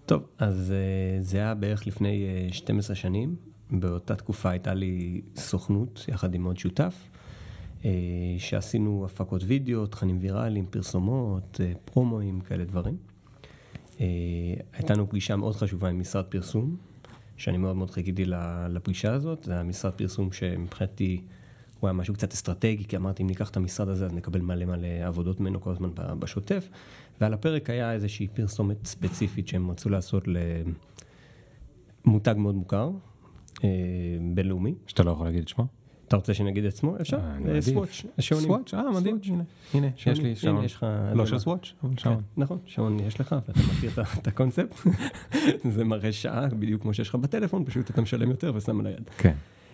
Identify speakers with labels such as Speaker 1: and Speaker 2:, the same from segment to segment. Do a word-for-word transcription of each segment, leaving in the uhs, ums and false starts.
Speaker 1: טוב, אז זה היה בערך לפני שתים עשרה שנים. באותה תקופה הייתה לי סוכנות, יחד עם עוד שותף, שעשינו הפקות וידאו, תכנים ויראליים, פרסומות, פרומואים, כאלה דברים. הייתה לנו פגישה מאוד חשובה עם משרד פרסום, שאני מאוד מאוד חיכיתי לפגישה הזאת. זה היה משרד פרסום שמבחינתי הוא היה משהו קצת אסטרטגי, כי אמרתי, אם ניקח את המשרד הזה, אז נקבל מלא מלא עבודות ממנו כל הזמן בשוטף. ועל הפרק היה איזושהי פרסומת ספציפית שהם רצו לעשות למותג מאוד מוכר, בינלאומי.
Speaker 2: שאתה לא יכול להגיד את שמו?
Speaker 1: אתה רוצה שנגיד את שמו? אפשר? סוואץ', השעונים.
Speaker 2: סוואץ', אה, מדהים. הנה, יש לי שעון. לא של סוואץ', אבל שעון.
Speaker 1: נכון, שעון יש לך, ואתה מכיר את הקונספט. זה מראה שעה, בדיוק כמו שיש לך בטלפון, פשוט אתה משלם יותר ושם על היד.
Speaker 2: כן.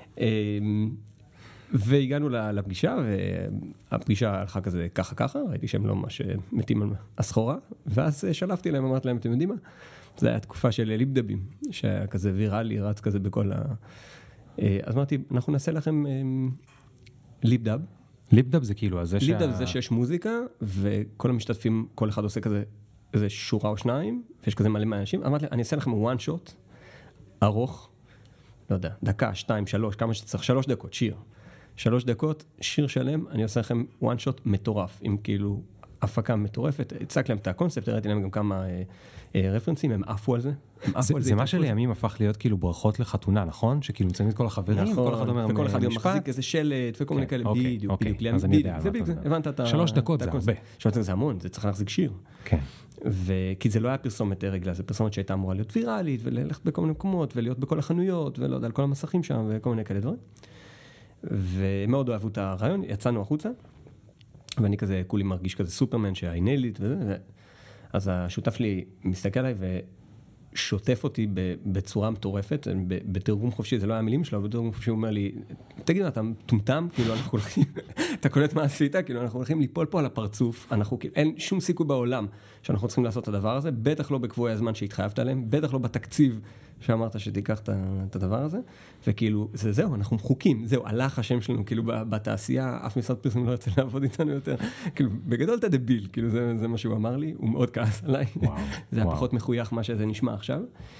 Speaker 1: והגענו לפגישה, והפגישה הלכה כזה ככה ככה, ראיתי שהם לא ממש מתים על הסחורה, ואז שלפתי להם, אמרתי להם, אתם יודעים מה? זה היה תקופה של ליפדבים, שהיה כזה ויראלי, רץ כזה בכל ה... אז אמרתי, אנחנו נעשה לכם ליפדב.
Speaker 2: ליפדב זה כאילו, אז זה שה...
Speaker 1: ליפדב זה שיש מוזיקה, וכל המשתתפים, כל אחד עושה כזה, איזה שורה או שניים, ויש כזה מלא מהאנשים. אמרתי, אני אעשה לכם one shot, ארוך, לא יודע, דקה, שתיים, שלוש, כמה שצריך, שלוש דקות, שיר. שלוש דקות, שיר שלם, אני עושה לכם one shot מטורף, עם כאילו הפקה מטורפת. הצג להם את הקונספט, הראיתי להם גם כמה רפרנסים, הם עפו על זה.
Speaker 2: זה מה שלימים הפך להיות כאילו ברכות לחתונה, נכון? שכאילו מציינים את כל החברים,
Speaker 1: וכל אחד אומר, וכל אחד מחזיק איזה שלט, וכל מיני כאלה, בדיוק, בדיוק.
Speaker 2: אז אני יודע.
Speaker 1: הבנת את ה...
Speaker 2: שלוש דקות זה הרבה.
Speaker 1: שלוש דקות זה המון, זה צריך להחזיק שיר.
Speaker 2: כן.
Speaker 1: כי זה לא היה פרסומת רגלה, זה פרסומת שהייתה אמורה להיות ויראלית, וללכת בכל מיני מקומות, ולהיות בכל החנויות, ולא יודע, על כל המסכים שם, וכל מיני כאלה דברים. ומאוד אוהבו את הרעיון, יצאנו החוצה, ואני כזה, כולי מרגיש כזה סופרמן שהאינלית וזה, אז השותף לי מסתכל עליי ושוטף אותי בצורה מטורפת, בתרגום חופשי, זה לא היה המילים שלו, אבל בתרגום חופשי הוא אומר לי, תגיד, אתה טומטם? כאילו אנחנו הולכים, אתה קולט מה עשית? כאילו אנחנו הולכים ליפול פה על הפרצוף, אנחנו, אין שום סיכוי בעולם שאנחנו צריכים לעשות את הדבר הזה, בטח לא בקבועי הזמן שהתחייבת עליהם, בטח לא בתקציב שאמרת שתיקח את הדבר הזה, וכאילו, זה זהו, אנחנו מחוקים, זהו, הלך השם שלנו, כאילו, בתעשייה, אף משרד פרסום לא יוצא לעבוד איתנו יותר, כאילו, בגדול אתה דביל, כאילו, זה, זה מה שהוא אמר לי, הוא מאוד כעס עליי,
Speaker 2: וואו,
Speaker 1: זה היה
Speaker 2: וואו.
Speaker 1: פחות מחוייך מה שזה נשמע עכשיו,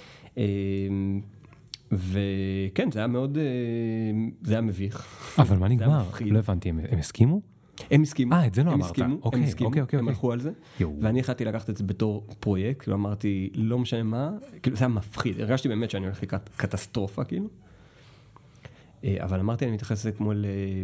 Speaker 1: וכן, זה היה מאוד, זה היה מביך.
Speaker 2: אבל מה נגמר? לא הבנתי, הם הסכימו?
Speaker 1: הם הסכימו.
Speaker 2: אה, את זה לא
Speaker 1: הם
Speaker 2: אמרת.
Speaker 1: הסכימו,
Speaker 2: אוקיי,
Speaker 1: הם הסכימו,
Speaker 2: אוקיי, אוקיי,
Speaker 1: הם
Speaker 2: אוקיי.
Speaker 1: הלכו על זה,
Speaker 2: יו.
Speaker 1: ואני החלטתי לקחת את זה בתור פרויקט, כאילו אמרתי, לא משנה מה, כאילו זה היה מפחיד, הרגשתי באמת שאני הולך לקראת קטסטרופה, כאילו, אבל אמרתי, אני מתייחס לזה כמו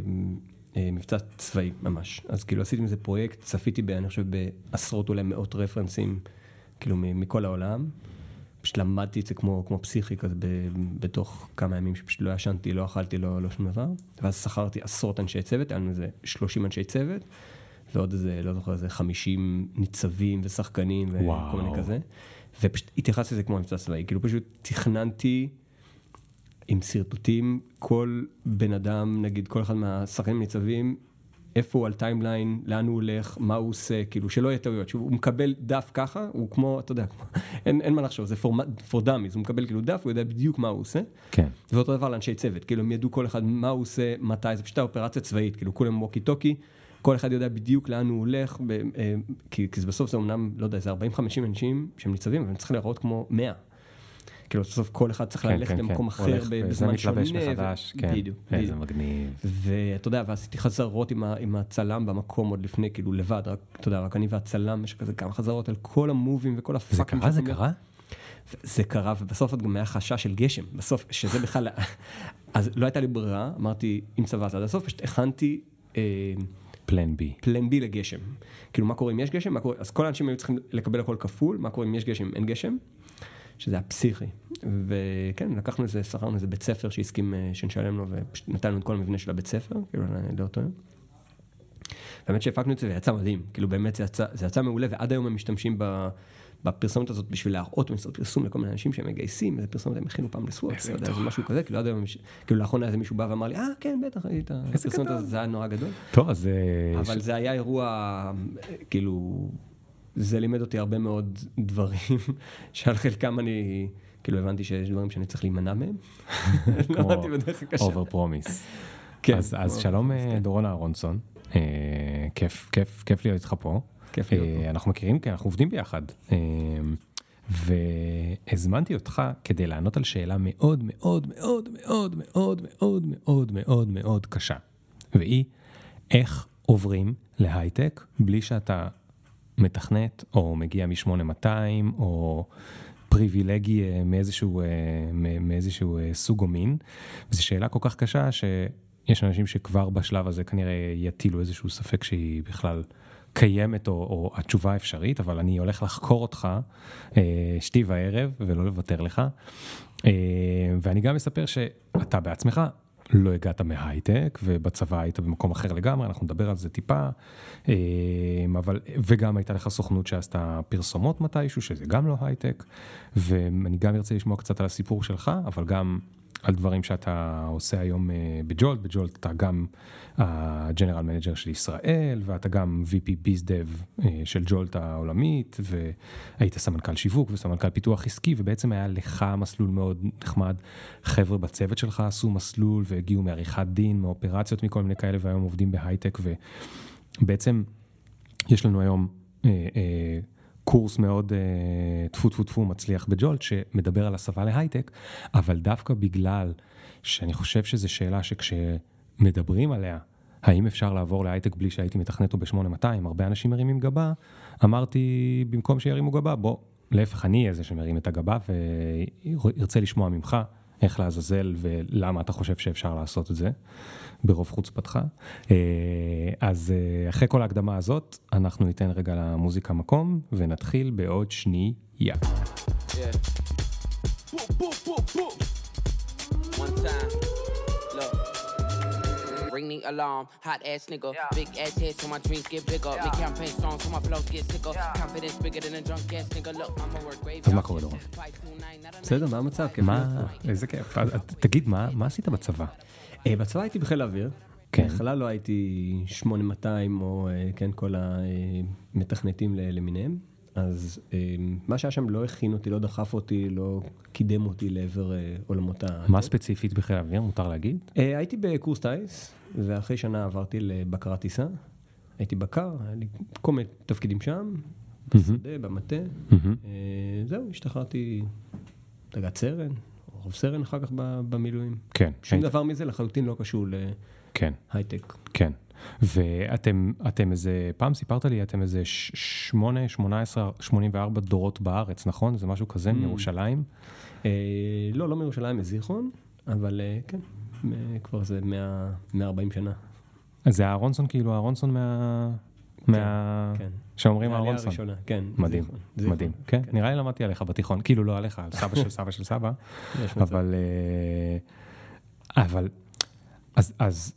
Speaker 1: למבצע צבאי, ממש, אז כאילו עשיתי מזה פרויקט, צפיתי, אני חושב, בעשרות אולי מאות רפרנסים, כאילו מכל העולם, פשוט למדתי את זה כמו, כמו פסיכי, כזה בתוך כמה ימים שפשוט לא ישנתי, לא אכלתי, לא, לא שום דבר, ואז שכרתי עשרות אנשי צוות, היה לנו איזה שלושים אנשי צוות, ועוד איזה, לא זוכר, איזה חמישים ניצבים ושחקנים וכל מיני כזה, ופשוט התייחסתי לזה כמו מבצע צבאי, כאילו פשוט תכננתי עם סרטוטים, כל בן אדם, נגיד כל אחד מהשחקנים ניצבים, איפה הוא על טיימליין, לאן הוא הולך, מה הוא עושה, כאילו שלא יהיה טעויות, שהוא מקבל דף ככה, הוא כמו, אתה יודע, אין, אין מה לחשוב, זה for dummies, הוא מקבל כאילו דף, הוא יודע בדיוק מה הוא עושה,
Speaker 2: כן.
Speaker 1: ואותו דבר לאנשי צוות, כאילו הם ידעו כל אחד מה הוא עושה, מתי, זה פשוט האופרציה צבאית, כאילו כולם ווקי טוקי, כל אחד יודע בדיוק לאן הוא הולך, ב, כי, כי בסוף זה אמנם, לא יודע, זה ארבעים חמישים אנשים שהם ניצבים, אבל הם צריכים להראות כמו מאה. כאילו, בסוף כל אחד צריך ללכת למקום אחר בזמן שונה.
Speaker 2: זה מתלבש מחדש, כן.
Speaker 1: בדיוק.
Speaker 2: איזה מגניב.
Speaker 1: ואתה יודע, ועשיתי חזרות עם הצלם במקום עוד לפני, כאילו לבד, רק, אתה יודע, רק אני והצלם, יש כזה כמה חזרות על כל המובים וכל הפאקים.
Speaker 2: זה קרה? זה קרה?
Speaker 1: זה קרה, ובסוף עוד גם היה חשש של גשם, בסוף, שזה בכלל, אז לא הייתה לי ברירה, אמרתי, אם צבא עד הסוף, פשוט הכנתי,
Speaker 2: פלן בי.
Speaker 1: פלן בי לגשם. כאילו, מה קורה אם יש גשם? אז כל האנשים היו צריכים לקבל הכל כפול, מה קורה אם יש גשם, אין גשם? שזה היה פסיכי. וכן, לקחנו איזה, שכרנו איזה בית ספר שהסכים שנשלם לו, ונתנו את כל המבנה של הבית ספר, כאילו, לאותו יום. באמת שהפקנו את זה, ויצא מדהים. כאילו, באמת זה יצא, זה יצא מעולה, ועד היום הם משתמשים בפרסומת הזאת בשביל להראות משרד פרסום לכל מיני אנשים שהם מגייסים, איזה פרסומת הם הכינו פעם לסוואץ', זה משהו כזה, כאילו, עד היום, כאילו, לאחרונה איזה מישהו בא ואמר לי, אה, כן, בטח, היית, הפרסומת הזאת, זה היה נורא גדול.
Speaker 2: טוב, אז...
Speaker 1: אבל זה היה אירוע, כאילו... זה לימד אותי הרבה מאוד דברים, שעל חלקם אני, כאילו הבנתי שיש דברים שאני צריך להימנע מהם.
Speaker 2: כמו אובר פרומיס. אז שלום דורון אהרונסון, כיף להיות איתך פה.
Speaker 1: כיף להיות פה.
Speaker 2: אנחנו מכירים, כי אנחנו עובדים ביחד. הזמנתי אותך כדי לענות על שאלה מאוד מאוד מאוד מאוד מאוד מאוד מאוד מאוד מאוד קשה. והיא, איך עוברים להייטק בלי שאתה מתכנת או מגיע מ-שמונה מאתיים או פריבילגי מאיזשהו, מאיזשהו סוג או מין. וזו שאלה כל כך קשה שיש אנשים שכבר בשלב הזה כנראה יטילו איזשהו ספק שהיא בכלל קיימת או, או התשובה אפשרית, אבל אני הולך לחקור אותך שתי וערב ולא לוותר לך. ואני גם אספר שאתה בעצמך לא הגעת מהייטק, ובצבא היית במקום אחר לגמרי, אנחנו נדבר על זה טיפה, אבל, וגם הייתה לך סוכנות שעשתה פרסומות מתישהו, שזה גם לא הייטק, ואני גם ארצה לשמוע קצת על הסיפור שלך, אבל גם על דברים שאתה עושה היום בג'ולט, בג'ולט אתה גם הג'נרל מנג'ר של ישראל, ואתה גם וי פי BizDev של ג'ולט העולמית, והיית סמנכ"ל שיווק וסמנכ"ל פיתוח עסקי, ובעצם היה לך מסלול מאוד נחמד. חבר'ה בצוות שלך עשו מסלול, והגיעו מעריכת דין, מאופרציות, מכל מיני כאלה, והיום עובדים בהייטק, ובעצם יש לנו היום אה, אה, קורס מאוד תפו תפו תפו מצליח בג'ולט, שמדבר על הסבה להייטק, אבל דווקא בגלל שאני חושב שזו שאלה שכשמדברים עליה, האם אפשר לעבור להייטק בלי שהייתי מתכנת או ב-שמונה מאתיים, הרבה אנשים מרימים גבה, אמרתי, במקום שירימו גבה, בוא, להפך אני איזה שמרים את הגבה, וירצה לשמוע ממך איך לעזאזל ולמה אתה חושב שאפשר לעשות את זה, ברוב חוצפתך. אז אחרי כל ההקדמה הזאת, אנחנו ניתן רגע למוזיקה מקום, ונתחיל בעוד שנייה. Yeah. One time, look. Ring the alarm, hot ass nigga, big ass head so my dreams get bigger, make campaign songs so my flows get sicker, confidence bigger than a drunk ass nigga, look, I'm a work grave. אז מה קורה דורון?
Speaker 1: בסדר, מה המצב?
Speaker 2: מה? איזה כיף. תגיד, מה עשית בצבא?
Speaker 1: בצבא הייתי בחיל האוויר. בכלל לא הייתי שמונה מאתיים או כן כל המתכנתים למיניהם. אז מה שהיה שם לא הכין אותי, לא דחף אותי, לא קידם אותי לעבר עולמות ה...
Speaker 2: מה ספציפית בחיל האוויר, מותר להגיד?
Speaker 1: הייתי בקורס טייס, ואחרי שנה עברתי לבקרת טיסה. הייתי בקר, היה לי כל מיני תפקידים שם, בשדה, במטה. זהו, השתחררתי דרגת סרן, או רוב סרן אחר כך במילואים.
Speaker 2: כן.
Speaker 1: שום דבר מזה לחלוטין לא קשור להייטק.
Speaker 2: כן. ואתם, אתם איזה, פעם סיפרת לי, אתם איזה שמונה, שמונה עשרה, שמונים וארבע דורות בארץ, נכון? זה משהו כזה, מירושלים?
Speaker 1: לא, לא מירושלים, מזיכרון, אבל כן, כבר זה מאה וארבעים שנה.
Speaker 2: אז זה אהרונסון, כאילו אהרונסון מה... מה... שאומרים אהרונסון.
Speaker 1: הראשונה, כן.
Speaker 2: מדהים, מדהים. כן, נראה לי למדתי עליך בתיכון, כאילו לא עליך, על סבא של סבא של סבא, אבל... אבל... אז...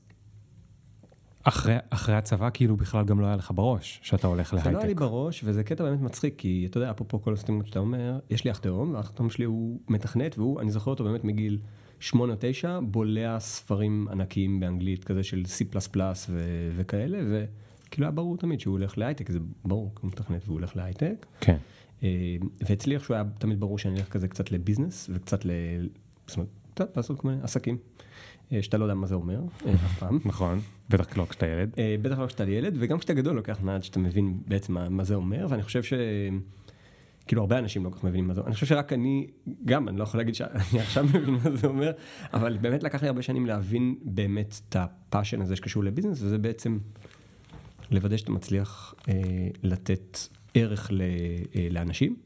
Speaker 2: אחרי, אחרי הצבא, כאילו בכלל גם לא היה לך בראש, שאתה הולך להייטק.
Speaker 1: זה לא היה לי בראש, וזה קטע באמת מצחיק, כי אתה יודע, אפרופו כל הסתימות שאתה אומר, יש לי אח תאום, והאח תאום שלי הוא מתכנת, והוא, אני זוכר אותו באמת מגיל שמונה או תשע, בולע ספרים ענקיים באנגלית, כזה של סי פלס פלס וכאלה, וכאילו היה ברור תמיד שהוא הולך להייטק, זה ברור, הוא מתכנת והוא הולך להייטק.
Speaker 2: כן.
Speaker 1: והצליח שהוא היה תמיד ברור שאני הולך כזה קצת לביזנס, וקצת ל... זאת אומרת, קצת לעשות כל מיני עסקים. שאתה לא יודע מה זה אומר, אף פעם.
Speaker 2: נכון, בטח לא כשאתה ילד.
Speaker 1: בטח לא כשאתה ילד, וגם כשאתה גדול לוקח מעט שאתה מבין בעצם מה זה אומר, ואני חושב ש... כאילו הרבה אנשים לא כל כך מבינים מה זה אומר. אני חושב שרק אני, גם, אני לא יכול להגיד שאני עכשיו מבין מה זה אומר, אבל באמת לקח לי הרבה שנים להבין באמת את הפאשן הזה שקשור לביזנס, וזה בעצם לוודא שאתה מצליח לתת ערך לאנשים.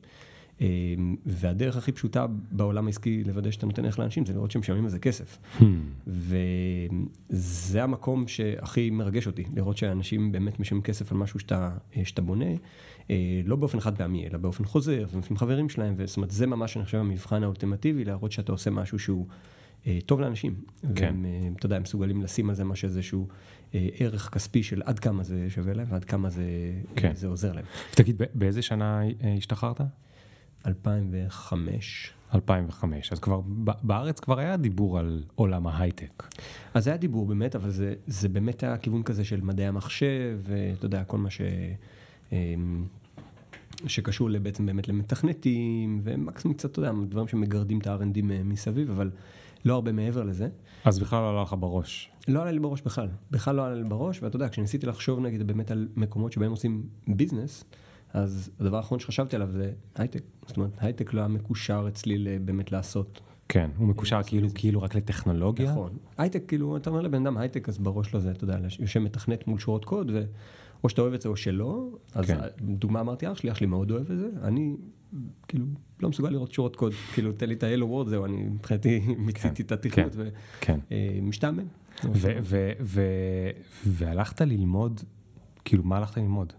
Speaker 1: והדרך הכי פשוטה בעולם העסקי לוודא שאתה נותן ערך לאנשים, זה לראות שהם משלמים איזה כסף. וזה המקום שהכי מרגש אותי, לראות שאנשים באמת משלמים כסף על משהו שאתה, שאתה בונה, לא באופן חד פעמי, אלא באופן חוזר, ועם חברים שלהם, זאת אומרת, זה ממש, אני חושב, המבחן האולטימטיבי, להראות שאתה עושה משהו שהוא טוב לאנשים.
Speaker 2: כן.
Speaker 1: והם, אתה יודע, הם מסוגלים לשים על זה משהו איזשהו ערך כספי של עד כמה זה שווה להם, ועד כמה זה,
Speaker 2: כן.
Speaker 1: זה עוזר להם.
Speaker 2: תגיד, באיזה שנה השתחררת?
Speaker 1: אלפיים וחמש.
Speaker 2: אלפיים וחמש, אז כבר, בארץ כבר היה דיבור על עולם ההייטק.
Speaker 1: אז היה דיבור באמת, אבל זה, זה באמת היה כיוון כזה של מדעי המחשב, ואתה יודע, כל מה ש, שקשור בעצם באמת למתכנתים, ומקסימום קצת, אתה יודע, דברים שמגרדים את ה-אר אנד די מסביב, אבל לא הרבה מעבר לזה.
Speaker 2: אז בכלל לא עלה לך בראש.
Speaker 1: לא עלה לי בראש בכלל. בכלל לא עלה לי בראש, ואתה יודע, כשניסיתי לחשוב נגיד באמת על מקומות שבהם עושים ביזנס, אז הדבר האחרון שחשבתי עליו זה הייטק. זאת אומרת, הייטק לא היה מקושר אצלי באמת לעשות.
Speaker 2: כן, הוא מקושר כאילו, כאילו רק לטכנולוגיה.
Speaker 1: נכון. הייטק, כאילו, אתה אומר לבן אדם הייטק, אז בראש לו זה, אתה יודע, יושב מתכנת מול שורות קוד, או שאתה אוהב את זה או שלא. אז דוגמה אמרתי, אח שלי, אח שלי מאוד אוהב את זה. אני, כאילו, לא מסוגל לראות שורות קוד. כאילו, תן לי את ה-Hello World, זהו, אני מבחינתי מיציתי את התכנות ומשתעמם.
Speaker 2: והלכת ללמוד, כאילו, מה הלכת ללמוד?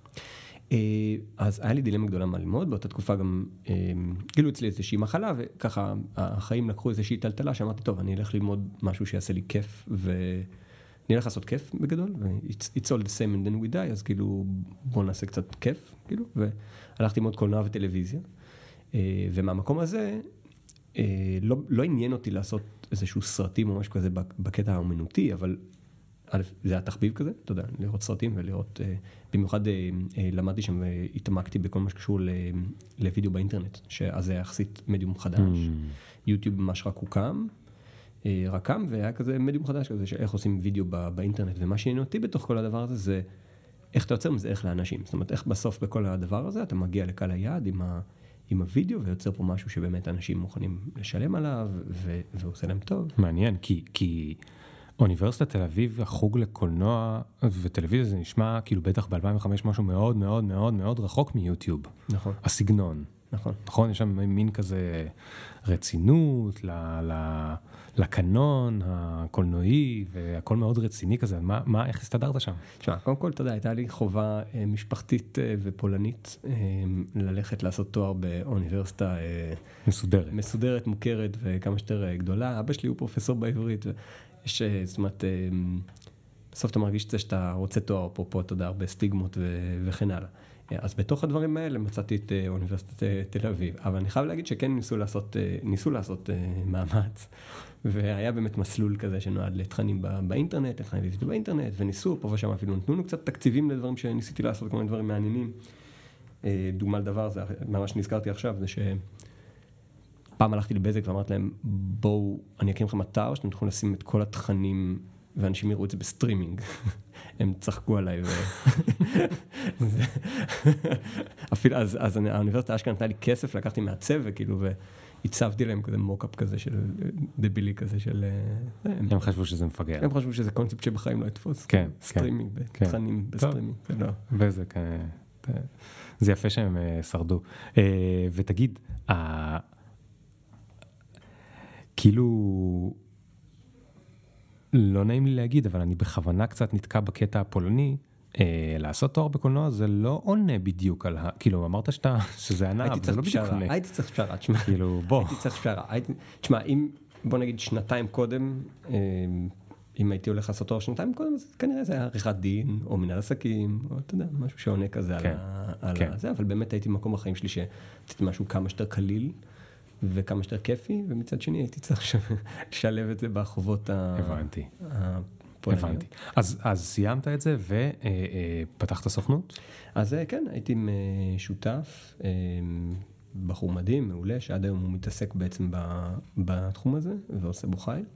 Speaker 1: אז היה לי דילמה גדולה מה ללמוד, באותה תקופה גם גילו אצלי איזושהי מחלה, וככה החיים לקחו איזושהי טלטלה, שאמרתי, טוב, אני אלך ללמוד משהו שיעשה לי כיף, ואני אלך לעשות כיף בגדול, ו-it's all the same and then we die, אז כאילו בואו נעשה קצת כיף, כאילו, והלכתי ללמוד קולנוע וטלוויזיה, ומהמקום הזה לא, לא עניין אותי לעשות איזשהו סרטים או משהו כזה בקטע האומנותי, אבל א', זה היה תחביב כזה, אתה יודע, לראות סרטים ולראות, במיוחד למדתי שם והתעמקתי בכל מה שקשור לוידאו באינטרנט, שאז זה היה יחסית מדיום חדש, יוטיוב ממש רק הוקם, רק קם, והיה כזה מדיום חדש כזה, שאיך עושים וידאו באינטרנט, ומה שעניין אותי בתוך כל הדבר הזה, זה איך אתה יוצר מזה, איך לאנשים, זאת אומרת, איך בסוף בכל הדבר הזה, אתה מגיע לקהל היעד עם ה... עם הוידאו, ויוצר פה משהו שבאמת אנשים מוכנים לשלם עליו, ועושה להם טוב.
Speaker 2: מעניין, כי, כי אוניברסיטת תל אביב, החוג לקולנוע וטלוויזיה, זה נשמע כאילו בטח ב-אלפיים וחמש משהו מאוד מאוד מאוד מאוד רחוק מיוטיוב.
Speaker 1: נכון.
Speaker 2: הסגנון.
Speaker 1: נכון.
Speaker 2: נכון, יש שם מין כזה רצינות, ל, ל, לקנון הקולנועי, והכל מאוד רציני כזה. מה, מה, איך הסתדרת שם?
Speaker 1: תשמע, קודם כל, אתה יודע, הייתה לי חובה משפחתית ופולנית, ללכת לעשות תואר באוניברסיטה
Speaker 2: מסודרת.
Speaker 1: מסודרת, מוכרת וכמה שיותר גדולה. אבא שלי הוא פרופסור בעברית, ויש, זאת אומרת, בסוף אתה מרגיש את זה שאתה רוצה תואר פה, פה, אתה יודע, הרבה סטיגמות וכן הלאה. אז בתוך הדברים האלה מצאתי את אוניברסיטת תל אביב, אבל אני חייב להגיד שכן ניסו לעשות, ניסו לעשות מאמץ, והיה באמת מסלול כזה שנועד לתכנים באינטרנט, לתכנים וידאו באינטרנט, וניסו פה ושם אפילו נתנו לנו קצת תקציבים לדברים שניסיתי לעשות, כל מיני דברים מעניינים. דוגמה לדבר, זה ממש נזכרתי עכשיו, זה שפעם הלכתי לבזק ואמרתי להם, בואו, אני אקים לכם אתר, שאתם תוכלו לשים את כל התכנים, ואנשים יראו את זה בסטרימינג. הם צחקו עליי. אפילו, אז, אז האוניברסיטה אשכרה נתנה לי כסף, לקחתי מעצב, וכאילו, והצבתי להם כזה מוקאפ כזה של דבילי כזה של...
Speaker 2: הם חשבו שזה מפגר.
Speaker 1: הם חשבו שזה קונספט שבחיים לא יתפוס.
Speaker 2: כן,
Speaker 1: סטרימינג, בתכנים בסטרימינג.
Speaker 2: וזה זה יפה שהם שרדו. ותגיד, כאילו... לא נעים לי להגיד, אבל אני בכוונה קצת נתקע בקטע הפולני, אה, לעשות תואר בקולנוע זה לא עונה בדיוק על ה... כאילו, אמרת שאתה, שזה ענה, אבל זה לא בדיוק עונה.
Speaker 1: הייתי צריך פשרה, תשמע.
Speaker 2: כאילו, בוא.
Speaker 1: הייתי צריך פשרה. תשמע, אם, בוא נגיד שנתיים קודם, אה, אם הייתי הולך לעשות תואר שנתיים קודם, אז כנראה זה היה עריכת דין, או מנהל עסקים, או אתה יודע, משהו שעונה כזה כן, על, כן. על זה, אבל באמת הייתי במקום בחיים שלי שעשיתי משהו כמה שיותר קליל, וכמה שיותר כיפי, ומצד שני הייתי צריך לשלב את זה בחובות
Speaker 2: הבנתי.
Speaker 1: הפולניות.
Speaker 2: הבנתי. אז, אז סיימת את זה ופתחת סוכנות?
Speaker 1: אז כן, הייתי שותף, בחור מדהים, מעולה, שעד היום הוא מתעסק בעצם בתחום הזה, ועושה בו חיל.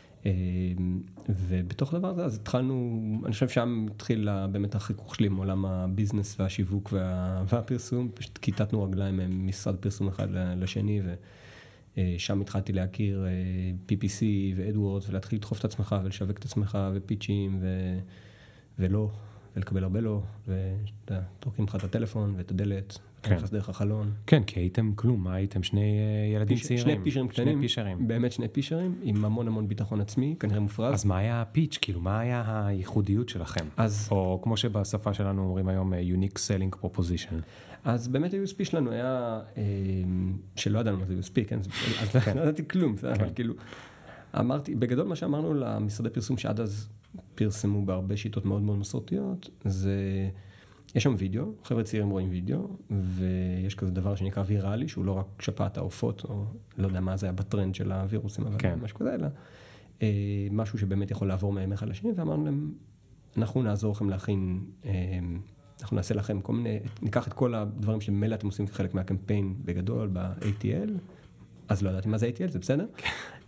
Speaker 1: ובתוך דבר הזה, אז התחלנו, אני חושב שם התחיל באמת החיכוך שלי עם עולם הביזנס והשיווק והפרסום, פשוט כיתתנו רגליים ממשרד פרסום אחד לשני, ושם התחלתי להכיר פי פי סי ואדוורדס, ולהתחיל לדחוף את עצמך ולשווק את עצמך ופיצ'ים ולא, ולקבל הרבה לא, ותורקים לך את הטלפון ואת הדלת, נכנס דרך החלון.
Speaker 2: כן, כי הייתם כלום, מה הייתם? שני ילדים צעירים?
Speaker 1: שני פישרים קטנים, באמת שני פישרים, עם המון המון ביטחון עצמי, כנראה מופרז.
Speaker 2: אז מה היה הפיץ'? כאילו, מה היה הייחודיות שלכם? או כמו שבשפה שלנו אומרים היום, unique selling proposition.
Speaker 1: אז באמת ה-יו אס פי שלנו היה, שלא ידענו מה זה יו אס פי, כן? אז לא ידעתי כלום, אבל כאילו, אמרתי, בגדול מה שאמרנו למשרדי פרסום שעד אז פרסמו בהרבה שיטות מאוד מאוד מסורתיות, זה... יש שם וידאו, חבר'ה צעירים רואים וידאו, ויש כזה דבר שנקרא ויראלי, שהוא לא רק שפעת העופות, או לא יודע מה זה היה בטרנד של הווירוסים, אבל כן. משהו כזה, אלא אה, משהו שבאמת יכול לעבור מהם אחד לשני, ואמרנו להם, אנחנו נעזור לכם להכין, אה, אנחנו נעשה לכם כל מיני, ניקח את כל הדברים שמילא אתם עושים כחלק מהקמפיין בגדול, ב-איי טי אל, אז לא ידעתי מה זה איי טי אל, זה בסדר?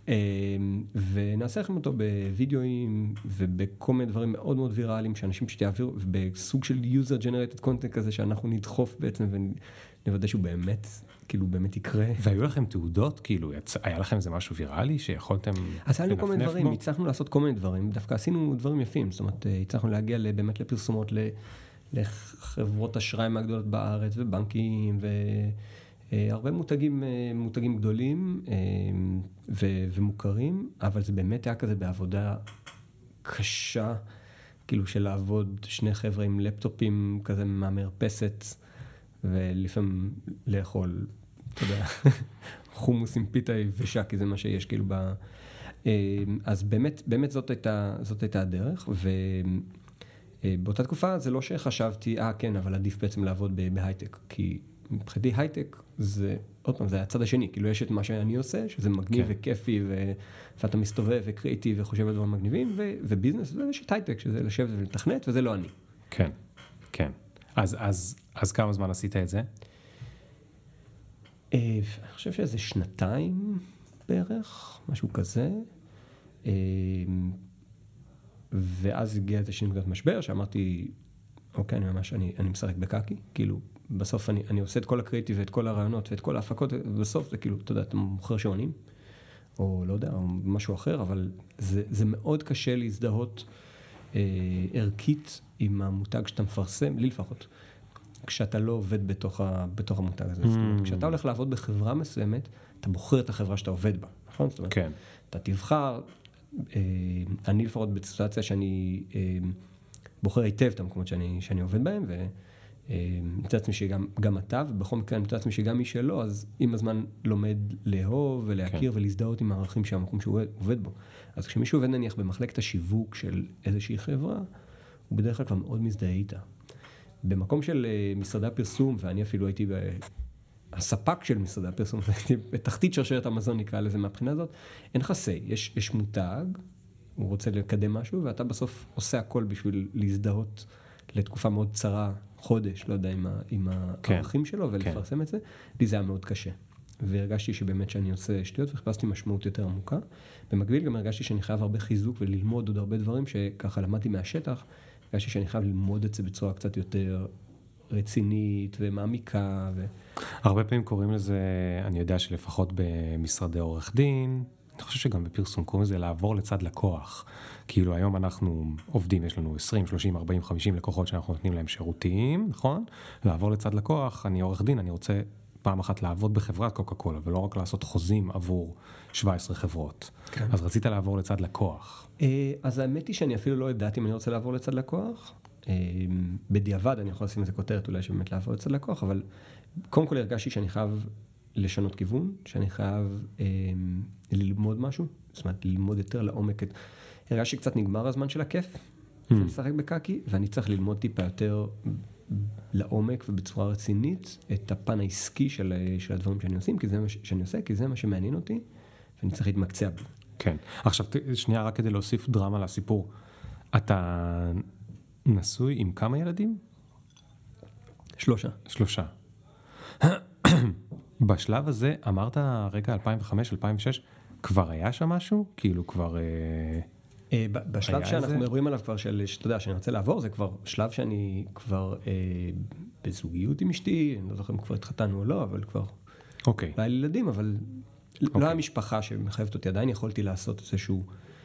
Speaker 1: ונעשה לכם אותו בווידאוים ובכל מיני דברים מאוד מאוד ויראליים שאנשים פשוט יעבירו, בסוג של user generated content כזה שאנחנו נדחוף בעצם ונוודא שהוא באמת, כאילו באמת יקרה.
Speaker 2: והיו לכם תעודות? כאילו, היה לכם איזה משהו ויראלי שיכולתם לנפנף בו?
Speaker 1: אז היה לנו כל מיני דברים, הצלחנו לעשות כל מיני דברים, דווקא עשינו דברים יפים, זאת אומרת, הצלחנו להגיע באמת לפרסומות לחברות אשראי מהגדולות בארץ ובנקים ו... הרבה מותגים, מותגים גדולים ו- ומוכרים, אבל זה באמת היה כזה בעבודה קשה, כאילו של לעבוד שני חבר'ה עם לפטופים כזה מהמרפסת, ולפעמים לאכול, אתה יודע, חומוס עם פיתה יבשה, כי זה מה שיש כאילו ב... אז באמת, באמת זאת הייתה, זאת הייתה הדרך, ובאותה תקופה זה לא שחשבתי, אה כן, אבל עדיף בעצם לעבוד בהייטק, כי מבחינתי הייטק זה, עוד פעם, זה הצד השני, כאילו יש את מה שאני עושה, שזה מגניב וכיפי, ואתה מסתובב וקריאיטיב וחושב על דברים מגניבים, וביזנס, ויש את הייטק, שזה לשבת ולתכנת, וזה לא אני.
Speaker 2: כן, כן. אז, אז, אז כמה זמן עשית את זה?
Speaker 1: אני חושב שזה שנתיים בערך, משהו כזה. ואז הגיע איזה שנקודת משבר, שאמרתי, אוקיי, אני ממש, אני, אני משחק בקאקי, כאילו, בסוף אני, אני עושה את כל הקריאיטיב ואת כל הרעיונות ואת כל ההפקות, ובסוף זה כאילו, אתה יודע, אתה מוכר שעונים, או לא יודע, או משהו אחר, אבל זה, זה מאוד קשה להזדהות אה, ערכית עם המותג שאתה מפרסם, לי לפחות, כשאתה לא עובד בתוך, ה, בתוך המותג הזה. Mm. זאת אומרת, כשאתה הולך לעבוד בחברה מסוימת, אתה בוחר את החברה שאתה עובד בה, נכון? זאת אומרת,
Speaker 2: כן.
Speaker 1: אתה תבחר, אה, אני לפחות בסיטואציה שאני אה, בוחר היטב את המקומות שאני, שאני עובד בהם, ו... נמצא עצמי שגם גם אתה, ובכל מקרה נמצא עצמי שגם מי שלא, אז עם הזמן לומד לאהוב ולהכיר כן. ולהזדהות עם הערכים שהמקום שהוא עובד בו. אז כשמישהו עובד נניח במחלקת השיווק של איזושהי חברה, הוא בדרך כלל כבר מאוד מזדהה איתה. במקום של משרדי הפרסום, ואני אפילו הייתי הספק של משרדי הפרסום, הייתי בתחתית שרשרת המזון נקרא לזה מהבחינה הזאת, אין לך say, יש, יש מותג, הוא רוצה לקדם משהו, ואתה בסוף עושה הכל בשביל להזדהות לתקופה מאוד צרה, חודש, לא יודע, עם, ה, עם הערכים כן, שלו, ולפרסם כן. את זה, לי זה היה מאוד קשה. והרגשתי שבאמת שאני עושה שטויות, וחיפשתי משמעות יותר עמוקה. במקביל גם הרגשתי שאני חייב הרבה חיזוק, וללמוד עוד הרבה דברים שככה למדתי מהשטח, הרגשתי שאני חייב ללמוד את זה בצורה קצת יותר רצינית ומעמיקה. ו...
Speaker 2: הרבה פעמים קוראים לזה, אני יודע שלפחות במשרדי עורך דין, אני חושב שגם בפרסום קוראים לזה לעבור לצד לקוח. כאילו היום אנחנו עובדים, יש לנו עשרים, שלושים, ארבעים, חמישים לקוחות שאנחנו נותנים להם שירותים, נכון? לעבור לצד לקוח, אני עורך דין, אני רוצה פעם אחת לעבוד בחברת קוקה קולה, ולא רק לעשות חוזים עבור שבע עשרה חברות. כן. אז רצית לעבור לצד לקוח.
Speaker 1: אז האמת היא שאני אפילו לא ידעתי אם אני רוצה לעבור לצד לקוח. בדיעבד אני יכול לשים איזה כותרת אולי שבאמת לעבור לצד לקוח, אבל קודם כל הרגשתי שאני חייב לשנות כיוון, שאני חייב אה, ללמוד משהו, זאת אומרת, ללמוד יותר לעומק. את... הרגשתי שקצת נגמר הזמן של הכיף, mm. ולשחק בקאקי, ואני צריך ללמוד טיפה יותר לעומק ובצורה רצינית את הפן העסקי של, של הדברים שאני עושים, כי זה מה שאני עושה, כי זה מה שמעניין אותי, ואני צריך להתמקצע בו.
Speaker 2: כן. עכשיו, שנייה, רק כדי להוסיף דרמה לסיפור. אתה נשוי עם כמה ילדים?
Speaker 1: שלושה.
Speaker 2: שלושה. בשלב הזה, אמרת רגע אלפיים וחמש, אלפיים ושש, כבר היה שם משהו? כאילו כבר...
Speaker 1: בשלב שאנחנו מדברים עליו כבר, שאתה יודע, שאני רוצה לעבור, זה כבר שלב שאני כבר בזוגיות עם אשתי, אני לא זוכר אם כבר התחתנו או לא, אבל כבר...
Speaker 2: אוקיי.
Speaker 1: לא היה לי ילדים, אבל לא היה משפחה שמחייבת אותי, עדיין יכולתי לעשות איזשהו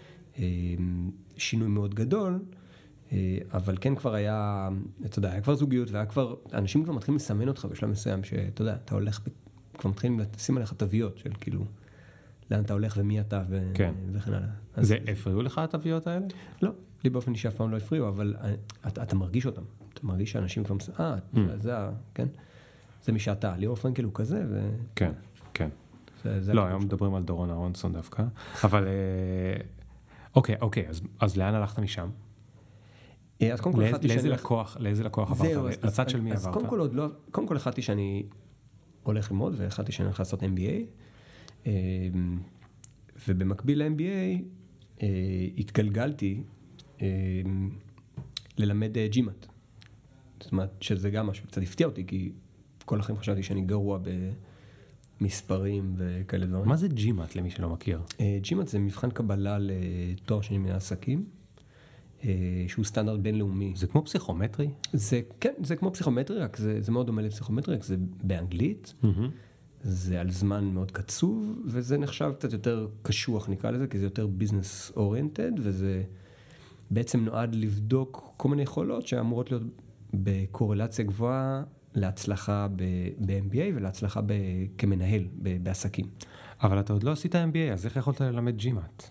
Speaker 1: שינוי מאוד גדול, אבל כן כבר היה, אתה יודע, היה כבר זוגיות, והיה כבר, אנשים כבר מתחילים לסמן אותך בשלב מסוים, שאתה יודע, אתה הולך, כבר מתחילים לשים עליך תוויות של כאילו, לאן אתה הולך ומי אתה ו...
Speaker 2: כן.
Speaker 1: וכן הלאה.
Speaker 2: זה הפריעו לך התוויות האלה?
Speaker 1: לא, לי באופן אישי אף פעם לא הפריעו, אבל אתה, אתה מרגיש אותם. אתה מרגיש שאנשים כבר מסיים, אה, mm. זה, כן? זה מי שאתה, ליאור פרנקל הוא כזה, ו...
Speaker 2: כן, כן. זה, זה לא, היום מדברים על דורון אהרונסון דווקא, אבל, אוקיי, אוקיי, אז, אז לאן הלכת משם?
Speaker 1: אז קודם כל החלטתי
Speaker 2: שאני... לאיזה לקוח, לאיזה לקוח עברת? לצד של מי עברת?
Speaker 1: אז קודם כל עוד לא, קודם כל החלטתי שאני הולך ללמוד, והחלטתי שאני הולך לעשות אם בי איי, ובמקביל ל-אם בי איי התגלגלתי ללמד ג'ימאט. זאת אומרת שזה גם משהו קצת הפתיע אותי, כי כל החיים חשבתי שאני גרוע מספרים וכאלה דברים.
Speaker 2: מה זה ג'ימאט למי שלא מכיר?
Speaker 1: ג'ימאט זה מבחן קבלה לתואר שני מנהל עסקים, שהוא סטנדרט בינלאומי.
Speaker 2: זה כמו פסיכומטרי?
Speaker 1: זה, כן, זה כמו פסיכומטרי, רק זה, זה מאוד דומה לפסיכומטרי, רק זה באנגלית. Mm-hmm. זה על זמן מאוד קצוב, וזה נחשב קצת יותר קשוח, נקרא לזה, כי זה יותר ביזנס אוריינטד, וזה בעצם נועד לבדוק כל מיני יכולות שאמורות להיות בקורלציה גבוהה להצלחה ב-אם בי איי ולהצלחה כמנהל בעסקים.
Speaker 2: אבל אתה עוד לא עשית אם בי איי, אז איך יכולת ללמד ג'ימאט?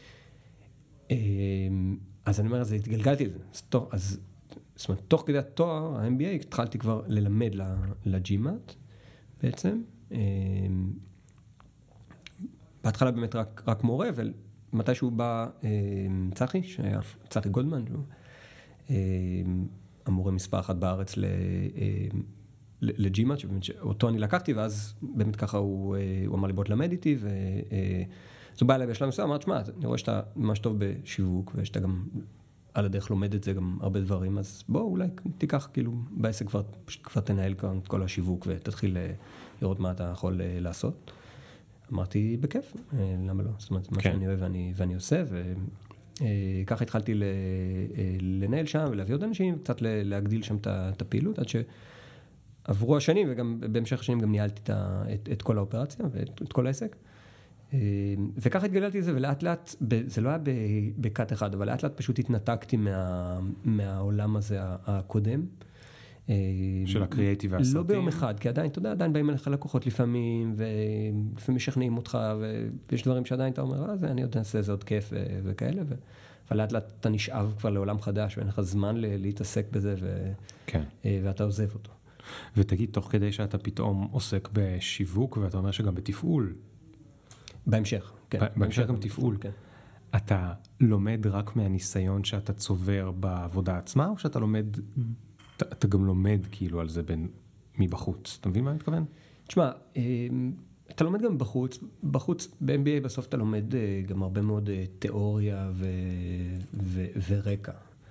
Speaker 1: אז אני אומר, אז התגלגלתי לזה. אז, זאת אומרת, תוך כדי התואר, ה-אם בי איי, התחלתי כבר ללמד לג'ימאט בעצם. בהתחלה באמת רק, רק מורה, ומתי שהוא בא צחי, שהיה צחי גולדמן, המורה מספר אחת בארץ לג'ימאט, שאותו אני לקחתי, ואז באמת ככה הוא, הוא אמר לי בוא תלמד איתי, ו... אז הוא בא אליי בשלב מסוים, אמר, תשמע, אני רואה שאתה ממש טוב בשיווק, ושאתה גם על הדרך לומד את זה גם הרבה דברים, אז בוא, אולי תיקח כאילו בעסק כבר, פשוט כבר תנהל כאן את כל השיווק, ותתחיל לראות מה אתה יכול לעשות. אמרתי, בכיף, למה לא? זאת אומרת, מה שאני אוהב ואני, ואני עושה, וככה התחלתי לנהל שם, ולהביא עוד אנשים, קצת להגדיל שם את הפעילות, עד שעברו השנים, וגם בהמשך השנים גם ניהלתי את, את כל האופרציה, ואת כל העסק. וככה התגללתי לזה, ולאט לאט, זה לא היה בקאט אחד, אבל לאט לאט פשוט התנתקתי מה, מהעולם הזה הקודם.
Speaker 2: של הקריאייטיב והסרטים.
Speaker 1: לא ביום אחד, כי עדיין, אתה יודע, עדיין באים אליך לקוחות לפעמים, ולפעמים משכנעים אותך, ויש דברים שעדיין אתה אומר, אה, זה, אני יודע, זה עוד כיף וכאלה, אבל לאט לאט אתה נשאב כבר לעולם חדש, ואין לך זמן להתעסק בזה, ואתה עוזב אותו.
Speaker 2: ותגיד, תוך כדי שאתה פתאום עוסק בשיווק, ואתה אומר שגם בתפעול,
Speaker 1: בהמשך, כן.
Speaker 2: בהמשך גם תפעול. כן. אתה לומד רק מהניסיון שאתה צובר בעבודה עצמה, או שאתה לומד, אתה, אתה גם לומד כאילו על זה בין, מבחוץ? אתה מבין מה אני מתכוון?
Speaker 1: תשמע, אתה לומד גם בחוץ. בחוץ, ב-אם בי איי בסוף אתה לומד גם הרבה מאוד תיאוריה ו, ו, ורקע.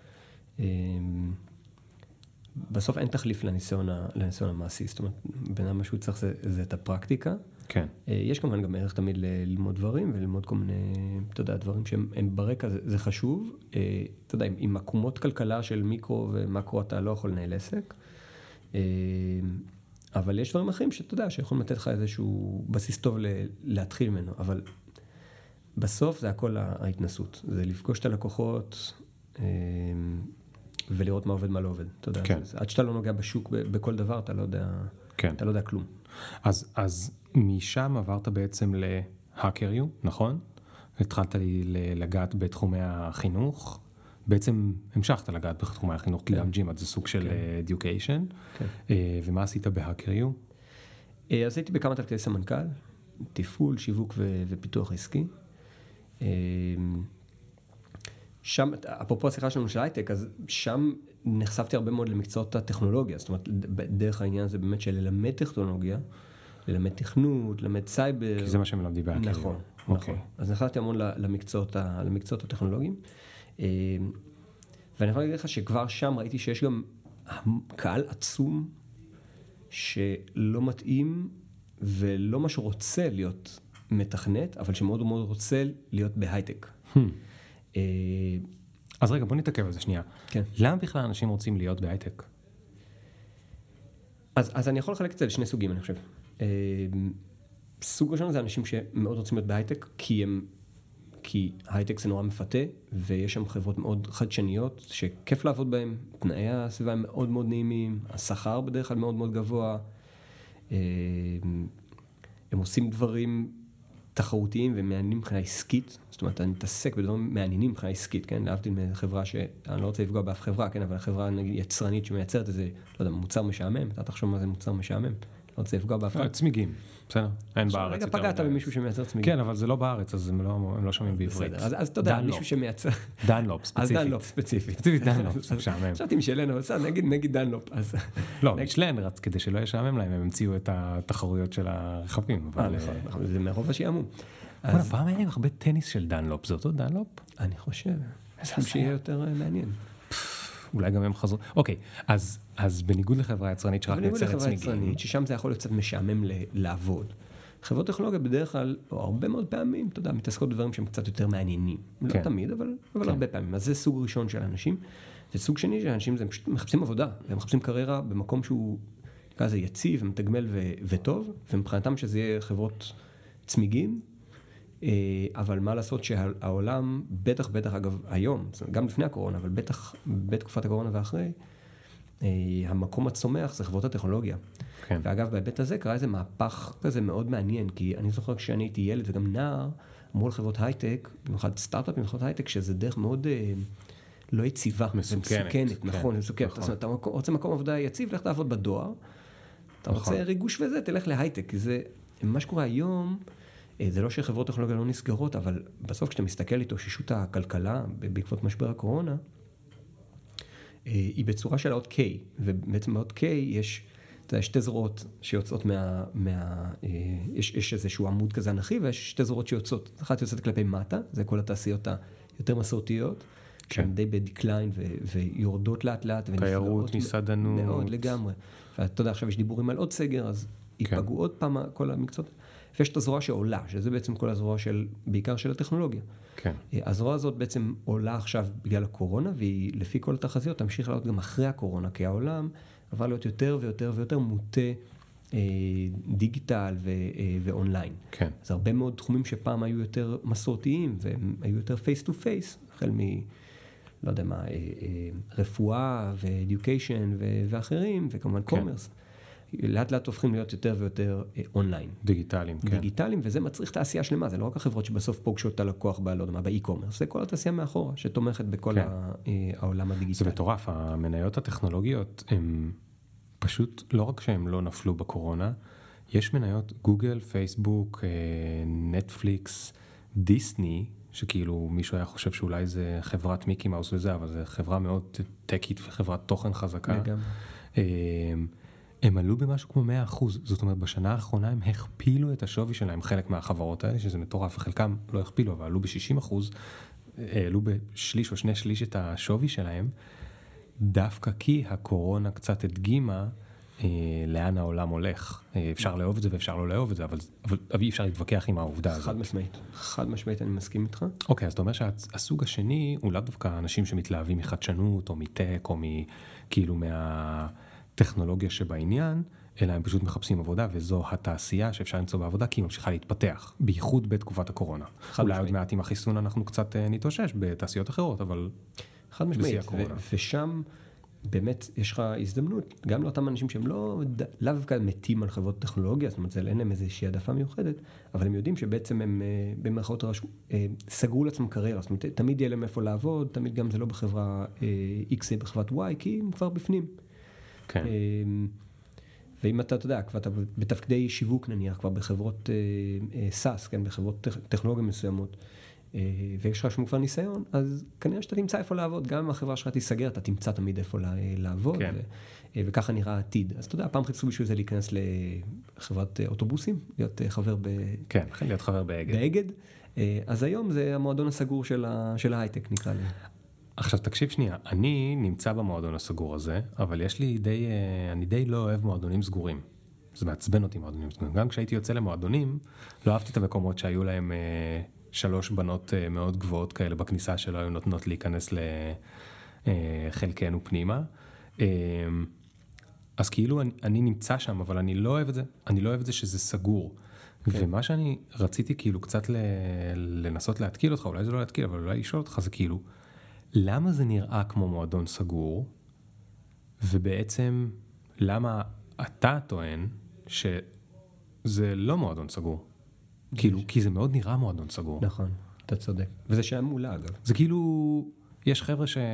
Speaker 1: בסוף אין תחליף לניסיון, לניסיון המעשי. זאת אומרת, בין מה שהוא צריך זה, זה את הפרקטיקה.
Speaker 2: כן.
Speaker 1: יש כמובן גם ערך תמיד ללמוד דברים, וללמוד כל מיני, אתה יודע, דברים שהם ברקע, זה, זה חשוב. אתה יודע, עם עקומות כלכלה של מיקרו ומקרו, אתה לא יכול לנהל עסק. אבל יש דברים אחרים שאתה יודע, שיכולים לתת לך איזשהו בסיס טוב להתחיל ממנו. אבל בסוף זה הכל ההתנסות. זה לפגוש את הלקוחות, ולראות מה עובד, מה לא עובד. אתה יודע,
Speaker 2: כן.
Speaker 1: עד שאתה לא נוגע בשוק בכל דבר, אתה לא יודע,
Speaker 2: כן.
Speaker 1: אתה לא יודע כלום.
Speaker 2: אז, אז משם עברת בעצם להאקריו, נכון? התחלת לי לגעת בתחומי החינוך. בעצם המשכת לגעת בתחומי החינוך, כי גם ג'ימאט זה סוג של education. ומה עשית בהאקריו?
Speaker 1: אז הייתי בכמה תפקידי סמנכ"ל, תפעול, שיווק ופיתוח עסקי. שם, אפרופו השיחה שלנו של הייטק, אז שם נחשפתי הרבה מאוד למקצועות הטכנולוגיה. זאת אומרת, דרך העניין זה באמת של ללמד טכנולוגיה, ללמד תכנות, ללמד סייבר.
Speaker 2: כי זה מה שמלמדי בהאקריו.
Speaker 1: נכון, נכון. אז נחשפתי המון למקצועות, למקצועות הטכנולוגיים. ואני יכול להגיד לך שכבר שם ראיתי שיש גם קהל עצום שלא מתאים ולא מה שרוצה להיות מתכנת, אבל שמאוד מאוד רוצה להיות בהייטק.
Speaker 2: אז רגע, בוא נתעכב על זה שנייה.
Speaker 1: כן.
Speaker 2: למה בכלל אנשים רוצים להיות בהייטק?
Speaker 1: אז, אז אני יכול לחלק את זה לשני סוגים, אני חושב. סוג ראשון זה אנשים שמאוד רוצים להיות בהייטק, כי הם, כי הייטק זה נורא מפתה, ויש שם חברות מאוד חדשניות, שכיף לעבוד בהם, תנאי הסביבה הם מאוד מאוד נעימים, השכר בדרך כלל מאוד מאוד גבוה, הם עושים דברים תחרותיים ומעניינים מבחינה עסקית, זאת אומרת, אני מתעסק בדברים מעניינים מבחינה עסקית, כן? להבדיל מחברה שאני לא רוצה לפגוע באף חברה, כן? אבל חברה נגיד יצרנית שמייצרת איזה, לא יודע, מוצר משעמם, אתה תחשוב מה זה מוצר משעמם, לא רוצה לפגוע באף חברה.
Speaker 2: צמיגים, בסדר, אין בארץ.
Speaker 1: רגע פגעת במישהו שמייצר צמיגים.
Speaker 2: כן, אבל זה לא בארץ, אז הם לא שומעים בעברית.
Speaker 1: אז אתה יודע, מישהו שמייצר...
Speaker 2: דנלופ, ספציפית.
Speaker 1: אז דנלופ, ספציפית.
Speaker 2: ספציפית דנלופ, משעמם.
Speaker 1: חשבתי משלנו, אבל נגיד דנלופ, אז...
Speaker 2: לא, משלן, כדי שלא ישעמם להם, הם המציאו את התחרויות של הרכבים.
Speaker 1: נכון, זה מרוב השעמום.
Speaker 2: פעם היה הרבה טניס של דנלופ, זה אותו דנלופ?
Speaker 1: אני חושב. שיהיה יותר מעניין.
Speaker 2: אולי גם הם חזרו. אוקיי, אז בניגוד לחברה יצרנית שרק מייצרת צמיגים.
Speaker 1: בניגוד לחברה יצרנית, ששם זה יכול להיות קצת משעמם לעבוד. חברות טכנולוגיה בדרך כלל, או הרבה מאוד פעמים, אתה יודע, מתעסקות בדברים שהם קצת יותר מעניינים.
Speaker 2: כן.
Speaker 1: לא תמיד, אבל, אבל
Speaker 2: כן.
Speaker 1: הרבה פעמים. אז זה סוג ראשון של אנשים. זה סוג שני של אנשים, זה פשוט מחפשים עבודה, והם מחפשים קריירה במקום שהוא כזה יציב ומתגמל ו- וטוב, ומבחינתם שזה יהיה חברות צמיגים, אבל מה לעשות שהעולם, בטח, בטח, אגב, היום, גם לפני הקורונה, אבל בטח בתקופת הקורונה ואחרי, המקום הצומח זה חברות הטכנולוגיה.
Speaker 2: כן.
Speaker 1: ואגב, בהיבט הזה קרה איזה מהפך כזה מאוד מעניין, כי אני זוכר כשאני הייתי ילד וגם נער, מול חברות הייטק, במיוחד סטארט-אפ עם חברות הייטק, שזה דרך מאוד לא יציבה.
Speaker 2: מסוכנת.
Speaker 1: מסוכנת, נכון, מסוכנת. אתה רוצה מקום עבודה יציב, לך תעבוד בדואר. אתה רוצה ריגוש וזה, תלך להייטק. כי זה, מה שקורה היום, זה לא שחברות טכנולוגיה לא נסגרות, אבל בסוף כשאתה מסתכל איתו, שישות הכלכלה בעקבות משבר הקורונה, היא בצורה של האות K, ובעצם באות K יש שתי זרועות שיוצאות מה... מה יש, יש איזשהו עמוד כזה אנכי, ויש שתי זרועות שיוצאות. אחת יוצאת כלפי מטה, זה כל התעשיות היותר מסורתיות, שהן די בדקליין ו, ויורדות לאט לאט.
Speaker 2: תיירות, מסעדנות.
Speaker 1: מאוד, לגמרי. ואתה יודע, עכשיו יש דיבורים על עוד סגר, אז ייפגעו עוד פעם כל המקצועות. ויש את הזרוע שעולה, שזה בעצם כל הזרוע של, בעיקר של הטכנולוגיה.
Speaker 2: כן.
Speaker 1: הזרוע הזאת בעצם עולה עכשיו בגלל הקורונה, והיא לפי כל התחזיות תמשיך לעלות גם אחרי הקורונה, כי העולם עבר להיות יותר ויותר ויותר מוטה אה, דיגיטל ו, אה, ואונליין.
Speaker 2: כן.
Speaker 1: אז הרבה מאוד תחומים שפעם היו יותר מסורתיים, והם היו יותר face to face, החל מ... לא יודע מה, אה, אה, רפואה ו-education ו- ואחרים, וכמובן
Speaker 2: כן.
Speaker 1: commerce. לאט לאט הופכים להיות יותר ויותר אונליין.
Speaker 2: דיגיטליים, כן.
Speaker 1: דיגיטליים, וזה מצריך תעשייה שלמה, זה לא רק החברות שבסוף פוגשות את הלקוח ב, לא יודע מה, באי-קומרס, זה כל התעשייה מאחורה, שתומכת בכל
Speaker 2: כן.
Speaker 1: העולם הדיגיטלי.
Speaker 2: זה מטורף, המניות הטכנולוגיות, הם פשוט, לא רק שהם לא נפלו בקורונה, יש מניות גוגל, פייסבוק, נטפליקס, דיסני, שכאילו מישהו היה חושב שאולי זה חברת מיקי מאוס וזה, אבל זה חברה מאוד טקית וחברת תוכן חזקה.
Speaker 1: לגמרי.
Speaker 2: הם עלו במשהו כמו מאה אחוז, זאת אומרת, בשנה האחרונה הם הכפילו את השווי שלהם, חלק מהחברות האלה, שזה מטורף, וחלקם לא הכפילו, אבל עלו ב-שישים אחוז, עלו בשליש או שני שליש את השווי שלהם, דווקא כי הקורונה קצת הדגימה אה, לאן העולם הולך. אה, אפשר לאהוב את זה ואפשר לא לאהוב את זה, אבל, אבל אי אפשר להתווכח עם העובדה הזאת.
Speaker 1: חד משמעית, חד משמעית, אני מסכים איתך.
Speaker 2: אוקיי, אז אתה אומר שהסוג השני הוא לא דווקא אנשים שמתלהבים מחדשנות, או מטק, או כאילו מה... טכנולוגיה שבעניין, אלא הם פשוט מחפשים עבודה, וזו התעשייה שאפשר למצוא בעבודה, כי היא ממשיכה להתפתח, בייחוד בתקופת הקורונה. אולי עוד מעט עם החיסון אנחנו קצת נתאושש בתעשיות אחרות, אבל
Speaker 1: חד משמעית, ו- ושם באמת יש לך הזדמנות, גם לאותם אנשים שהם לא, לאו דווקא מתים על חברות טכנולוגיה, זאת אומרת, אין להם איזושהי העדפה מיוחדת, אבל הם יודעים שבעצם הם במרכאות הרשו, סגרו לעצמם קריירה, זאת אומרת, תמיד יהיה להם איפה לעבוד, תמיד גם זה לא בחברה X, בחברת Y, כי הם כבר בפנים.
Speaker 2: כן.
Speaker 1: ואם אתה, אתה יודע, כבר אתה בתפקידי שיווק נניח, כבר בחברות סאס, כן, בחברות טכנולוגיה מסוימות, ויש לך שם כבר ניסיון, אז כנראה שאתה תמצא איפה לעבוד, גם אם החברה שלך תיסגר, אתה תמצא תמיד איפה לעבוד,
Speaker 2: כן.
Speaker 1: וככה נראה העתיד. אז אתה יודע, פעם חיפשו בשביל זה להיכנס לחברת אוטובוסים, להיות חבר ב...
Speaker 2: כן, להיות חבר באגד.
Speaker 1: באגד. אז היום זה המועדון הסגור של ההייטק, נקרא לי.
Speaker 2: עכשיו תקשיב שנייה, אני נמצא במועדון הסגור הזה, אבל יש לי די, אני די לא אוהב מועדונים סגורים. זה מעצבן אותי מועדונים סגורים. גם כשהייתי יוצא למועדונים, לא אהבתי את המקומות שהיו להם שלוש בנות מאוד גבוהות כאלה בכניסה שלא היו נותנות להיכנס לחלקנו פנימה. אז כאילו אני, אני נמצא שם, אבל אני לא אוהב את זה. אני לא אוהב את זה שזה סגור. Okay. ומה שאני רציתי כאילו קצת לנסות להתקיל אותך, אולי זה לא להתקיל, אבל אולי לשאול אותך, זה כאילו, למה זה נראה כמו מועדון סגור, ובעצם למה אתה טוען שזה לא מועדון סגור? כאילו, כי זה מאוד נראה מועדון סגור.
Speaker 1: נכון, אתה צודק. וזה שהיה מעולה, אגב.
Speaker 2: זה כאילו, יש חבר'ה ש...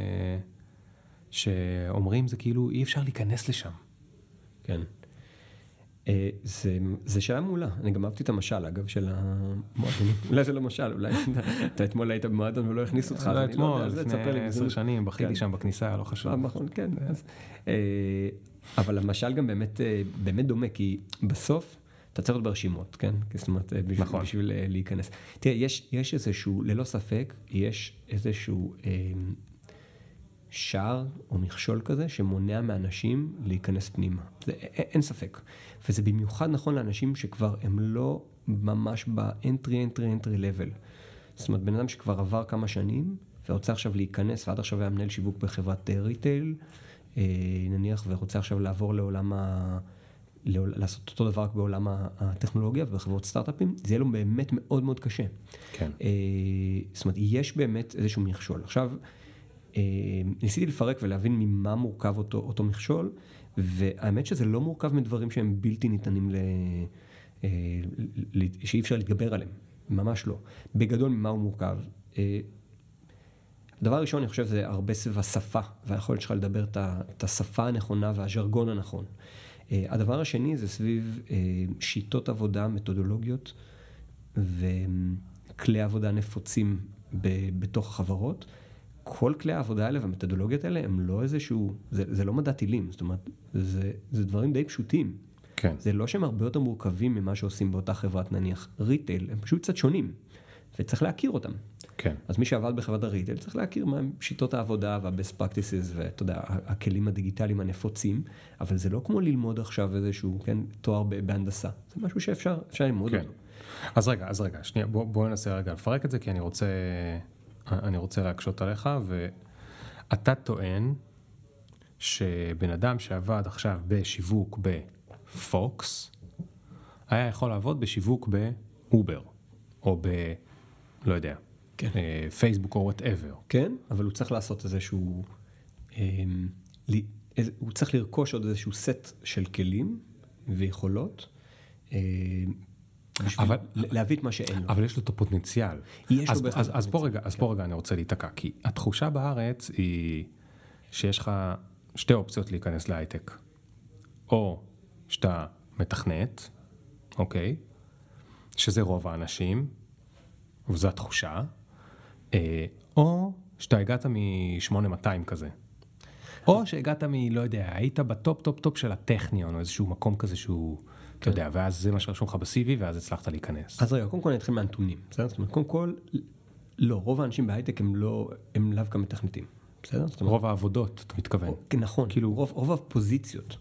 Speaker 2: שאומרים, זה כאילו, אי אפשר להיכנס לשם.
Speaker 1: כן. זה, זה שאלה מעולה. אני גם אהבתי את המשל, אגב, של המועדונים. אולי זה לא משל, אולי אתה אתמול היית במועדון ולא הכניס אותך.
Speaker 2: לא אתמול, לפני עשר שנים, בכיתי שם בכניסה, לא חשוב.
Speaker 1: נכון, כן. אבל המשל גם באמת, באמת דומה, כי בסוף אתה צריך להיות ברשימות, כן? זאת אומרת, בשביל להיכנס. תראה, יש איזשהו, ללא ספק, יש איזשהו שער או מכשול כזה שמונע מאנשים להיכנס פנימה. זה, אין ספק. וזה במיוחד נכון לאנשים שכבר הם לא ממש ב-entry, entry, entry level. זאת אומרת, בן אדם שכבר עבר כמה שנים, ורוצה עכשיו להיכנס, ועד עכשיו היה מנהל שיווק בחברת ריטייל, נניח, ורוצה עכשיו לעבור לעולם ה... לעשות אותו דבר רק בעולם הטכנולוגיה ובחברות סטארט-אפים, זה יהיה לו באמת מאוד מאוד קשה.
Speaker 2: כן.
Speaker 1: זאת אומרת, יש באמת איזשהו מכשול. עכשיו, ניסיתי לפרק ולהבין ממה מורכב אותו, אותו מכשול, והאמת שזה לא מורכב מדברים שהם בלתי ניתנים ל... שאי אפשר להתגבר עליהם. ממש לא. בגדול ממה הוא מורכב. הדבר הראשון, אני חושב, זה הרבה סביב השפה, והיכולת שלך לדבר את השפה הנכונה והז'רגון הנכון. הדבר השני זה סביב שיטות עבודה, מתודולוגיות וכלי עבודה נפוצים בתוך החברות. כל כלי העבודה האלה והמתודולוגיות האלה הם לא איזשהו, זה, זה לא מדע טילים, זאת אומרת, זה, זה דברים די פשוטים.
Speaker 2: כן.
Speaker 1: זה לא שהם הרבה יותר מורכבים ממה שעושים באותה חברת, נניח ריטייל, הם פשוט קצת שונים, וצריך להכיר אותם.
Speaker 2: כן.
Speaker 1: אז מי שעבד בחברת הריטייל צריך להכיר מה שיטות העבודה וה-best practices ואתה יודע, הכלים הדיגיטליים הנפוצים, אבל זה לא כמו ללמוד עכשיו איזשהו, כן, תואר בהנדסה. זה משהו שאפשר, אפשר ללמוד
Speaker 2: כן.
Speaker 1: אותו.
Speaker 2: אז רגע, אז רגע, שנייה, בוא, בוא ננסה רגע לפרק את זה, כי אני רוצה, אני רוצה להקשות עליך, ואתה טוען שבן אדם שעבד עכשיו בשיווק בפוקס, היה יכול לעבוד בשיווק באובר, או ב... לא יודע.
Speaker 1: כן.
Speaker 2: פייסבוק או whatever.
Speaker 1: כן, אבל הוא צריך לעשות איזשהו, הוא צריך לרכוש עוד איזשהו סט של כלים ויכולות, בשביל להביא את מה שאין לו.
Speaker 2: אבל יש לו את הפוטנציאל.
Speaker 1: יש לו
Speaker 2: אז, אז, אז פה רגע, אז פה רגע אני רוצה להתעקע, כי התחושה בארץ היא שיש לך שתי אופציות להיכנס להייטק. או שאתה מתכנת, אוקיי, שזה רוב האנשים, וזו התחושה, או שאתה הגעת מ-שמונה מאתיים כזה. או שהגעת מ, לא יודע, היית בטופ טופ טופ של הטכניון, או איזשהו מקום כזה שהוא, אתה יודע, ואז זה מה שרשום לך ב-סי וי, ואז הצלחת להיכנס.
Speaker 1: אז רגע, קודם כל אני אתחיל מהנתונים, בסדר? זאת אומרת, קודם כל, לא, רוב האנשים בהייטק הם לא, הם לאו כמתכנתים, בסדר?
Speaker 2: רוב העבודות, אתה מתכוון.
Speaker 1: נכון, כאילו, רוב הפוזיציות.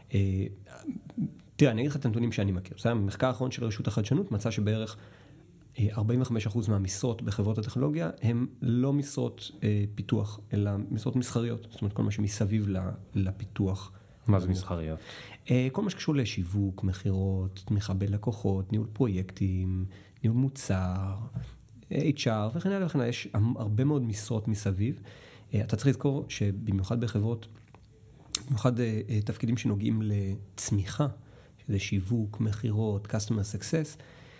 Speaker 1: תראה, אני אגיד לך את הנתונים שאני מכיר. בסדר? המחקר האחרון של רשות החדשנות מצא שבערך ארבעים וחמישה אחוז מהמשרות בחברות הטכנולוגיה הם לא משרות אה, פיתוח, אלא משרות מסחריות. זאת אומרת, כל מה שמסביב לפיתוח.
Speaker 2: מה זה מסחריות?
Speaker 1: אה, כל מה שקשור לשיווק, מחירות, תמיכה בלקוחות, ניהול פרויקטים, ניהול מוצר, אייץ' אר וכן הלאה וכן הלאה. יש הרבה מאוד משרות מסביב. אה, אתה צריך לזכור שבמיוחד בחברות, במיוחד אה, תפקידים שנוגעים לצמיחה, שזה שיווק, מחירות, customer success,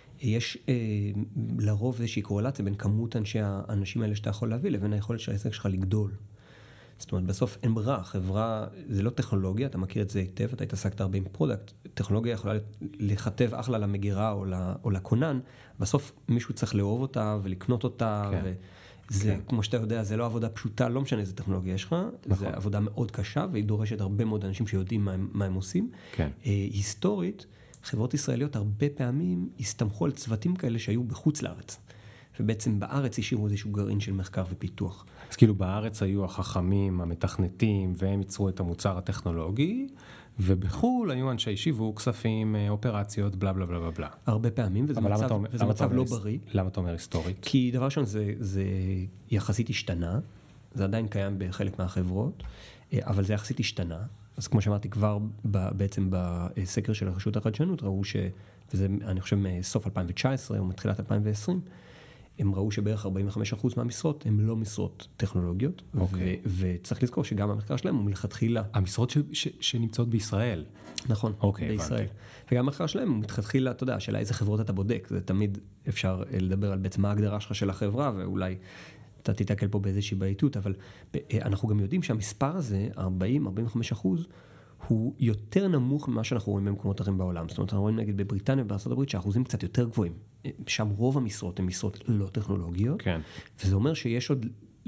Speaker 1: יש אה, לרוב איזושהי קורלציה בין כמות אנשי האנשים האלה שאתה יכול להביא, לבין היכולת של העסק שלך לגדול. זאת אומרת, בסוף אין ברירה, חברה, זה לא טכנולוגיה, אתה מכיר את זה היטב, אתה התעסקת הרבה עם פרודקט, טכנולוגיה יכולה לכתב אחלה למגירה או, או לקונן, בסוף מישהו צריך לאהוב אותה ולקנות אותה, כן. וזה, כן. כמו שאתה יודע, זה לא עבודה פשוטה, לא משנה איזה טכנולוגיה יש לך, נכון. זה עבודה מאוד קשה, והיא דורשת הרבה מאוד אנשים שיודעים מה הם, מה הם עושים.
Speaker 2: כן.
Speaker 1: אה, היסטורית, חברות ישראליות הרבה פעמים הסתמכו על צוותים כאלה שהיו בחוץ לארץ. ובעצם בארץ השאירו איזשהו גרעין של מחקר ופיתוח.
Speaker 2: אז כאילו בארץ היו החכמים, המתכנתים, והם ייצרו את המוצר הטכנולוגי, ובחול היו אנשי שיווק, כספים, אופרציות, בלה בלה בלה בלה.
Speaker 1: הרבה פעמים, וזה מצב, אומר, וזה מצב לא בריא.
Speaker 2: למה אתה אומר היסטורית?
Speaker 1: כי דבר ראשון זה, זה יחסית השתנה, זה עדיין קיים בחלק מהחברות, אבל זה יחסית השתנה. אז כמו שאמרתי, כבר בעצם בסקר של רשות החדשנות ראו ש, וזה אני חושב מסוף אלפיים תשע עשרה או מתחילת אלפיים ועשרים, הם ראו שבערך ארבעים וחמישה אחוז מהמשרות הן לא משרות טכנולוגיות, okay. ו- וצריך לזכור שגם המחקר שלהם הוא מלכתחילה.
Speaker 2: המשרות ש- ש- שנמצאות בישראל.
Speaker 1: נכון,
Speaker 2: okay,
Speaker 1: בישראל. Okay. וגם המחקר שלהם הוא מלכתחילה, אתה יודע, שאלה איזה חברות אתה בודק, זה תמיד אפשר לדבר על בעצם מה ההגדרה שלך של החברה, ואולי אתה תתקל פה באיזושהי בעייתות, אבל אנחנו גם יודעים שהמספר הזה, ארבעים עד ארבעים וחמישה אחוז, הוא יותר נמוך ממה שאנחנו רואים במקומות אחרים בעולם. זאת אומרת, אנחנו רואים נגיד בבריטניה ובארצות הברית שהאחוזים קצת יותר גבוהים. שם רוב המשרות הן משרות לא טכנולוגיות.
Speaker 2: כן.
Speaker 1: וזה אומר שיש עוד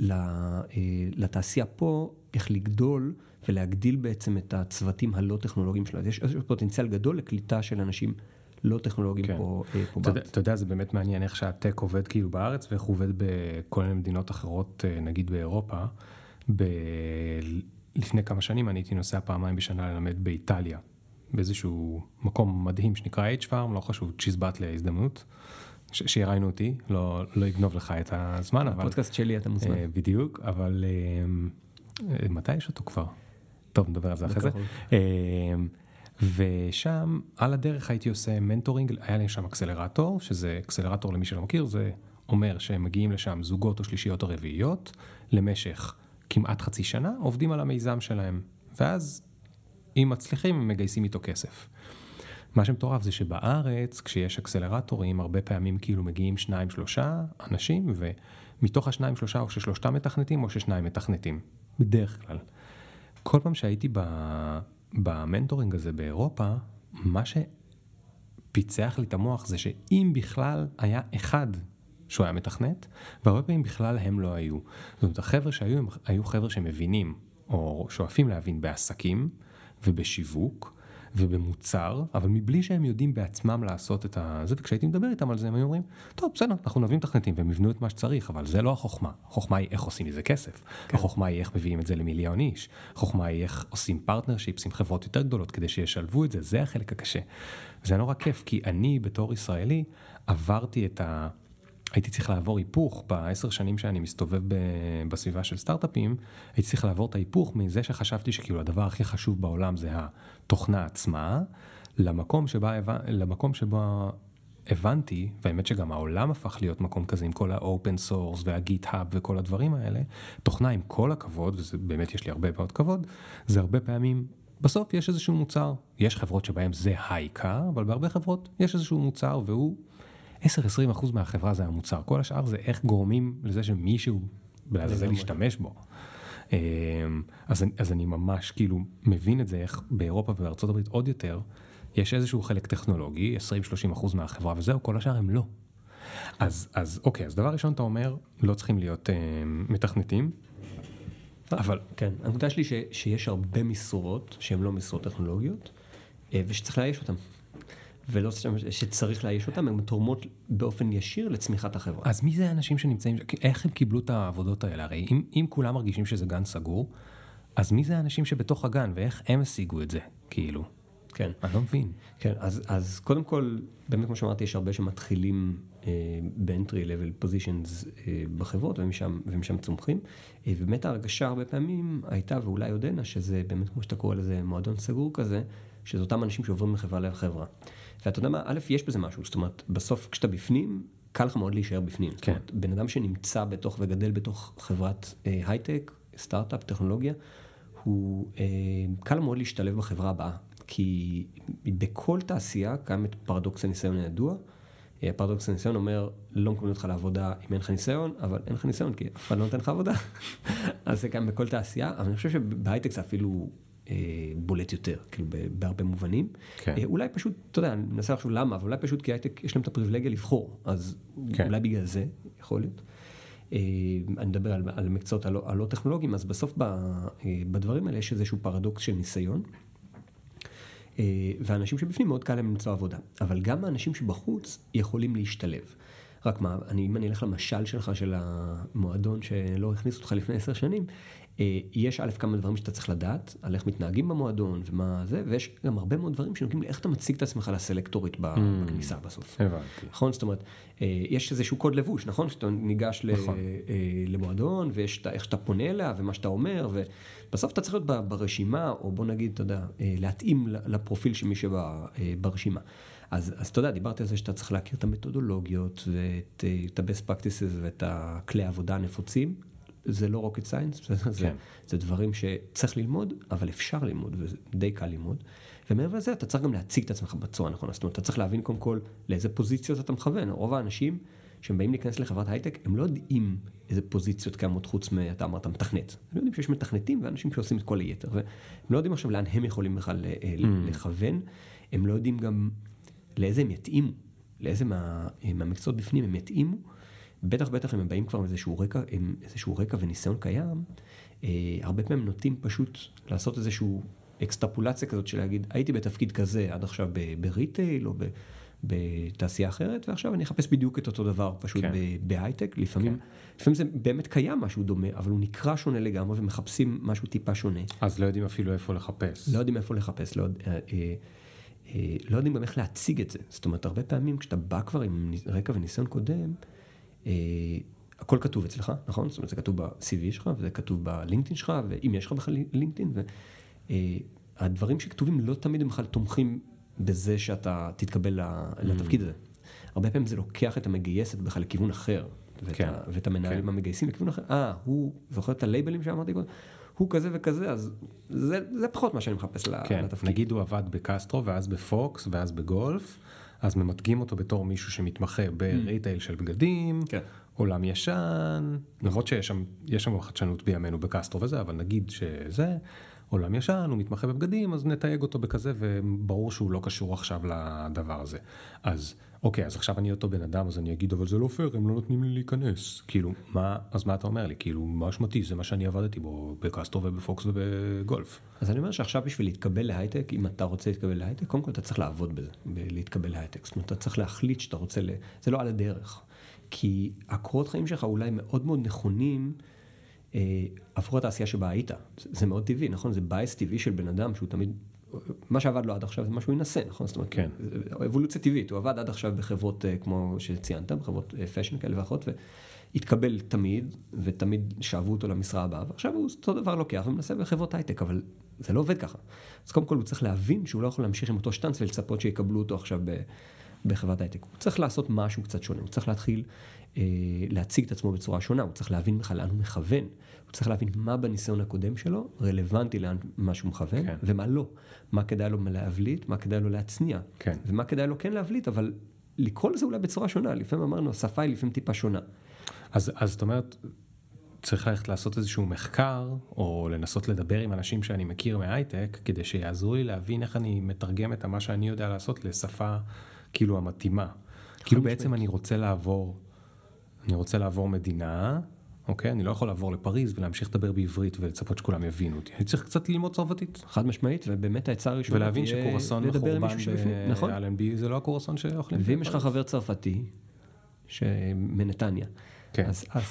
Speaker 1: לתעשייה פה איך לגדול ולהגדיל בעצם את הצוותים הלא טכנולוגיים שלה. יש פוטנציאל גדול לקליטה של אנשים לא טכנולוגיים
Speaker 2: כן.
Speaker 1: פה, פה בארץ.
Speaker 2: אתה יודע, זה באמת מעניין איך שהטק עובד כאילו בארץ, ואיך הוא עובד בכל מיני מדינות אחרות, נגיד באירופה. ב... לפני כמה שנים אני הייתי נוסע פעמיים בשנה ללמד באיטליה, באיזשהו מקום מדהים שנקרא H-Farm, לא חשוב, צ'יזבט להזדמנות, ש... שיראינו אותי, לא, לא יגנוב לך את הזמן, אבל...
Speaker 1: הפודקאסט שלי אתה מוזמן.
Speaker 2: בדיוק, אבל מתי יש אותו כבר? טוב, נדבר על זה אחרי זה. ושם, על הדרך הייתי עושה מנטורינג, היה לי שם אקסלרטור, שזה אקסלרטור למי שלא מכיר, זה אומר שהם מגיעים לשם זוגות או שלישיות או רביעיות, למשך כמעט חצי שנה, עובדים על המיזם שלהם, ואז אם מצליחים, הם מגייסים איתו כסף. מה שמטורף זה שבארץ, כשיש אקסלרטורים, הרבה פעמים כאילו מגיעים שניים, שלושה אנשים, ומתוך השניים, שלושה, או ששלושתם מתכנתים, או ששניים מתכנתים. בדרך כלל. כל פעם שהייתי במנטורינג הזה באירופה, מה שפיצח לי את המוח זה שאם בכלל היה אחד שהוא היה מתכנת, והרבה פעמים בכלל הם לא היו. זאת אומרת, החבר'ה שהיו, הם היו חבר'ה שמבינים, או שואפים להבין בעסקים, ובשיווק, ובמוצר, אבל מבלי שהם יודעים בעצמם לעשות את זה, וכשהייתי מדבר איתם על זה, הם היו אומרים, טוב, בסדר, אנחנו נבין תכנתים, והם יבנו את מה שצריך, אבל זה לא החוכמה. החוכמה היא איך עושים מזה כסף. כן. החוכמה היא איך מביאים את זה למיליון איש. החוכמה היא איך עושים פרטנרשיפס עם חברות יותר גדולות, כדי שישלבו את זה. זה החלק הקשה. זה נורא כיף, כי אני, בתור ישראלי, עברתי את ה... הייתי צריך לעבור היפוך, בעשר שנים שאני מסתובב בסביבה של סטארט-אפים, הייתי צריך לעבור את ההיפוך מזה שחשבתי שכאילו הדבר הכי חשוב בעולם זה התוכנה עצמה, למקום שבה, למקום שבו הבנתי, והאמת שגם העולם הפך להיות מקום כזה עם כל ה-open source וה-GitHub וכל הדברים האלה, תוכנה עם כל הכבוד, וזה באמת יש לי הרבה מאוד כבוד, זה הרבה פעמים, בסוף יש איזשהו מוצר, יש חברות שבהם זה העיקר, אבל בהרבה חברות יש איזשהו מוצר והוא עשר עד עשרים אחוז מהחברה זה המוצר. כל השאר זה איך גורמים לזה שמישהו בלעזאזל להשתמש בו. אז, אז אני ממש כאילו מבין את זה, איך באירופה ובארצות הברית עוד יותר, יש איזשהו חלק טכנולוגי, עשרים עד שלושים אחוז מהחברה וזהו, כל השאר הם לא. אז, אז אוקיי, אז דבר ראשון אתה אומר, לא צריכים להיות אה, מתכנתים, אבל...
Speaker 1: כן, הנקודה שלי ש, שיש הרבה משרות, שהן לא משרות טכנולוגיות, ושצריך לאייש אותן. ולא שצריך לאייש אותם, הן תורמות באופן ישיר לצמיחת החברה.
Speaker 2: אז מי זה האנשים שנמצאים, איך הם קיבלו את העבודות האלה? הרי אם, אם כולם מרגישים שזה גן סגור, אז מי זה האנשים שבתוך הגן, ואיך הם השיגו את זה, כאילו?
Speaker 1: כן.
Speaker 2: אני לא מבין.
Speaker 1: כן, אז, אז קודם כל, באמת כמו שאמרתי, יש הרבה שמתחילים אה, ב-entry level positions אה, בחברות, ומשם, ומשם צומחים, אה, ובאמת ההרגשה הרבה פעמים הייתה, ואולי עודנה, שזה באמת כמו שאתה קורא לזה, מועדון סגור כזה, שזה אותם אנשים שעוברים מחברה לחברה. ואתה יודע מה, א', יש בזה משהו, זאת אומרת, בסוף כשאתה בפנים, קל לך מאוד להישאר בפנים. כן. זאת אומרת, בן אדם שנמצא בתוך וגדל בתוך חברת אה, הייטק, סטארט-אפ, טכנולוגיה, הוא אה, קל מאוד להשתלב בחברה הבאה. כי בכל תעשייה קיימת פרדוקס הניסיון הידוע. פרדוקס הניסיון אומר, לא מקבלים אותך לעבודה אם אין לך ניסיון, אבל אין לך ניסיון כי אף אחד לא נותן לך עבודה. אז זה קיים בכל תעשייה, אבל אני חושב שבהייטק זה אפילו אה, בולט יותר, כאילו בהרבה מובנים. כן. אה, אולי פשוט, אתה יודע, אני מנסה לחשוב למה, אבל אולי פשוט כי הייטק יש להם את הפריבילגיה לבחור, אז כן. אולי בגלל זה יכול להיות. אה, אני מדבר על, על מקצועות הלא, הלא טכנולוגיים, אז בסוף ב, אה, בדברים האלה יש איזשהו פרדוקס של ניסיון. ואנשים שבפנים מאוד קל להם למצוא עבודה. אבל גם האנשים שבחוץ יכולים להשתלב. רק מה, אני, אם אני אלך למשל שלך של המועדון שלא הכניס אותך לפני עשר שנים, יש א' כמה דברים שאתה צריך לדעת, על איך מתנהגים במועדון ומה זה, ויש גם הרבה מאוד דברים שנוגעים לאיך אתה מציג את עצמך לסלקטורית בכניסה בסוף.
Speaker 2: הבנתי.
Speaker 1: נכון? זאת אומרת, יש איזשהו קוד לבוש, נכון? שאתה ניגש למועדון, ויש איך שאתה פונה אליה ומה שאתה אומר, ובסוף אתה צריך להיות ברשימה, או בוא נגיד, אתה יודע, להתאים לפרופיל של מי שברשימה. אז, אז אתה יודע, דיברתי על זה שאתה צריך להכיר את המתודולוגיות, ואת ה-best practices ואת הכלי העבודה הנפוצים. זה לא rocket science, זה, כן. זה, זה דברים שצריך ללמוד, אבל אפשר ללמוד, ודי קל ללמוד. ומעבר לזה, אתה צריך גם להציג את עצמך בצורה הנכונה. זאת אומרת, אתה צריך להבין קודם כל לאיזה פוזיציות אתה מכוון. רוב האנשים שהם באים להיכנס לחברת הייטק, הם לא יודעים איזה פוזיציות קיימות חוץ מה, אתה אמרת, מתכנת. הם לא יודעים שיש מתכנתים ואנשים שעושים את כל היתר. והם לא יודעים עכשיו לאן הם יכולים בכלל mm. לכוון. הם לא יודעים גם לאיזה הם יתאימו, לאיזה מה, מהמקצועות בפנים הם יתאימו. בטח בטח אם הם באים כבר עם איזשהו רקע, עם איזשהו רקע וניסיון קיים, אה, הרבה פעמים נוטים פשוט לעשות איזשהו אקסטרפולציה כזאת של להגיד, הייתי בתפקיד כזה עד עכשיו בריטייל או בתעשייה אחרת, ועכשיו אני אחפש בדיוק את אותו דבר, פשוט
Speaker 2: כן.
Speaker 1: בהייטק. לפעמים,
Speaker 2: כן.
Speaker 1: לפעמים זה באמת קיים משהו דומה, אבל הוא נקרא שונה לגמרי, ומחפשים משהו טיפה שונה.
Speaker 2: אז לא יודעים אפילו איפה לחפש.
Speaker 1: לא יודעים איפה לחפש, לא, אה, אה, אה, לא יודעים גם איך להציג את זה. זאת אומרת, הרבה פעמים כשאתה בא כבר עם רקע וניסיון קודם, אה, הכל כתוב אצלך, נכון? זאת אומרת, זה כתוב ב-סי וי שלך, וזה כתוב בלינקדאין שלך, ואם יש לך בכלל לינקדאין, והדברים שכתובים לא תמיד הם בכלל תומכים בזה שאתה תתקבל לתפקיד הזה. הרבה פעמים זה לוקח את המגייסת בכלל לכיוון אחר, ואת המנהלים המגייסים לכיוון אחר. אה, הוא זוכר את הלייבלים שאמרתי קודם? הוא כזה וכזה, אז זה פחות מה שאני מחפש לתפקיד.
Speaker 2: נגיד הוא עבד בקסטרו, ואז בפוקס, ואז בגולף, אז ממתגים אותו בתור מישהו שמתמחה בריטייל של בגדים, עולם ישן, למרות שיש שם, יש שם חדשנות בימינו בקסטרו וזה, אבל נגיד שזה, עולם ישן, הוא מתמחה בבגדים, אז נתייג אותו בכזה, וברור שהוא לא קשור עכשיו לדבר הזה. אז, אוקיי, אז עכשיו אני אותו בן אדם, אז אני אגיד, אבל זה לא פייר, הם לא נותנים לי להיכנס. כאילו, מה, אז מה אתה אומר לי? כאילו, מה אשמתי? זה מה שאני עבדתי בו, בקסטרו ובפוקס ובגולף.
Speaker 1: אז אני אומר שעכשיו בשביל להתקבל להייטק, אם אתה רוצה להתקבל להייטק, קודם כל אתה צריך לעבוד בזה, להתקבל להייטק. זאת אומרת, אתה צריך להחליט שאתה רוצה, ל... זה לא על הדרך. כי הקורות חיים שלך אולי מאוד מאוד נכונים, עבור התעשייה שבה היית. זה מאוד טבעי, נכון? זה בייס טבעי של בן אדם שהוא תמיד, מה שעבד לו עד עכשיו זה מה שהוא ינסה, נכון? זאת אומרת,
Speaker 2: כן.
Speaker 1: אבולוציה טבעית, הוא עבד עד עכשיו בחברות כמו שציינת, בחברות פאשן כאלה ואחרות, והתקבל תמיד, ותמיד שאבו אותו למשרה הבאה, ועכשיו הוא אותו דבר לוקח ומנסה בחברות הייטק, אבל זה לא עובד ככה. אז קודם כל הוא צריך להבין שהוא לא יכול להמשיך עם אותו שטנץ ולצפות שיקבלו אותו עכשיו בחברת הייטק. הוא צריך לעשות משהו קצת שונה, הוא צריך להתחיל להציג את עצמו בצורה שונה, הוא צריך להבין בכלל לאן הוא מכוון, הוא צריך להבין מה בניסיון הקודם שלו רלוונטי לאן מה שהוא מכוון, כן. ומה לא. מה כדאי לו להבליט, מה כדאי לו להצניע,
Speaker 2: כן.
Speaker 1: ומה כדאי לו כן להבליט, אבל לקרוא לזה אולי בצורה שונה, לפעמים אמרנו, השפה היא לפעמים טיפה שונה.
Speaker 2: אז, אז זאת אומרת, צריך ללכת לעשות איזשהו מחקר, או לנסות לדבר עם אנשים שאני מכיר מהייטק, כדי שיעזרו לי להבין איך אני מתרגם את מה שאני יודע לעשות לשפה כאילו המתאימה. כאילו בעצם אני רוצה לעבור, אני רוצה לעבור מדינה, אוקיי? אני לא יכול לעבור לפריז ולהמשיך לדבר בעברית ולצפות שכולם יבינו אותי. אני צריך קצת ללמוד צרפתית.
Speaker 1: חד משמעית, ובאמת העצה הראשונה
Speaker 2: ולהבין שקורסון מחורבן ב-אל אנד בי זה לא הקורסון שאוכלים.
Speaker 1: ואם יש לך חבר צרפתי, מנתניה,
Speaker 2: כן.
Speaker 1: אז, אז,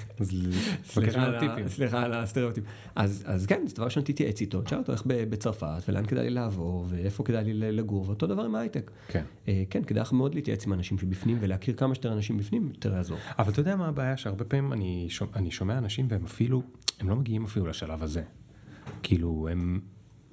Speaker 2: סליחה,
Speaker 1: סליחה על הסטריאוטיפ. אז, אז כן, זה דבר שאני תתייעץ איתו, תשאל אותו איך בצרפת, ולאן כדאי לי לעבור, ואיפה כדאי לי לגור, ואותו דבר עם ההייטק.
Speaker 2: כן.
Speaker 1: כן, כדאי לך מאוד להתייעץ עם אנשים שבפנים, ולהכיר כמה שיותר אנשים בפנים, יותר יעזור.
Speaker 2: אבל אתה יודע מה הבעיה? שהרבה פעמים אני שומע, אני שומע אנשים, והם אפילו, הם לא מגיעים אפילו לשלב הזה. כאילו, הם...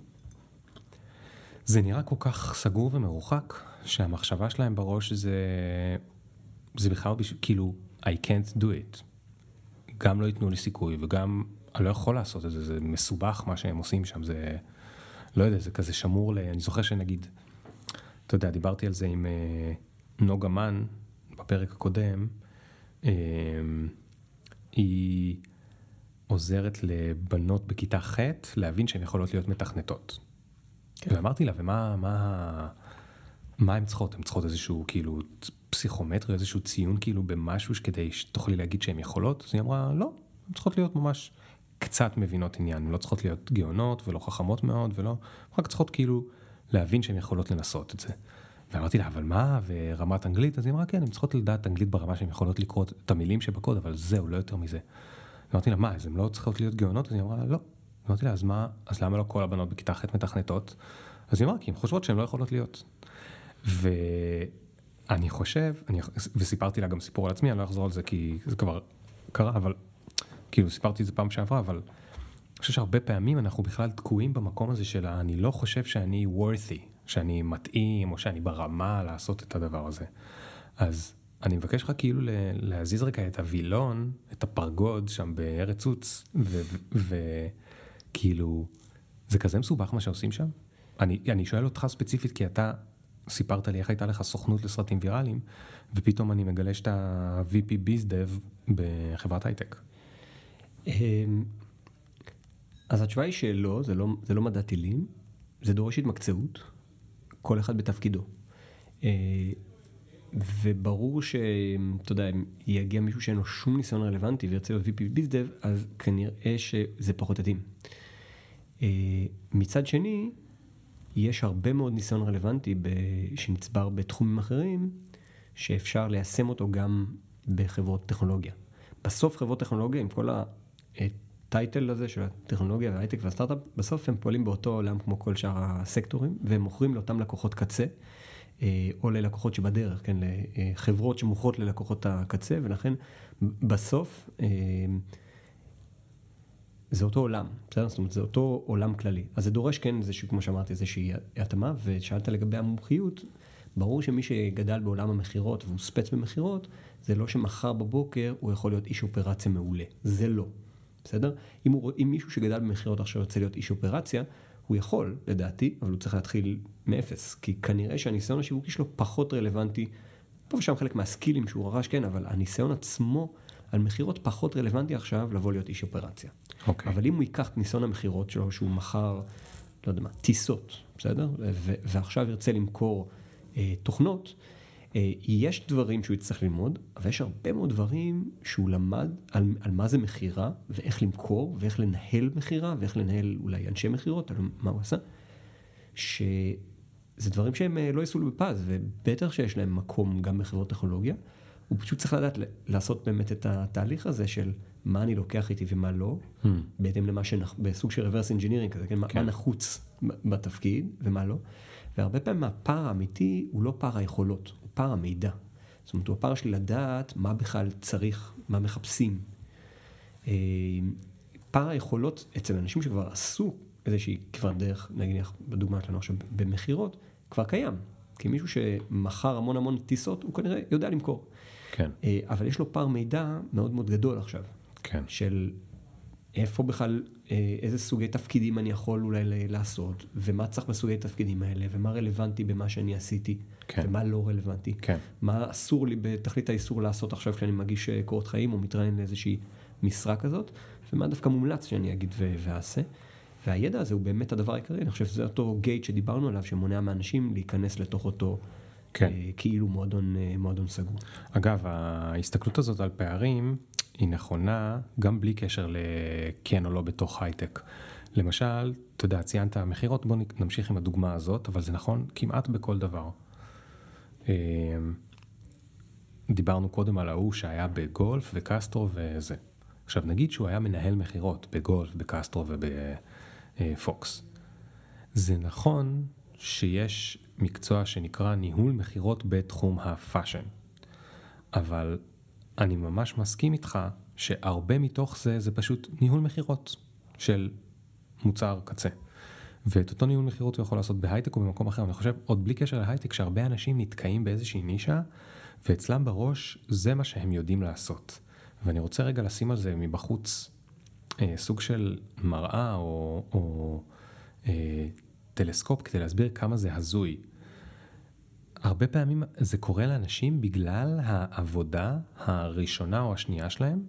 Speaker 2: זה נראה כל כך סגור ומרוחק, שהמחשבה שלהם בראש זה... זה בכלל בשביל, כאילו, I can't do it. גם לא ייתנו לי סיכוי, וגם אני לא יכול לעשות את זה, זה מסובך מה שהם עושים שם, זה, לא יודע, זה כזה שמור ל... אני זוכר שנגיד, אתה יודע, דיברתי על זה עם uh, נוגה מן, בפרק הקודם, uh, היא עוזרת לבנות בכיתה ח' להבין שהן יכולות להיות מתכנתות. כן. ואמרתי לה, ומה, מה, מה הן צריכות? הן צריכות איזשהו, כאילו, פסיכומטרי, איזשהו ציון כאילו במשהו כדי שתוכלי להגיד שהן יכולות, אז היא אמרה, לא, הן צריכות להיות ממש קצת מבינות עניין, הן לא צריכות להיות גאונות ולא חכמות מאוד, ולא, רק צריכות כאילו להבין שהן יכולות לנסות את זה. ואמרתי לה, אבל מה, ורמת אנגלית? אז היא אמרה, כן, הן צריכות לדעת אנגלית ברמה שהן יכולות לקרוא את המילים שבקוד, אבל זהו, לא יותר מזה. אמרתי לה, מה, אז הן לא צריכות להיות גאונות? אז היא אמרה, לא. אמרתי לה, אז מה, אז למה לא כל הבנות בכיתה ח' מתכנתות? אז היא אמרה, כי הן חושבות שהן לא יכולות להיות. ו... אני חושב, אני, וסיפרתי לה גם סיפור על עצמי, אני לא אחזור על זה כי זה כבר קרה, אבל כאילו סיפרתי את זה פעם שעברה, אבל אני חושב שהרבה פעמים אנחנו בכלל תקועים במקום הזה של אני לא חושב שאני worthy, שאני מתאים או שאני ברמה לעשות את הדבר הזה. אז אני מבקש לך כאילו להזיז רגע את הווילון, את הפרגוד שם בארץ עוץ, וכאילו זה כזה מסובך מה שעושים שם. אני, אני שואל אותך ספציפית כי אתה סיפרת לי איך הייתה לך סוכנות לסרטים ויראליים, ופתאום אני מגלה שאתה וי פי ביזדב בחברת הייטק.
Speaker 1: אז התשובה היא שלא, זה לא, זה לא מדע טילים, זה דורש התמקצעות, כל אחד בתפקידו. וברור שאתה יודע, אם יגיע מישהו שאין לו שום ניסיון רלוונטי וירצה להיות וי פי ביזדב, אז כנראה שזה פחות עדין. מצד שני, יש הרבה מאוד ניסיון רלוונטי שנצבר בתחומים אחרים, שאפשר ליישם אותו גם בחברות טכנולוגיה. בסוף חברות טכנולוגיה, עם כל הטייטל הזה של הטכנולוגיה וההייטק והסטארט-אפ, בסוף הם פועלים באותו עולם כמו כל שאר הסקטורים, והם מוכרים לאותם לקוחות קצה, או ללקוחות שבדרך, כן, לחברות שמוכרות ללקוחות הקצה, ולכן בסוף זה אותו עולם, בסדר? זאת אומרת, זה אותו עולם כללי. אז זה דורש, כן, זה שכמו שאמרתי, איזושהי התאמה, ושאלת לגבי המומחיות, ברור שמי שגדל בעולם המחירות והוא ספץ במחירות, זה לא שמחר בבוקר הוא יכול להיות איש אופרציה מעולה. זה לא. בסדר? אם, הוא, אם מישהו שגדל במחירות עכשיו רוצה להיות איש אופרציה, הוא יכול, לדעתי, אבל הוא צריך להתחיל מאפס. כי כנראה שהניסיון השיווקי שלו פחות רלוונטי, פה ושם חלק מהסקילים שהוא רכש, כן, אבל הניסיון עצמו על מחירות פחות רלוונטי עכשיו לבוא להיות איש אופרציה.
Speaker 2: Okay.
Speaker 1: אבל אם הוא ייקח את ניסיון המחירות שלו, שהוא מחר, לא יודע מה, טיסות, בסדר? ו- ועכשיו ירצה למכור אה, תוכנות, אה, יש דברים שהוא יצטרך ללמוד, אבל יש הרבה מאוד דברים שהוא למד על, על מה זה מחירה, ואיך למכור, ואיך לנהל מחירה, ואיך לנהל אולי אנשי מחירות, על מה הוא עשה, שזה דברים שהם לא יסולו בפז, ובטח שיש להם מקום גם בחברות טכנולוגיה, הוא פשוט צריך לדעת לעשות באמת את התהליך הזה של מה אני לוקח איתי ומה לא, hmm. בהתאם למה שנח... בסוג של reverse engineering כזה, כן? כן. מה נחוץ בתפקיד ומה לא. והרבה פעמים הפער האמיתי הוא לא פער היכולות, הוא פער המידע. זאת אומרת, הוא הפער שלי לדעת מה בכלל צריך, מה מחפשים. פער היכולות אצל אנשים שכבר עשו איזושהי כבר דרך, נגיד בדוגמה שלנו עכשיו במחירות, כבר קיים. כי מישהו שמחר המון המון טיסות, הוא כנראה יודע למכור.
Speaker 2: כן.
Speaker 1: אבל יש לו פער מידע מאוד מאוד גדול עכשיו.
Speaker 2: כן.
Speaker 1: של איפה בכלל, איזה סוגי תפקידים אני יכול אולי לעשות, ומה צריך בסוגי תפקידים האלה, ומה רלוונטי במה שאני עשיתי, כן. ומה לא רלוונטי. כן. מה אסור לי בתכלית האיסור לעשות עכשיו כשאני מגיש קורות חיים, או מתראיין לאיזושהי משרה כזאת, ומה דווקא מומלץ שאני אגיד ואעשה. והידע הזה הוא באמת הדבר העיקרי, אני חושב שזה אותו גייט שדיברנו עליו, שמונע מאנשים להיכנס לתוך אותו כן. כאילו מועדון, מועדון סגור.
Speaker 2: אגב, ההסתכלות הזאת על פערים היא נכונה גם בלי קשר לכן או לא בתוך הייטק. למשל, אתה יודע, ציינת המחירות, בוא נמשיך עם הדוגמה הזאת, אבל זה נכון כמעט בכל דבר. דיברנו קודם על ההוא שהיה בגולף וקסטרו וזה. עכשיו נגיד שהוא היה מנהל מחירות בגולף, בקסטרו ובפוקס. זה נכון שיש מקצוע שנקרא ניהול מחירות בתחום הפאשן. אבל אני ממש מסכים איתך שהרבה מתוך זה זה פשוט ניהול מחירות של מוצר קצה. ואת אותו ניהול מחירות הוא יכול לעשות בהייטק או במקום אחר. אני חושב עוד בלי קשר להייטק שהרבה אנשים נתקעים באיזושהי נישה ואצלם בראש זה מה שהם יודעים לעשות. ואני רוצה רגע לשים על זה מבחוץ אה, סוג של מראה או, או אה, טלסקופ כדי להסביר כמה זה הזוי. הרבה פעמים זה קורה לאנשים בגלל העבודה הראשונה או השנייה שלהם,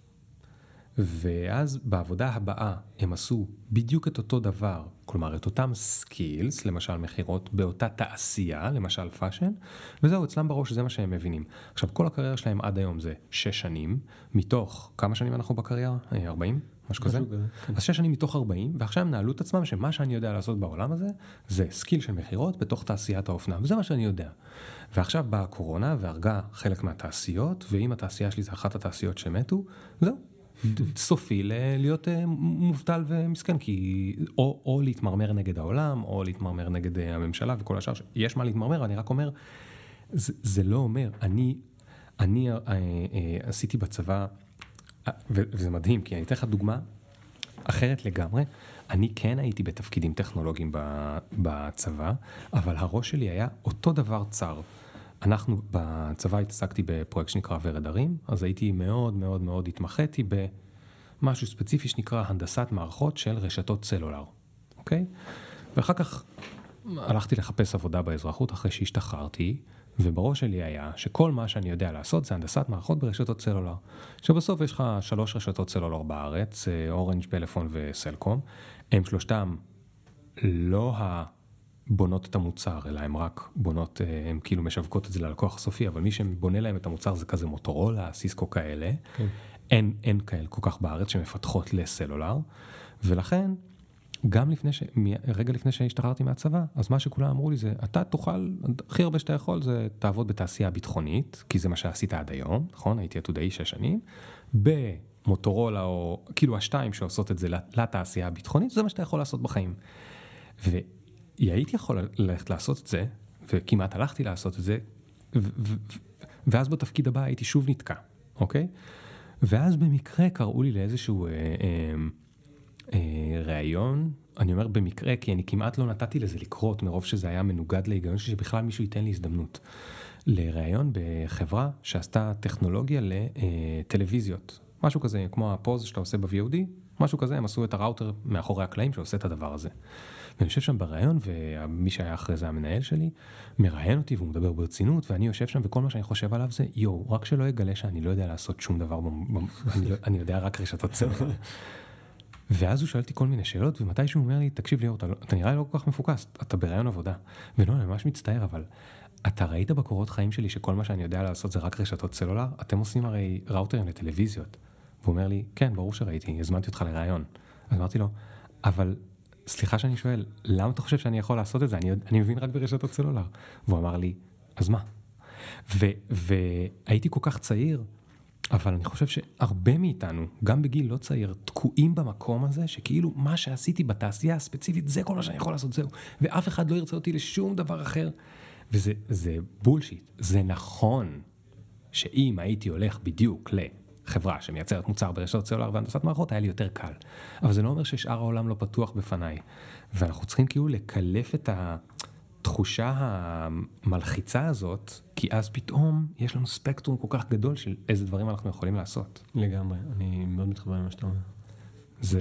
Speaker 2: ואז בעבודה הבאה הם עשו בדיוק את אותו דבר, כלומר את אותם סקילס, למשל מחירות, באותה תעשייה, למשל פאשן, וזהו, אצלם בראש זה מה שהם מבינים. עכשיו, כל הקריירה שלהם עד היום זה שש שנים, מתוך, כמה שנים אנחנו בקריירה? ארבעים? משהו כזה? אז שש שנים מתוך ארבעים, ועכשיו הם נעלו את עצמם שמה שאני יודע לעשות בעולם הזה, זה סקיל של מחירות בתוך תעשיית האופנה, וזה מה שאני יודע. ועכשיו באה הקורונה והרגה חלק מהתעשיות, ואם התעשייה שלי זה אחת התעשיות שמתו, זהו. סופי להיות מובטל ומסכן, כי או, או להתמרמר נגד העולם, או להתמרמר נגד הממשלה וכל השאר, יש מה להתמרמר, אני רק אומר, זה, זה לא אומר, אני, אני אה, אה, עשיתי בצבא, וזה מדהים, כי אני אתן לך דוגמה אחרת לגמרי, אני כן הייתי בתפקידים טכנולוגיים בצבא, אבל הראש שלי היה אותו דבר צר. אנחנו בצבא התעסקתי בפרויקט שנקרא ורד הרים, אז הייתי מאוד מאוד מאוד התמחיתי במשהו ספציפי שנקרא הנדסת מערכות של רשתות סלולר, אוקיי? ואחר כך הלכתי לחפש עבודה באזרחות אחרי שהשתחררתי, ובראש שלי היה שכל מה שאני יודע לעשות זה הנדסת מערכות ברשתות סלולר. שבסוף יש לך שלוש רשתות סלולר בארץ, אורנג', פלאפון וסלקום, הם שלושתם לא ה... בונות את המוצר, אלא הם רק בונות, הם כאילו משווקות את זה ללקוח הסופי, אבל מי שבונה להם את המוצר זה כזה מוטורולה, סיסקו כאלה, כן. אין, אין כאלה כל כך בארץ שמפתחות לסלולר, ולכן גם לפני ש... רגע לפני שהשתחררתי מהצבא, אז מה שכולם אמרו לי זה, אתה תוכל, הכי הרבה שאתה יכול זה תעבוד בתעשייה ביטחונית, כי זה מה שעשית עד היום, נכון? הייתי עתודאי שש שנים, במוטורולה או כאילו השתיים שעושות את זה לתעשייה הביטחונית, זה מה שאתה יכול לעשות בחיים. והייתי יכול ללכת לעשות את זה, וכמעט הלכתי לעשות את זה, ו- ו- ואז בתפקיד הבא הייתי שוב נתקע, אוקיי? ואז במקרה קראו לי לאיזשהו אה, אה, אה, ראיון, אני אומר במקרה, כי אני כמעט לא נתתי לזה לקרות, מרוב שזה היה מנוגד להיגיון שבכלל מישהו ייתן לי הזדמנות. לראיון בחברה שעשתה טכנולוגיה לטלוויזיות, משהו כזה, כמו הפוז שאתה עושה ב-וי או די, משהו כזה, הם עשו את הראוטר מאחורי הקלעים שעושה את הדבר הזה. ואני יושב שם בראיון, ומי שהיה אחרי זה המנהל שלי, מראיין אותי והוא מדבר ברצינות, ואני יושב שם וכל מה שאני חושב עליו זה, יו, רק שלא יגלה שאני לא יודע לעשות שום דבר, אני, לא, אני יודע רק רשתות סלולר. ואז הוא שאלתי כל מיני שאלות, ומתי שהוא אומר לי, תקשיב לי, אתה, אתה נראה לי לא כל כך מפוקס, אתה בראיון עבודה. ולא, אני ממש מצטער, אבל אתה ראית בקורות חיים שלי שכל מה שאני יודע לעשות זה רק רשתות סלולר? אתם עושים הרי ראוטרים לטלוויזיות. והוא אומר לי, כן, ברור שראיתי, הזמנתי אותך לראיון. אז אמרתי לו, אבל סליחה שאני שואל, למה אתה חושב שאני יכול לעשות את זה? אני, אני מבין רק ברשתות סלולר. והוא אמר לי, אז מה? ו, והייתי כל כך צעיר, אבל אני חושב שהרבה מאיתנו, גם בגיל לא צעיר, תקועים במקום הזה, שכאילו מה שעשיתי בתעשייה הספציפית, זה כל מה שאני יכול לעשות, זהו. ואף אחד לא ירצה אותי לשום דבר אחר. וזה זה בולשיט. זה נכון שאם הייתי הולך בדיוק לחברה שמייצרת מוצר ברשתות סלולר והנדסת מערכות, היה לי יותר קל. אבל זה לא אומר ששאר העולם לא פתוח בפניי. ואנחנו צריכים כאילו לקלף את התחושה המלחיצה הזאת, כי אז פתאום יש לנו ספקטרום כל כך גדול של איזה דברים אנחנו יכולים לעשות.
Speaker 1: לגמרי, אני מאוד מתחבר למה שאתה אומר.
Speaker 2: זה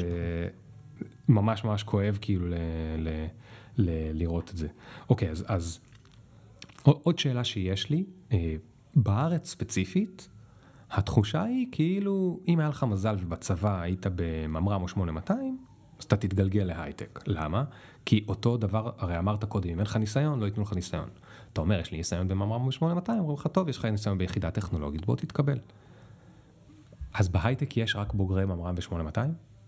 Speaker 2: ממש ממש כואב כאילו ל- ל- ל- לראות את זה. אוקיי, אז, אז עוד שאלה שיש לי, בארץ ספציפית, התחושה היא כאילו, אם היה לך מזל ובצבא היית בממר"ם או שמונה מאתיים, אז אתה תתגלגל להייטק. למה? כי אותו דבר, הרי אמרת קודם, אם אין לך ניסיון, לא ייתנו לך ניסיון. אתה אומר, יש לי ניסיון בממר"ם או שמונה מאתיים, אומרים לך, טוב, יש לך ניסיון ביחידה טכנולוגית, בוא תתקבל. אז בהייטק יש רק בוגרי ממר"ם ו-שמונה מאתיים?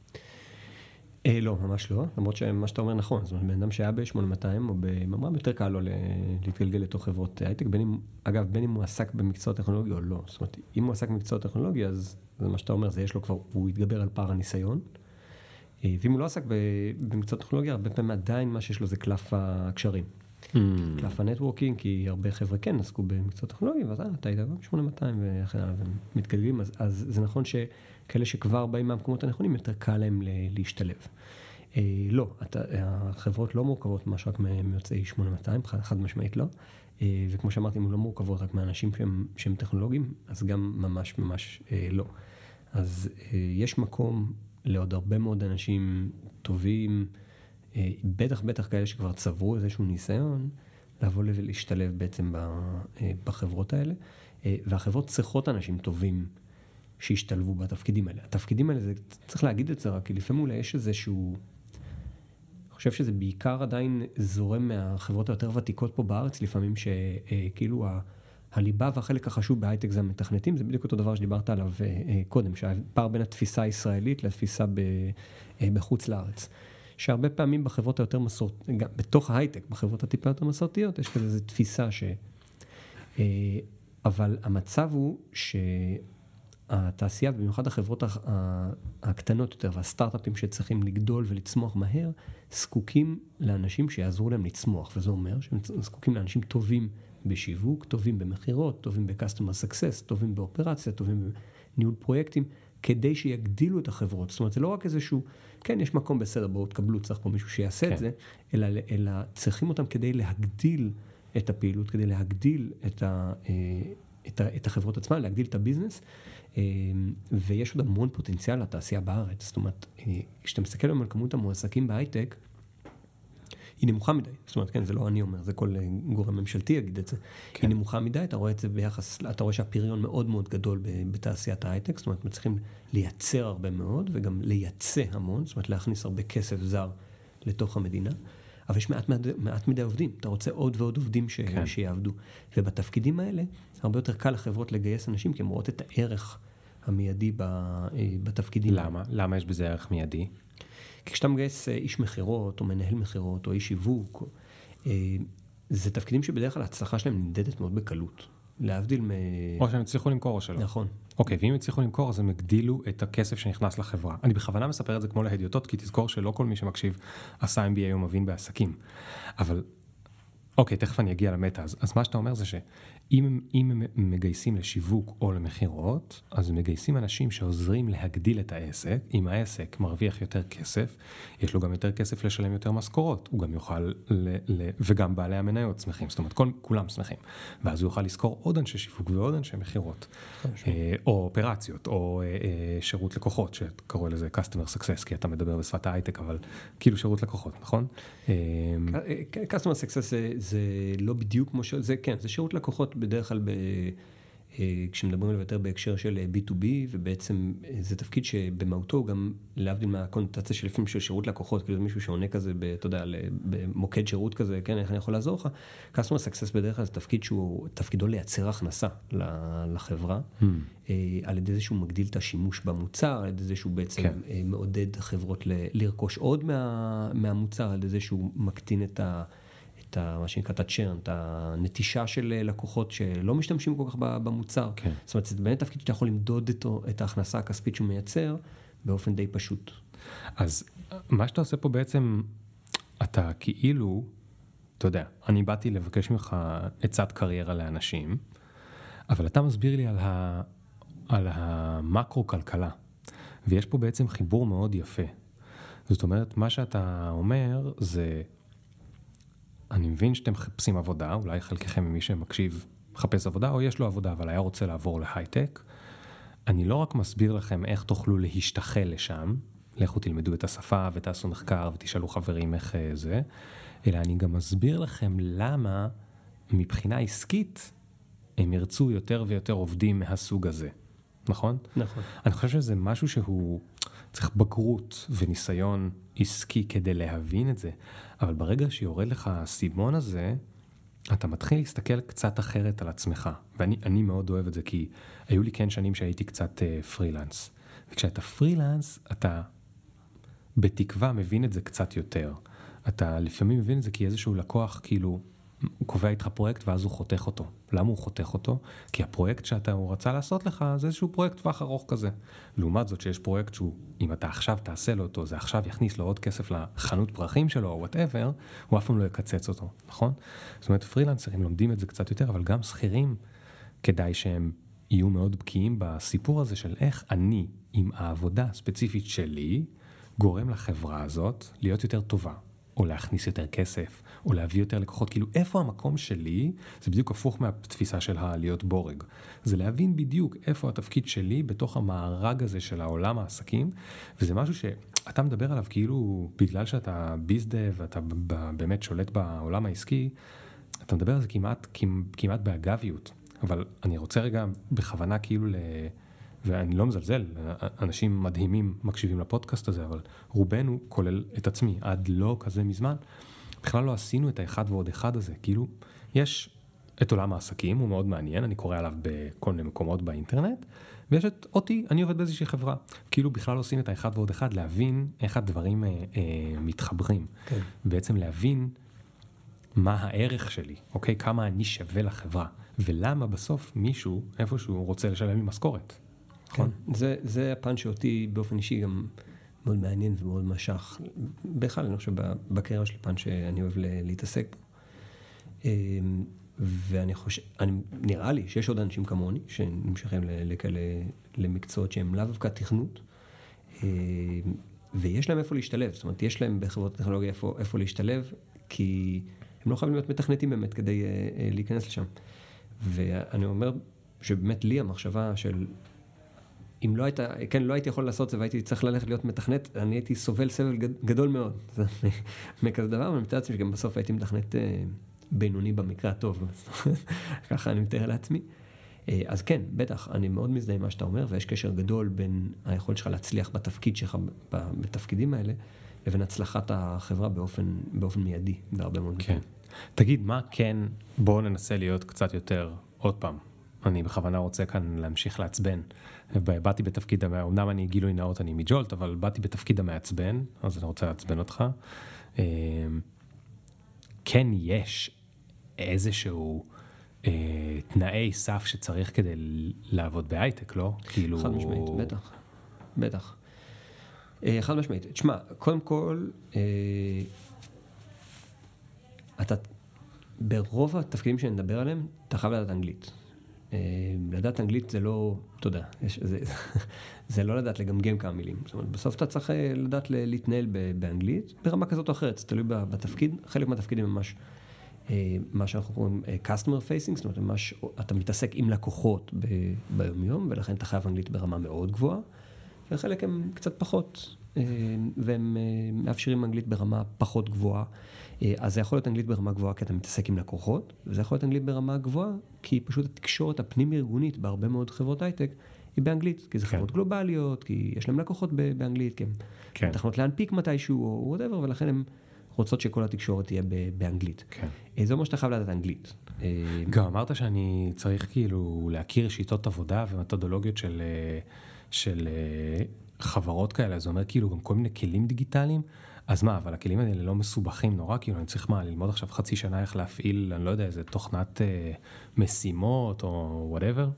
Speaker 1: אה, לא, ממש לא, למרות שמה שאתה אומר נכון, זאת אומרת, בן אדם שהיה ב-שמונה מאתיים או בממר"ם, יותר קל לו להתגלגל לתוך חברות הייטק, בין אם, אגב, בין אם הוא עסק במקצוע טכנולוגי או לא, זאת אומרת, אם הוא עסק במקצוע טכנולוגי, אז זה מה שאתה אומר, זה יש לו כבר, הוא יתגבר על פער הניסיון, ואם הוא לא עסק במקצוע טכנולוגיה, הרבה פעמים עדיין מה שיש לו זה קלף הקשרים, קלף הנטוורקינג, כי הרבה חבר'ה כן עסקו במקצוע טכנולוגי, ואז אתה היית ב-שמונה מאתיים וכן הלאה, והם מתגלגלים, אז, אז זה נכון שכאלה שכבר באים מהמקומות הנכונים, יותר קל להם להשתלב. אה, לא, אתה, החברות לא מורכבות ממש רק מיוצאי שמונה מאתיים, חד משמעית לא, אה, וכמו שאמרתי, הן לא מורכבות רק מאנשים שהם, שהם טכנולוגיים, אז גם ממש ממש אה, לא. אז אה, יש מקום לעוד הרבה מאוד אנשים טובים, בטח בטח כאלה שכבר צברו איזשהו ניסיון, לבוא ולהשתלב בעצם בחברות האלה, והחברות צריכות אנשים טובים שישתלבו בתפקידים האלה. התפקידים האלה, זה, צריך להגיד את זה רק, כי לפעמים אולי יש איזשהו, אני חושב שזה בעיקר עדיין זורם מהחברות היותר ותיקות פה בארץ, לפעמים שכאילו הליבה והחלק החשוב בהייטק זה המתכנתים, זה בדיוק אותו דבר שדיברת עליו קודם, שהפער בין התפיסה הישראלית לתפיסה בחוץ לארץ. שהרבה פעמים בחברות היותר מסורתיות, גם בתוך ההייטק, בחברות הטיפה יותר מסורתיות, יש כזה איזו תפיסה ש... אבל המצב הוא שהתעשייה, במיוחד החברות הקטנות יותר, והסטארט-אפים שצריכים לגדול ולצמוח מהר, זקוקים לאנשים שיעזרו להם לצמוח, וזה אומר שהם זקוקים לאנשים טובים בשיווק, טובים במחירות, טובים ב-customer success, טובים באופרציה, טובים בניהול פרויקטים, כדי שיגדילו את החברות. זאת אומרת, זה לא רק איזשהו, כן, יש מקום בסדר, בואו תקבלו, צריך פה מישהו שיעשה כן. את זה, אלא, אלא צריכים אותם כדי להגדיל את הפעילות, כדי להגדיל את, ה, את, ה, את החברות עצמן, להגדיל את הביזנס, ויש עוד המון פוטנציאל לתעשייה בארץ. זאת אומרת, כשאתה מסתכל על כמות המועסקים בהייטק, היא נמוכה מדי. זאת אומרת, כן, זה לא אני אומר, זה כל גורם ממשלתי יגיד את זה. כן. היא נמוכה מדי, אתה רואה את זה ביחס, אתה רואה שהפריון מאוד מאוד גדול בתעשיית ההייטק, זאת אומרת, אנחנו צריכים לייצר הרבה מאוד, וגם לייצא המון, זאת אומרת, להכניס הרבה כסף זר לתוך המדינה, אבל יש מעט, מעט, מעט מדי עובדים. אתה רוצה עוד ועוד עובדים ש... כן. שיעבדו. ובתפקידים האלה, הרבה יותר קל לחברות לגייס אנשים, כי הם רואות את הערך המיידי בתפקידים.
Speaker 2: למה? למה יש בזה ערך מיידי?
Speaker 1: כשאתה מגייס איש מחירות, או מנהל מחירות, או איש שיווק, זה תפקידים שבדרך כלל ההצלחה שלהם נמדדת מאוד בקלות. להבדיל מ...
Speaker 2: או שהם הצליחו למכור או שלא.
Speaker 1: נכון.
Speaker 2: אוקיי, ואם הצליחו למכור, אז הם הגדילו את הכסף שנכנס לחברה. אני בכוונה מספר את זה כמו להדיוטות, כי תזכור שלא כל מי שמקשיב עשה אם בי איי או מבין בעסקים. אבל, אוקיי, תכף אני אגיע למטה. אז, אז מה שאתה אומר זה שאם אם הם מגייסים לשיווק או למחירות, אז הם מגייסים אנשים שעוזרים להגדיל את העסק. אם העסק מרוויח יותר כסף, יש לו גם יותר כסף לשלם יותר משכורות. הוא גם יוכל, ל, ל, וגם בעלי המניות שמחים. זאת אומרת, כל, כולם שמחים. ואז הוא יוכל לזכור עוד אנשי שיווק ועוד אנשי מחירות. או אופרציות, או שירות לקוחות, שקראו לזה Customer Success, כי אתה מדבר בשפת ההייטק, אבל כאילו שירות לקוחות, נכון?
Speaker 1: Customer Success זה, זה לא בדיוק כמו ש... זה כן, זה שירות לקוחות בדרך כלל ב... כשמדברים עליו יותר בהקשר של בי טו בי, ובעצם זה תפקיד שבמהותו גם להבדיל מהקונוטציה של לפעמים של שירות לקוחות, כאילו מישהו שעונה כזה, אתה יודע, במוקד שירות כזה, כן, איך אני יכול לעזור לך? Customer Success בדרך כלל זה תפקיד שהוא, תפקידו לייצר הכנסה לחברה, hmm. על ידי זה שהוא מגדיל את השימוש במוצר, על ידי זה שהוא בעצם כן. מעודד חברות ל- לרכוש עוד מה, מהמוצר, על ידי זה שהוא מקטין את ה... את מה שנקרא את הצ'רן, את הנטישה של לקוחות שלא משתמשים כל כך במוצר. כן. זאת אומרת, זה באמת תפקיד שאתה יכול למדוד אותו, את ההכנסה הכספית שהוא מייצר, באופן די פשוט.
Speaker 2: אז מה שאתה עושה פה בעצם, אתה כאילו, אתה יודע, אני באתי לבקש ממך עצת קריירה לאנשים, אבל אתה מסביר לי על, ה, על המקרו-כלכלה, ויש פה בעצם חיבור מאוד יפה. זאת אומרת, מה שאתה אומר זה... אני מבין שאתם מחפשים עבודה, אולי חלקכם ממי שמקשיב מחפש עבודה, או יש לו עבודה, אבל היה רוצה לעבור להייטק. אני לא רק מסביר לכם איך תוכלו להשתחל לשם, לכו תלמדו את השפה ותעשו מחקר ותשאלו חברים איך זה, אלא אני גם מסביר לכם למה מבחינה עסקית הם ירצו יותר ויותר עובדים מהסוג הזה. נכון?
Speaker 1: נכון.
Speaker 2: אני חושב שזה משהו שהוא צריך בגרות וניסיון עסקי כדי להבין את זה, אבל ברגע שיורד לך הסימון הזה, אתה מתחיל להסתכל קצת אחרת על עצמך, ואני אני מאוד אוהב את זה, כי היו לי כן שנים שהייתי קצת uh, פרילנס, וכשאתה פרילנס, אתה בתקווה מבין את זה קצת יותר. אתה לפעמים מבין את זה כי איזשהו לקוח כאילו, הוא קובע איתך פרויקט ואז הוא חותך אותו. למה הוא חותך אותו? כי הפרויקט שאתה הוא רצה לעשות לך זה איזשהו פרויקט טווח ארוך כזה. לעומת זאת שיש פרויקט שהוא, אם אתה עכשיו תעשה לו אותו, זה עכשיו יכניס לו עוד כסף לחנות פרחים שלו או whatever, הוא אף פעם לא יקצץ אותו, נכון? זאת אומרת, פרילנסרים לומדים את זה קצת יותר, אבל גם שכירים כדאי שהם יהיו מאוד בקיאים בסיפור הזה של איך אני, עם העבודה הספציפית שלי, גורם לחברה הזאת להיות יותר טובה. או להכניס יותר כסף, או להביא יותר לקוחות. כאילו, איפה המקום שלי? זה בדיוק הפוך מהתפיסה של להיות בורג. זה להבין בדיוק איפה התפקיד שלי בתוך המארג הזה של העולם העסקים, וזה משהו שאתה מדבר עליו כאילו, בגלל שאתה ביזדב, ואתה באמת שולט בעולם העסקי, אתה מדבר על זה כמעט, כמעט באגביות. אבל אני רוצה רגע בכוונה כאילו ל... ואני לא מזלזל, אנשים מדהימים מקשיבים לפודקאסט הזה, אבל רובנו, כולל את עצמי, עד לא כזה מזמן, בכלל לא עשינו את האחד ועוד אחד הזה. כאילו, יש את עולם העסקים, הוא מאוד מעניין, אני קורא עליו בכל מיני מקומות באינטרנט, ויש את אותי, אני עובד באיזושהי חברה. כאילו בכלל עושים את האחד ועוד אחד, להבין איך הדברים אה, אה, מתחברים. כן. בעצם להבין מה הערך שלי, אוקיי? כמה אני שווה לחברה, ולמה בסוף מישהו, איפשהו, רוצה לשלם לי משכורת.
Speaker 1: כן, זה, זה הפן שאותי באופן אישי גם מאוד מעניין ומאוד משך. בכלל, אני חושב, בקריירה שלי פן שאני אוהב להתעסק בו. ואני חושב, אני, נראה לי שיש עוד אנשים כמוני, שנמשכים לכאלה, למקצועות שהם לאו דווקא תכנות, ויש להם איפה להשתלב. זאת אומרת, יש להם בחברות הטכנולוגיה איפה, איפה להשתלב, כי הם לא חייבים להיות מתכנתים באמת כדי להיכנס לשם. ואני אומר שבאמת לי המחשבה של... אם לא היית, כן, לא הייתי יכול לעשות זה והייתי צריך ללכת להיות מתכנת, אני הייתי סובל סבל גדול מאוד. זה מכזה דבר, אבל מצד עצמי שגם בסוף הייתי מתכנת בינוני במקרה הטוב. ככה אני מתאר לעצמי. אז כן, בטח, אני מאוד מזדהה מה שאתה אומר, ויש קשר גדול בין היכולת שלך להצליח בתפקיד שלך, בתפקידים האלה, לבין הצלחת החברה באופן, באופן מיידי, בהרבה מאוד.
Speaker 2: כן. תגיד, מה כן, בואו ננסה להיות קצת יותר, עוד פעם, אני בכוונה רוצה כאן להמשיך לעצבן. באתי בתפקיד, אמנם אני גילוי נאות, אני מג'ולט, אבל באתי בתפקיד המעצבן, אז אני רוצה לעצבן אותך. כן יש איזשהו תנאי סף שצריך כדי לעבוד בהייטק, לא? כאילו...
Speaker 1: חד משמעית, בטח. בטח. חד משמעית. תשמע, קודם כל, אתה, ברוב התפקידים שאני מדבר עליהם, אתה חייב לדעת אנגלית. לדעת אנגלית זה לא, אתה יודע, זה, זה לא לדעת לגמגם כמה מילים. זאת אומרת, בסוף אתה צריך לדעת להתנהל באנגלית, ברמה כזאת או אחרת, זה תלוי בתפקיד. חלק מהתפקידים ממש, מה שאנחנו קוראים customer facing, זאת אומרת, ממש, אתה מתעסק עם לקוחות ביום-יום, ולכן אתה חייב אנגלית ברמה מאוד גבוהה, וחלק הם קצת פחות, והם מאפשרים אנגלית ברמה פחות גבוהה. אז זה יכול להיות אנגלית ברמה גבוהה כי אתה מתעסק עם לקוחות, וזה יכול להיות אנגלית ברמה גבוהה, כי פשוט התקשורת הפנים-ארגונית בהרבה מאוד חברות הייטק היא באנגלית, כי זה חברות גלובליות, כי יש להם לקוחות באנגלית, כי הן מתכנות להנפיק מתישהו או whatever, ולכן הן רוצות שכל התקשורת תהיה באנגלית. זה אומר שאתה חייב לדעת אנגלית.
Speaker 2: גם אמרת שאני צריך כאילו להכיר שיטות עבודה ומתודולוגיות של, של חברות כאלה, זה אומר כאילו גם כל מיני כלים דיגיטליים, אז מה, אבל הכלים האלה לא מסובכים נורא, כאילו אני צריך מה, ללמוד עכשיו חצי שנה איך להפעיל, אני לא יודע, איזה תוכנת אה, משימות או whatever?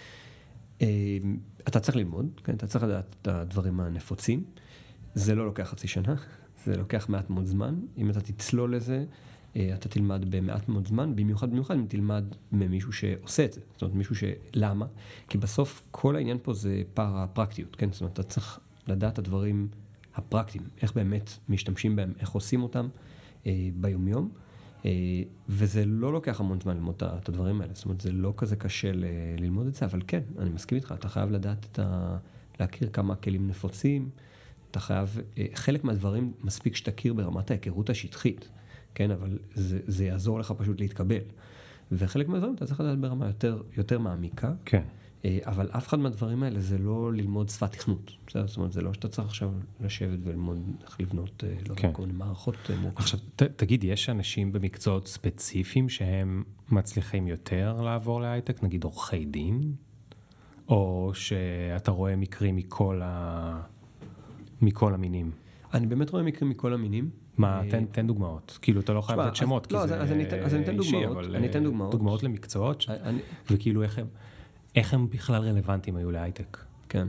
Speaker 1: אה, אתה צריך ללמוד, כן? אתה צריך לדעת את הדברים הנפוצים, זה לא לוקח חצי שנה, זה לוקח מעט מאוד זמן, אם אתה תצלול לזה, אה, אתה תלמד במעט מאוד זמן, במיוחד במיוחד אם תלמד ממישהו שעושה את זה, זאת אומרת מישהו שלמה? כי בסוף כל העניין פה זה פער הפרקטיות, כן? זאת אומרת, אתה צריך לדעת את הדברים הפרקטיים, איך באמת משתמשים בהם, איך עושים אותם אה, ביומיום, אה, וזה לא לוקח המון זמן ללמוד את הדברים האלה, זאת אומרת, זה לא כזה קשה ל- ללמוד את זה, אבל כן, אני מסכים איתך, אתה חייב לדעת את ה... להכיר כמה כלים נפוצים, אתה חייב, אה, חלק מהדברים מספיק שתכיר ברמת ההיכרות השטחית, כן, אבל זה, זה יעזור לך פשוט להתקבל, וחלק מהדברים אתה צריך לדעת ברמה יותר, יותר מעמיקה,
Speaker 2: כן.
Speaker 1: אבל אף אחד מהדברים האלה זה לא ללמוד שפת תכנות. זאת אומרת, זה לא שאתה צריך עכשיו לשבת וללמוד איך לבנות, לא יודע, כל מיני מערכות מורכבות.
Speaker 2: עכשיו, ת, תגיד, יש אנשים במקצועות ספציפיים שהם מצליחים יותר לעבור להייטק, נגיד עורכי דין, או שאתה רואה מקרים מכל, ה... מכל המינים?
Speaker 1: אני באמת רואה מקרים מכל המינים.
Speaker 2: מה, תן, תן דוגמאות. כאילו, אתה לא חייב לתת שמות, כי זה אישי, אבל
Speaker 1: אני אתן דוגמאות.
Speaker 2: דוגמאות למקצועות, וכאילו איך הם... איך הם בכלל רלוונטיים היו להייטק?
Speaker 1: כן.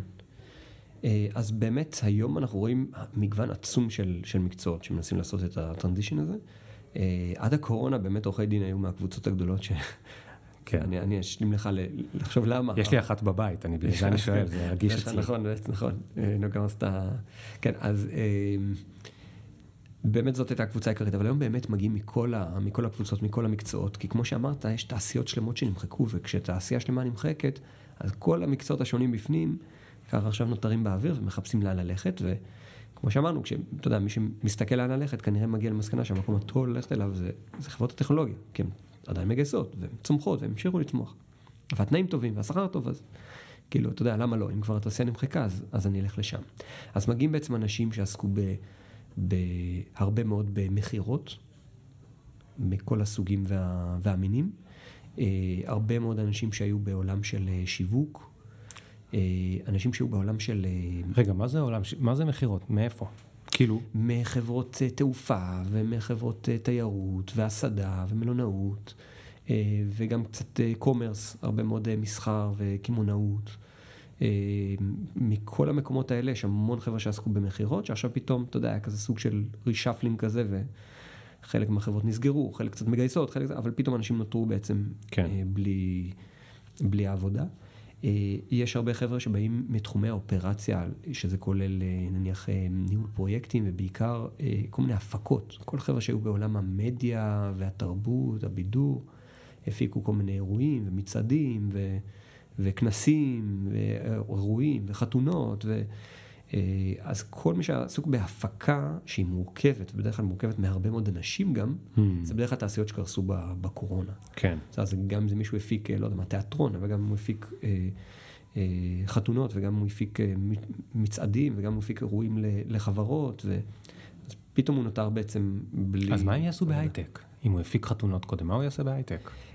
Speaker 1: אז באמת היום אנחנו רואים מגוון עצום של, של מקצועות שמנסים לעשות את הטרנזישן הזה. עד הקורונה באמת עורכי דין היו מהקבוצות הגדולות ש... כן. אני, אני אשלים לך לחשוב למה.
Speaker 2: יש לי אחת בבית, אני בגלל זה אני שואל, זה רגיש אצלי.
Speaker 1: נכון, נכון. נו, גם עשתה... כן, אז באמת זאת הייתה הקבוצה העיקרית, אבל היום באמת מגיעים מכל, ה, מכל הקבוצות, מכל המקצועות, כי כמו שאמרת, יש תעשיות שלמות שנמחקו, וכשתעשייה שלמה נמחקת, אז כל המקצועות השונים בפנים, ככה עכשיו נותרים באוויר ומחפשים לאן ללכת, וכמו שאמרנו, כשאתה יודע, מי שמסתכל לאן ללכת, כנראה מגיע למסקנה שהמקום הטוב ללכת אליו, זה, זה חברות הטכנולוגיה, כי הן עדיין מגייסות, והן צומחות, והן המשיכו לצמוח. והתנאים טובים, והשכר טוב, אז כאילו, אתה יודע, למה לא? אם כבר התעשייה נמחקה, אז, אז אני אלך לשם. אז מגיעים בעצם אנשים שעסקו ב... בהרבה מאוד במחירות, מכל הסוגים וה, והמינים, הרבה מאוד אנשים שהיו בעולם של שיווק, אנשים שהיו בעולם של...
Speaker 2: רגע, מה זה עולם, מה זה מחירות? מאיפה? כאילו?
Speaker 1: מחברות תעופה, ומחברות תיירות, והסעדה, ומלונאות, וגם קצת קומרס, הרבה מאוד מסחר וכימונאות. מכל המקומות האלה יש המון חבר'ה שעסקו במחירות, שעכשיו פתאום, אתה יודע, היה כזה סוג של רישפלינג כזה, וחלק מהחברות נסגרו, חלק קצת מגייסות, חלק, אבל פתאום אנשים נותרו בעצם כן. בלי, בלי העבודה. יש הרבה חבר'ה שבאים מתחומי האופרציה, שזה כולל נניח ניהול פרויקטים, ובעיקר כל מיני הפקות. כל חבר'ה שהיו בעולם המדיה והתרבות, הבידור, הפיקו כל מיני אירועים ומצעדים ו... וכנסים, ואירועים, וחתונות, ו... אז כל מי שעסוק בהפקה שהיא מורכבת, ובדרך כלל מורכבת מהרבה מאוד אנשים גם, hmm. זה בדרך כלל תעשיות שקרסו בקורונה. כן. אז גם זה מישהו הפיק, לא יודע מה, תיאטרון, אבל גם הוא הפיק אה, אה, חתונות, וגם הוא הפיק אה, מצעדים, וגם הוא הפיק אירועים לחברות, ו... אז פתאום הוא נותר בעצם בלי...
Speaker 2: אז מה הם יעשו בהייטק? אם הוא הפיק חתונות קודם, מה הוא יעשה בהייטק?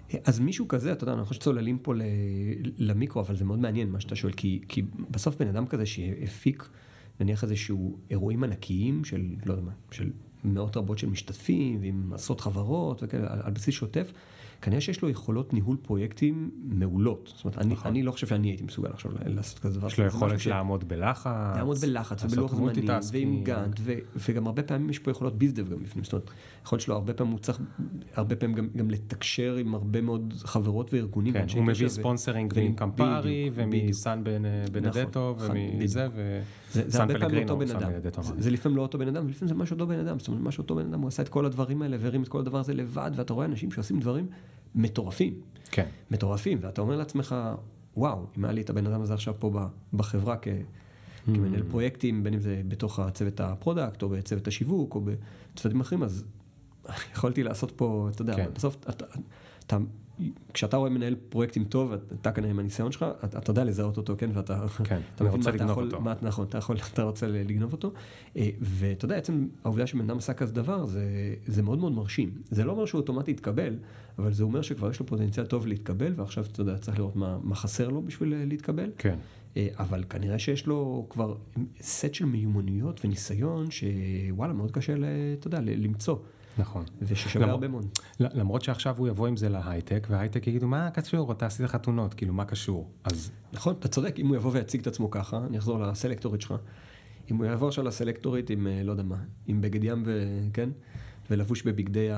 Speaker 1: אז מישהו כזה, אתה יודע, אני חושב שצוללים פה למיקרו, אבל זה מאוד מעניין מה שאתה שואל, כי, כי בסוף בן אדם כזה שהפיק, נניח איזשהו אירועים ענקיים של, לא יודע מה, של מאות רבות של משתתפים, ועם עשרות חברות וכאלה, על, על בסיס שוטף, כנראה שיש לו יכולות ניהול פרויקטים מעולות. זאת אומרת, אני, אני לא חושב שאני הייתי מסוגל עכשיו לעשות כזה דבר.
Speaker 2: יש לו יכולת לעמוד בלחץ.
Speaker 1: לעמוד בלחץ ובלוח זמנים, ועם גאנט, וגם הרבה פעמים יש פה יכולות ביזדב גם לפני. זאת אומרת, יכול שלו הרבה פעמים הוא צריך, הרבה פעמים גם, גם לתקשר עם הרבה מאוד חברות וארגונים.
Speaker 2: כן, הוא מביא ספונסרינג מקמפרי, ומסן בנדטו, ומזה,
Speaker 1: זה הרבה פעמים אותו בן אדם. זה לפעמים לא אותו בן אדם, ולפעמים זה משהו אותו בן אדם. זאת אומרת, משהו אותו בן אדם, הוא עשה את כל הדברים האלה, והרים את כל הדבר הזה לבד, ואתה רואה אנשים שעושים דברים מטורפים.
Speaker 2: כן.
Speaker 1: מטורפים, ואתה אומר לעצמך, וואו, אם היה לי את הבן אדם הזה עכשיו פה בחברה כ... כמנהל פרויקטים, בין אם זה בתוך הצוות הפרודקט, או בצוות השיווק, או בצוותים אחרים, אז יכולתי לעשות פה, אתה יודע, כן. בסוף, אתה, אתה, כשאתה רואה מנהל פרויקטים טוב, אתה כנראה עם הניסיון שלך, אתה, אתה יודע לזהות אותו, כן, ואתה
Speaker 2: כן,
Speaker 1: אתה מבין
Speaker 2: רוצה
Speaker 1: מה אתה יכול,
Speaker 2: אותו.
Speaker 1: מה, נכון, אתה יכול, אתה רוצה לגנוב אותו, ואתה יודע, בעצם העובדה שבן אדם עשה כזה דבר, זה, זה מאוד מאוד מרשים. זה לא אומר שהוא אוטומטית יתקבל, אבל זה אומר שכבר יש לו פוטנציאל טוב להתקבל, ועכשיו, אתה יודע, צריך לראות מה, מה חסר לו בשביל להתקבל.
Speaker 2: כן.
Speaker 1: אבל כנראה שיש לו כבר סט של מיומנויות וניסיון שוואלה, מאוד קשה, אתה יודע, למצוא.
Speaker 2: נכון.
Speaker 1: וששווה למ... הרבה מאוד.
Speaker 2: למרות שעכשיו הוא יבוא עם זה להייטק, וההייטק יגידו, מה קשור? אתה עשית חתונות, כאילו, מה קשור? אז...
Speaker 1: נכון, אתה צודק, אם הוא יבוא ויציג את עצמו ככה, אני אחזור לסלקטורית שלך, אם הוא יבוא עכשיו לסלקטורית עם, לא יודע מה, עם בגד ים וכן, ולבוש בבגדי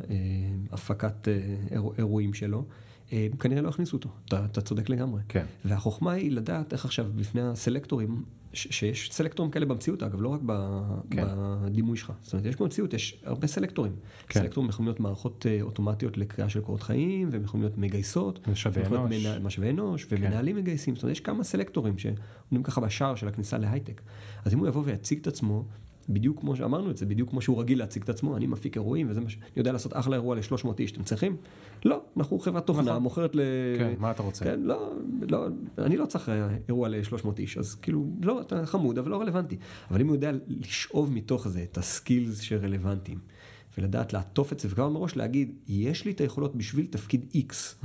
Speaker 1: ההפקת אירועים שלו, כנראה לא הכניסו אותו, אתה, אתה צודק לגמרי.
Speaker 2: כן.
Speaker 1: והחוכמה היא לדעת איך עכשיו בפני הסלקטורים, ש, שיש סלקטורים כאלה במציאות, אגב, לא רק ב, כן. בדימוי שלך. זאת אומרת, יש במציאות, יש הרבה סלקטורים. כן. סלקטורים יכולים להיות מערכות אוטומטיות לקריאה של קורות חיים, והם יכולים להיות מגייסות.
Speaker 2: משאבי אנוש.
Speaker 1: מנה, משאבי אנוש, ומנהלים כן. מגייסים. זאת אומרת, יש כמה סלקטורים שעומדים ככה בשער של הכניסה להייטק. אז אם הוא יבוא ויציג את עצמו, בדיוק כמו שאמרנו את זה, בדיוק כמו שהוא רגיל להציג את עצמו, אני מפיק אירועים, וזה מה ש... אני יודע לעשות אחלה אירוע ל-שלוש מאות איש, אתם צריכים? לא, אנחנו חברת תוכנה, מוכרת ל...
Speaker 2: כן, מה אתה רוצה?
Speaker 1: כן, לא, לא, אני לא צריך אירוע ל-שלוש מאות איש, אז כאילו, לא, אתה חמוד, אבל לא רלוונטי. אבל אם הוא יודע לשאוב מתוך זה את הסקילס שרלוונטיים, ולדעת לעטוף את זה, וכבר מראש להגיד, יש לי את היכולות בשביל תפקיד X.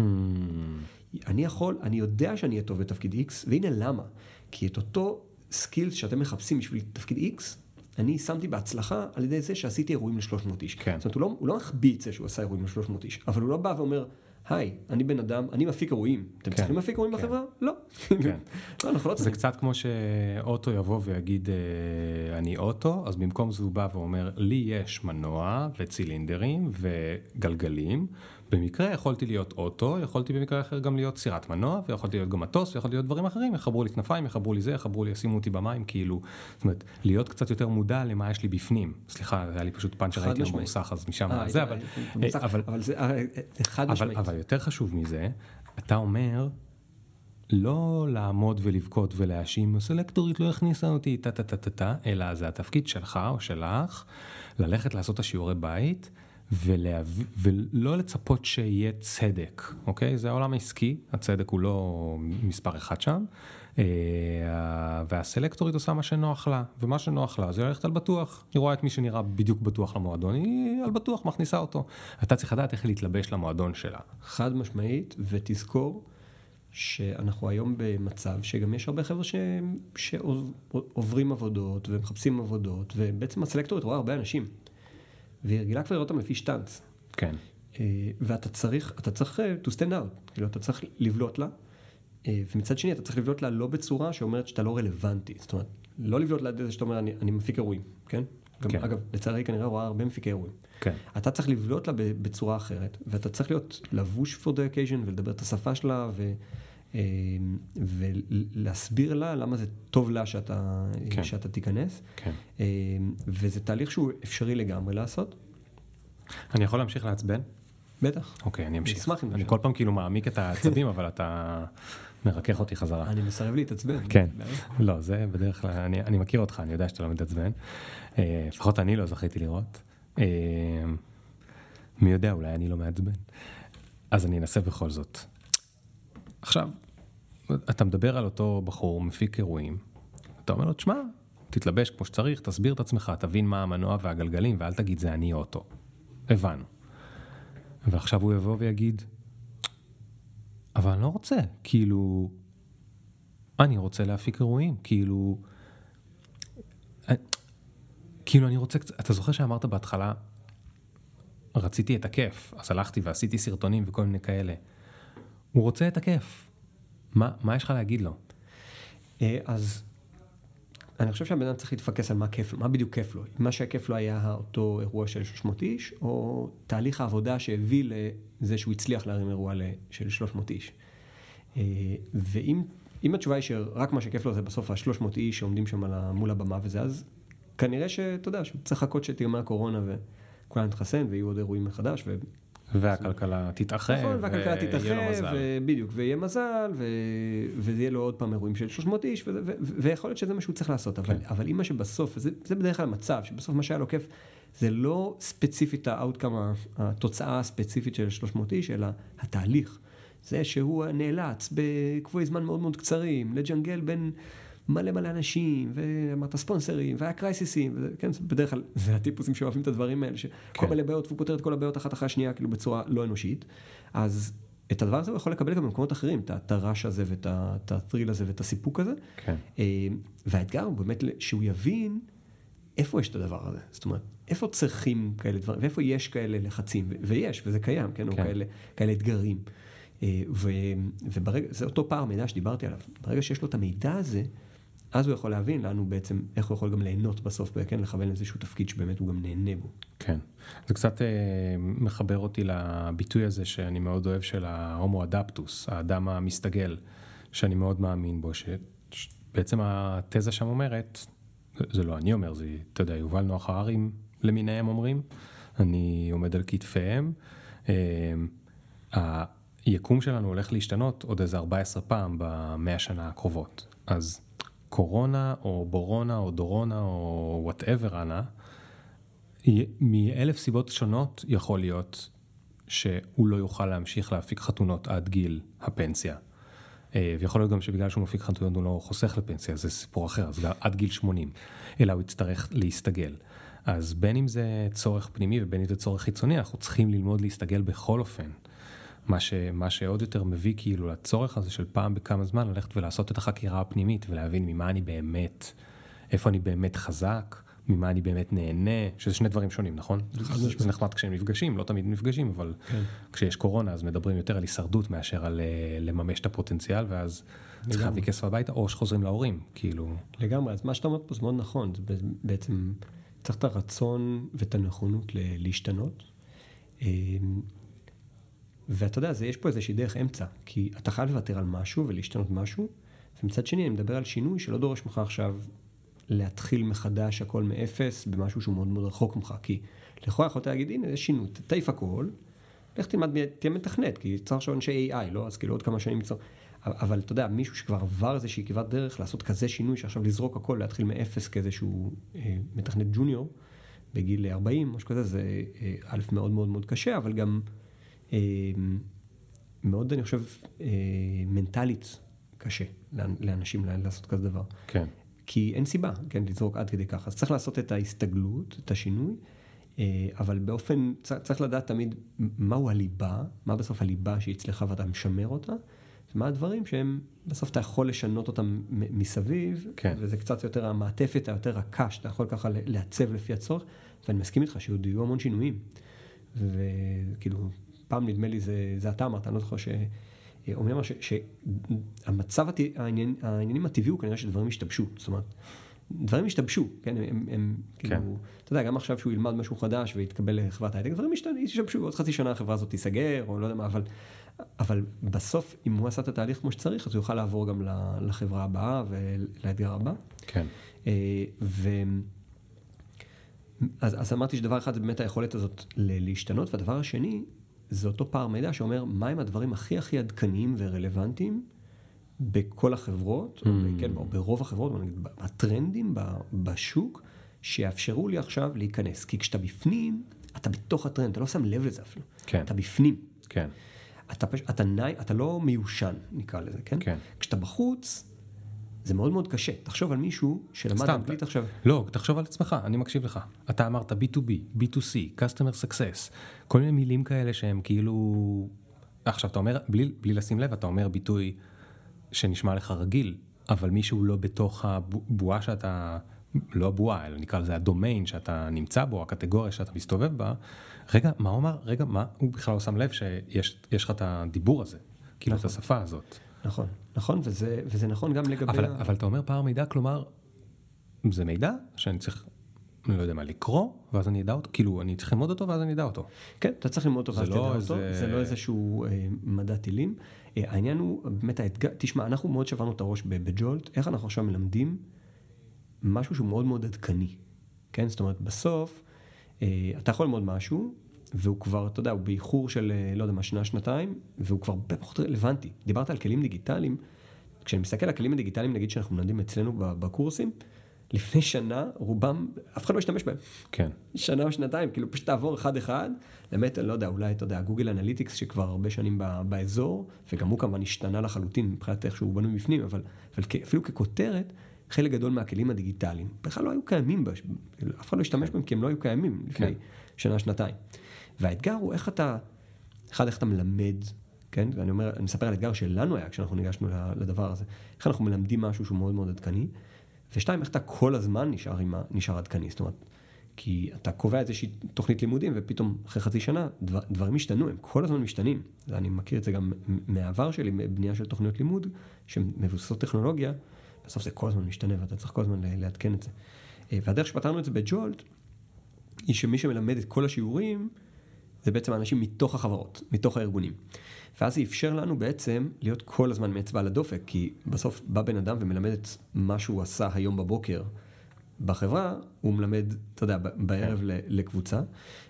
Speaker 1: אני יכול, אני יודע שאני אהיה טוב בתפקיד X, והנה למה? כי את אותו סקילס שאתם מחפשים בשביל תפקיד X, אני שמתי בהצלחה על ידי זה שעשיתי אירועים ל-שלוש מאות איש.
Speaker 2: כן.
Speaker 1: זאת אומרת, הוא לא, הוא לא מחביא את זה שהוא עשה אירועים ל-שלוש מאות איש, אבל הוא לא בא ואומר, היי, אני בן אדם, אני מפיק אירועים. אתם
Speaker 2: כן.
Speaker 1: צריכים להפיק אירועים
Speaker 2: כן.
Speaker 1: בחברה? לא.
Speaker 2: כן.
Speaker 1: לא, אנחנו לא
Speaker 2: זה
Speaker 1: צריכים.
Speaker 2: קצת כמו שאוטו יבוא ויגיד, אני אוטו, אז במקום זה הוא בא ואומר, לי יש מנוע וצילינדרים וגלגלים, במקרה יכולתי להיות אוטו, יכולתי במקרה אחר גם להיות סירת מנוע, ויכולתי להיות גם מטוס, ויכולתי להיות דברים אחרים, יחברו לי כנפיים, יחברו לי זה, יחברו לי, ישימו אותי במים, כאילו, זאת אומרת, להיות קצת יותר מודע למה יש לי בפנים. סליחה, זה היה לי פשוט פאנץ' שראיתי במוסך, אז משם זה, אבל...
Speaker 1: אבל זה חד משמעית.
Speaker 2: אבל יותר חשוב מזה, אתה אומר, לא לעמוד ולבכות ולהאשים, הסלקטורית לא הכניסה אותי, טה-טה-טה-טה, אלא זה התפקיד שלך או שלך, ללכת לעשות את השיעורי בית, ולהב... ולא לצפות שיהיה צדק, אוקיי? זה העולם העסקי, הצדק הוא לא מספר אחד שם, והסלקטורית עושה מה שנוח לה, ומה שנוח לה זה ללכת על בטוח, היא רואה את מי שנראה בדיוק בטוח למועדון, היא על בטוח מכניסה אותו. אתה צריך לדעת איך להתלבש למועדון שלה.
Speaker 1: חד משמעית, ותזכור שאנחנו היום במצב שגם יש הרבה חבר'ה ש... שעוברים עבודות ומחפשים עבודות, ובעצם הסלקטורית רואה הרבה אנשים. והיא רגילה כבר לראות אותם לפי שטנץ.
Speaker 2: כן.
Speaker 1: ואתה צריך, אתה צריך to stand out, כאילו אתה צריך לבלוט לה, ומצד שני אתה צריך לבלוט לה לא בצורה שאומרת שאתה לא רלוונטי, זאת אומרת, לא לבלוט לה זה שאתה אומר, אני, אני מפיק אירועים, כן? גם, כן. אגב, לצערי כנראה רואה הרבה מפיקי אירועים.
Speaker 2: כן.
Speaker 1: אתה צריך לבלוט לה בצורה אחרת, ואתה צריך להיות לבוש for the occasion, ולדבר את השפה שלה, ו... ולהסביר לה למה זה טוב לה שאתה, כן. שאתה תיכנס.
Speaker 2: כן.
Speaker 1: וזה תהליך שהוא אפשרי לגמרי לעשות.
Speaker 2: אני יכול להמשיך לעצבן?
Speaker 1: בטח.
Speaker 2: אוקיי, אני אמשיך.
Speaker 1: אשמח אם
Speaker 2: אני כל פעם כאילו מעמיק את העצבים, אבל אתה מרכך אותי חזרה.
Speaker 1: אני מסרב להתעצבן.
Speaker 2: כן. לא, זה בדרך כלל, אני, אני מכיר אותך, אני יודע שאתה לא מתעצבן. לפחות אני לא זכיתי לראות. מי יודע, אולי אני לא מעצבן. אז אני אנסה בכל זאת. עכשיו, אתה מדבר על אותו בחור, מפיק אירועים, אתה אומר לו, תשמע, תתלבש כמו שצריך, תסביר את עצמך, תבין מה המנוע והגלגלים, ואל תגיד זה אני אוטו. הבנו. ועכשיו הוא יבוא ויגיד, אבל אני לא רוצה, כאילו, אני רוצה להפיק אירועים, כאילו, כאילו אני רוצה, אתה זוכר שאמרת בהתחלה, רציתי את הכיף, אז הלכתי ועשיתי סרטונים וכל מיני כאלה. הוא רוצה את הכיף. מה, מה יש לך להגיד לו?
Speaker 1: אז אני חושב שהבן אדם צריך להתפקס על מה כיף לו, מה בדיוק כיף לו. מה שהכיף לו היה אותו אירוע של שלוש מאות איש, או תהליך העבודה שהביא לזה שהוא הצליח להרים אירוע של שלוש מאות איש. ואם אם התשובה היא שרק מה שכיף לו זה בסוף ה-שלוש מאות איש שעומדים שם מול הבמה וזה, אז כנראה שאתה יודע, שצריך לחכות שתגמר הקורונה וכולם נתחסן ויהיו עוד אירועים מחדש. ו...
Speaker 2: והכלכלה תתאחר.
Speaker 1: נכון, והכלכלה תתאחר, ובדיוק, ויהיה מזל, ו... וזה יהיה לו עוד פעם אירועים של שלוש מאות איש, ו... ו... ויכול להיות שזה מה שהוא צריך לעשות. אבל, אבל אם מה שבסוף, זה, זה בדרך כלל המצב, שבסוף מה שהיה לו כיף, זה לא ספציפית האוטקאם, התוצאה הספציפית של שלוש מאות איש, אלא התהליך. זה שהוא נאלץ בקבועי זמן מאוד מאוד קצרים, לג'נגל בין מלא מלא אנשים, ואמרת ספונסרים, והיה קרייסיסים, וזה, כן, בדרך כלל זה הטיפוסים שאוהבים את הדברים האלה, שכל כן. מלא בעיות, והוא פותר את כל הבעיות אחת אחרי השנייה, כאילו בצורה לא אנושית. אז את הדבר הזה הוא יכול לקבל גם במקומות אחרים, את הרעש הזה, ואת הטריל הזה, ואת הסיפוק הזה.
Speaker 2: כן.
Speaker 1: והאתגר הוא באמת שהוא יבין איפה יש את הדבר הזה. זאת אומרת, איפה צריכים כאלה דברים, ואיפה יש כאלה לחצים, ויש, וזה קיים, כן, כן. או כאלה, כאלה אתגרים. וברגע, זה אותו פער מידע שדיברתי עליו. ברגע שיש לו את המידע הזה, אז הוא יכול להבין לנו בעצם, איך הוא יכול גם ליהנות בסוף, כן, לכוון איזשהו תפקיד שבאמת הוא גם נהנה בו.
Speaker 2: כן. זה קצת אה, מחבר אותי לביטוי הזה שאני מאוד אוהב של ההומו אדפטוס, האדם המסתגל, שאני מאוד מאמין בו, שבעצם התזה שם אומרת, זה לא אני אומר, זה, אתה יודע, יובל נוח הררים למיניהם אומרים, אני עומד על כתפיהם, אה, היקום שלנו הולך להשתנות עוד איזה ארבע עשרה פעם במאה שנה הקרובות. אז קורונה או בורונה או דורונה או whatever אנה, מאלף סיבות שונות יכול להיות שהוא לא יוכל להמשיך להפיק חתונות עד גיל הפנסיה. ויכול להיות גם שבגלל שהוא מפיק חתונות הוא לא חוסך לפנסיה, זה סיפור אחר, אז עד גיל שמונים, אלא הוא יצטרך להסתגל. אז בין אם זה צורך פנימי ובין אם זה צורך חיצוני, אנחנו צריכים ללמוד להסתגל בכל אופן. מה, ש, מה שעוד יותר מביא כאילו לצורך הזה של פעם בכמה זמן ללכת ולעשות את החקירה הפנימית ולהבין ממה אני באמת, איפה אני באמת חזק, ממה אני באמת נהנה, שזה שני דברים שונים, נכון? זה, זה נחמד כשהם נפגשים, לא תמיד נפגשים, אבל כן. כשיש קורונה אז מדברים יותר על הישרדות מאשר על לממש את הפוטנציאל, ואז צריך להביא כסף הביתה, או שחוזרים להורים, כאילו.
Speaker 1: לגמרי, אז מה שאתה אומר פה זה מאוד נכון, זה בעצם צריך את הרצון ואת הנכונות להשתנות. ואתה יודע, יש פה איזושהי דרך אמצע, כי אתה חייב לוותר על משהו ולהשתנות משהו, ומצד שני אני מדבר על שינוי שלא דורש ממך עכשיו להתחיל מחדש הכל מאפס במשהו שהוא מאוד מאוד רחוק ממך, כי לכאורה יכולת להגיד, הנה, יש שינוי, תעיף הכל, לך תלמד, תהיה מתכנת, כי צריך עכשיו אנשי איי איי, לא? אז כאילו עוד כמה שנים צריך, אבל אתה יודע, מישהו שכבר עבר איזושהי כברת דרך, לעשות כזה שינוי שעכשיו לזרוק הכל, להתחיל מאפס כאיזשהו אה, מתכנת ג'וניור, בגיל ארבעים, משהו כזה, זה אה, א' מאוד מאוד מאוד קשה, אבל גם מאוד, אני חושב, מנטלית קשה לאנשים לעשות כזה דבר.
Speaker 2: כן.
Speaker 1: כי אין סיבה, כן, לזרוק עד כדי ככה. אז צריך לעשות את ההסתגלות, את השינוי, אבל באופן, צריך לדעת תמיד מהו הליבה, מה בסוף הליבה שהצליחה ואתה משמר אותה, ומה הדברים שהם, בסוף אתה יכול לשנות אותם מסביב,
Speaker 2: כן.
Speaker 1: וזה קצת יותר המעטפת, היותר רכה, שאתה יכול ככה לעצב לפי הצורך, ואני מסכים איתך שיהיו המון שינויים. וכאילו, פעם נדמה לי, זה, זה אתה אמרת, אני לא זוכר שאומר שהמצב, העניין, העניינים הטבעי הוא כנראה שדברים השתבשו, זאת אומרת, דברים השתבשו, כן, הם, הם
Speaker 2: כן.
Speaker 1: כאילו, אתה יודע, גם עכשיו שהוא ילמד משהו חדש ויתקבל לחברת הייטק, דברים השתבשו, עוד חצי שנה החברה הזאת תיסגר, או לא יודע מה, אבל, אבל בסוף, אם הוא עשה את התהליך כמו שצריך, אז הוא יוכל לעבור גם לחברה הבאה ולאתגר הבא.
Speaker 2: כן.
Speaker 1: ו... אז, אז אמרתי שדבר אחד זה באמת היכולת הזאת להשתנות, והדבר השני, זה אותו פער מידע שאומר מהם הדברים הכי הכי עדכניים ורלוונטיים בכל החברות, mm. או, כן, או ברוב החברות, או נגיד, הטרנדים בשוק, שיאפשרו לי עכשיו להיכנס. כי כשאתה בפנים, אתה בתוך הטרנד, אתה לא שם לב לזה אפילו.
Speaker 2: כן.
Speaker 1: אתה בפנים.
Speaker 2: כן.
Speaker 1: אתה, אתה, אתה לא מיושן, נקרא לזה, כן?
Speaker 2: כן.
Speaker 1: כשאתה בחוץ, זה מאוד מאוד קשה. תחשוב על מישהו שלמד אנגלית עכשיו.
Speaker 2: לא, תחשוב על עצמך, אני מקשיב לך. אתה אמרת בי טו בי, בי טו סי, Customer Success, כל מיני מילים כאלה שהם כאילו, עכשיו אתה אומר, בלי, בלי לשים לב, אתה אומר ביטוי שנשמע לך רגיל, אבל מישהו לא בתוך הבועה שאתה, לא הבועה, אלא נקרא לזה הדומיין שאתה נמצא בו, הקטגוריה שאתה מסתובב בה, רגע, מה הוא אמר? רגע, מה? הוא בכלל לא שם לב שיש יש לך את הדיבור הזה, כאילו נכון. את השפה הזאת.
Speaker 1: נכון, נכון, וזה, וזה נכון גם לגבי...
Speaker 2: אבל, ה... אבל אתה אומר פער מידע, כלומר, זה מידע שאני צריך, אני לא יודע מה, לקרוא, ואז אני אדע אותו, כאילו, אני צריך ללמוד אותו, ואז אני אדע אותו.
Speaker 1: כן, אתה צריך ללמוד אותו, ואז
Speaker 2: לא
Speaker 1: תדע
Speaker 2: איזה...
Speaker 1: אותו, זה לא איזשהו אה, מדע טילים. אה, העניין הוא, באמת, האתגר, תשמע, אנחנו מאוד שברנו את הראש בג'ולט, איך אנחנו עכשיו מלמדים משהו שהוא מאוד מאוד עדכני, כן? זאת אומרת, בסוף, אה, אתה יכול ללמוד משהו, והוא כבר, אתה יודע, הוא באיחור של, לא יודע מה, שנה, שנתיים, והוא כבר פחות רלוונטי. דיברת על כלים דיגיטליים, כשאני מסתכל על הכלים הדיגיטליים, נגיד שאנחנו מלמדים אצלנו בקורסים, לפני שנה, רובם, אף אחד לא השתמש בהם.
Speaker 2: כן.
Speaker 1: שנה או שנתיים, כאילו פשוט תעבור אחד-אחד, באמת, אני לא יודע, אולי, אתה יודע, גוגל אנליטיקס, שכבר הרבה שנים באזור, וגם הוא כמובן השתנה לחלוטין, מבחינת איך שהוא בנוי בפנים, אבל, אבל אפילו ככותרת, חלק גדול מהכלים הדיגיטליים, בכלל לא היו קיימים, אף אחד לא השתמש בהם, כי הם לא היו קיימים לפני שנה, שנתיים. והאתגר הוא איך אתה, אחד, איך אתה מלמד, כן? אני אומר, אני מספר על האתגר שלנו היה, כשאנחנו ניגשנו לדבר הזה, איך אנחנו מלמדים משהו שהוא מאוד מאוד עדכני, ושתיים, איך אתה כל הזמן נשאר, עם, נשאר עדכני, זאת אומרת, כי אתה קובע איזושהי תוכנית לימודים, ופתאום אחרי חצי שנה, דבר, דברים משתנו, הם כל הזמן משתנים. אני מכיר את זה גם מהעבר שלי, בבנייה של תוכניות לימוד, שמבוססות טכנולוגיה, בסוף זה כל הזמן משתנה, ואתה צריך כל הזמן לעדכן את זה. והדרך שפתרנו את זה בג'ולט, היא שמי שמלמד את כל השיעורים, זה בעצם האנשים מתוך החברות, מתוך הארגונים. ואז זה אפשר לנו בעצם להיות כל הזמן מאצבע על הדופק, כי בסוף בא בן אדם ומלמד את מה שהוא עשה היום בבוקר בחברה, הוא מלמד, אתה יודע, בערב לקבוצה,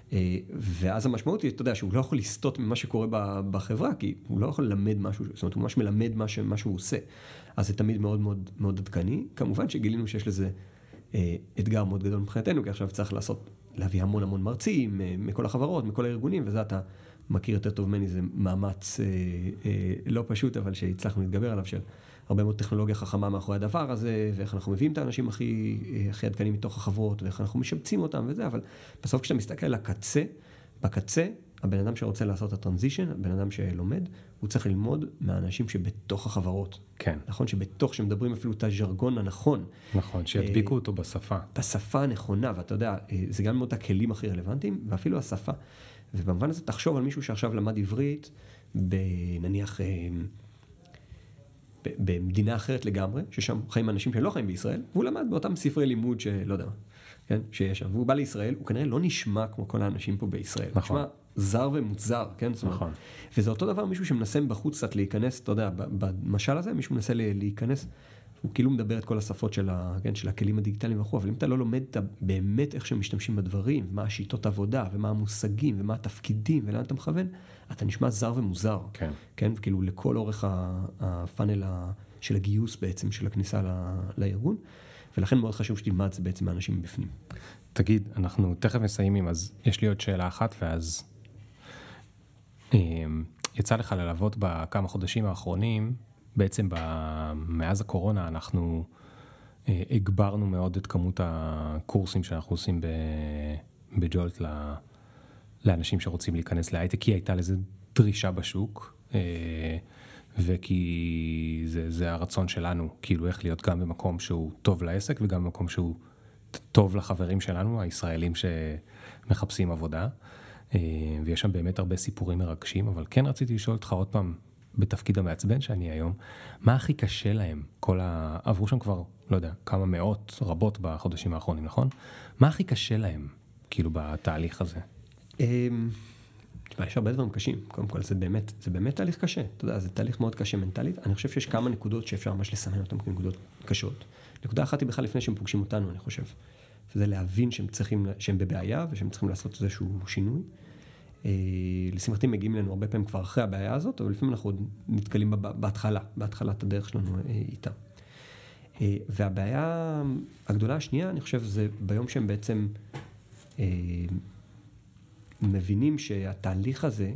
Speaker 1: ואז המשמעות היא, אתה יודע, שהוא לא יכול לסטות ממה שקורה בחברה, כי הוא לא יכול ללמד משהו, זאת אומרת, הוא ממש מלמד מה שהוא עושה. אז זה תמיד מאוד מאוד מאוד עדכני. כמובן שגילינו שיש לזה אתגר מאוד גדול מבחינתנו, כי עכשיו צריך לעשות, להביא המון המון מרצים, מכל החברות, מכל הארגונים, וזה אתה מכיר יותר טוב ממני, זה מאמץ אה, אה, לא פשוט, אבל שהצלחנו להתגבר עליו, של הרבה מאוד טכנולוגיה חכמה מאחורי הדבר הזה, ואיך אנחנו מביאים את האנשים הכי, הכי עדכנים מתוך החברות, ואיך אנחנו משבצים אותם וזה, אבל בסוף כשאתה מסתכל על הקצה, בקצה, הבן אדם שרוצה לעשות את הטרנזישן, הבן אדם שלומד, הוא צריך ללמוד מהאנשים שבתוך החברות.
Speaker 2: כן.
Speaker 1: נכון, שבתוך, שמדברים אפילו את הז'רגון הנכון.
Speaker 2: נכון, שידביקו אותו בשפה.
Speaker 1: בשפה הנכונה, ואתה יודע, זה גם מאוד הכלים הכי רלוונטיים, ואפילו השפה. ובמובן הזה תחשוב על מישהו שעכשיו למד עברית, בנניח, במדינה אחרת לגמרי, ששם חיים אנשים שלא חיים בישראל, והוא למד באותם ספרי לימוד שלא יודע מה, כן, שיש שם. והוא בא לישראל, הוא כנראה לא נשמע כמו כל האנשים פה בישראל.
Speaker 2: נכון.
Speaker 1: נשמע זר ומוזר, כן?
Speaker 2: נכון.
Speaker 1: וזה אותו דבר, מישהו שמנסה בחוץ קצת להיכנס, אתה יודע, במשל הזה, מישהו מנסה להיכנס, הוא כאילו מדבר את כל השפות של, ה, כן, של הכלים הדיגיטליים וכו', אבל אם אתה לא לומד את באמת איך שהם משתמשים בדברים, מה השיטות עבודה, ומה המושגים, ומה התפקידים, ולאן אתה מכוון, אתה נשמע זר ומוזר.
Speaker 2: כן.
Speaker 1: כן, כאילו לכל אורך הפאנל של הגיוס בעצם, של הכניסה לארגון, ולכן מאוד חשוב שתלמד זה בעצם האנשים בפנים.
Speaker 2: תגיד, אנחנו תכף מסיימים, אז יש לי עוד שאלה אחת, ואז יצא לך ללוות בכמה חודשים האחרונים, בעצם מאז הקורונה אנחנו הגברנו מאוד את כמות הקורסים שאנחנו עושים בג'ולט לאנשים שרוצים להיכנס להייטק, כי הייתה לזה דרישה בשוק, וכי זה, זה הרצון שלנו, כאילו איך להיות גם במקום שהוא טוב לעסק, וגם במקום שהוא טוב לחברים שלנו, הישראלים שמחפשים עבודה, ויש שם באמת הרבה סיפורים מרגשים, אבל כן רציתי לשאול אותך עוד פעם, בתפקיד המעצבן שאני היום, מה הכי קשה להם? כל ה... עברו שם כבר, לא יודע, כמה מאות רבות בחודשים האחרונים, נכון? מה הכי קשה להם, כאילו, בתהליך הזה?
Speaker 1: יש הרבה דברים קשים. קודם כל, זה באמת, זה באמת תהליך קשה. אתה יודע, זה תהליך מאוד קשה מנטלית. אני חושב שיש כמה נקודות שאפשר ממש לסמן אותן כנקודות קשות. נקודה אחת היא בכלל לפני שהם פוגשים אותנו, אני חושב. וזה להבין שהם צריכים, שהם בבעיה, ושהם צריכים לעשות איזשהו שינוי. לשמחתי מגיעים לנו הרבה פעמים כבר אחרי הבעיה הזאת, אבל לפעמים אנחנו נתקלים בהתחלה, בהתחלת הדרך שלנו איתה. והבעיה הגדולה השנייה, אני חושב, זה ביום שהם בעצם מבינים שהתהליך הזה,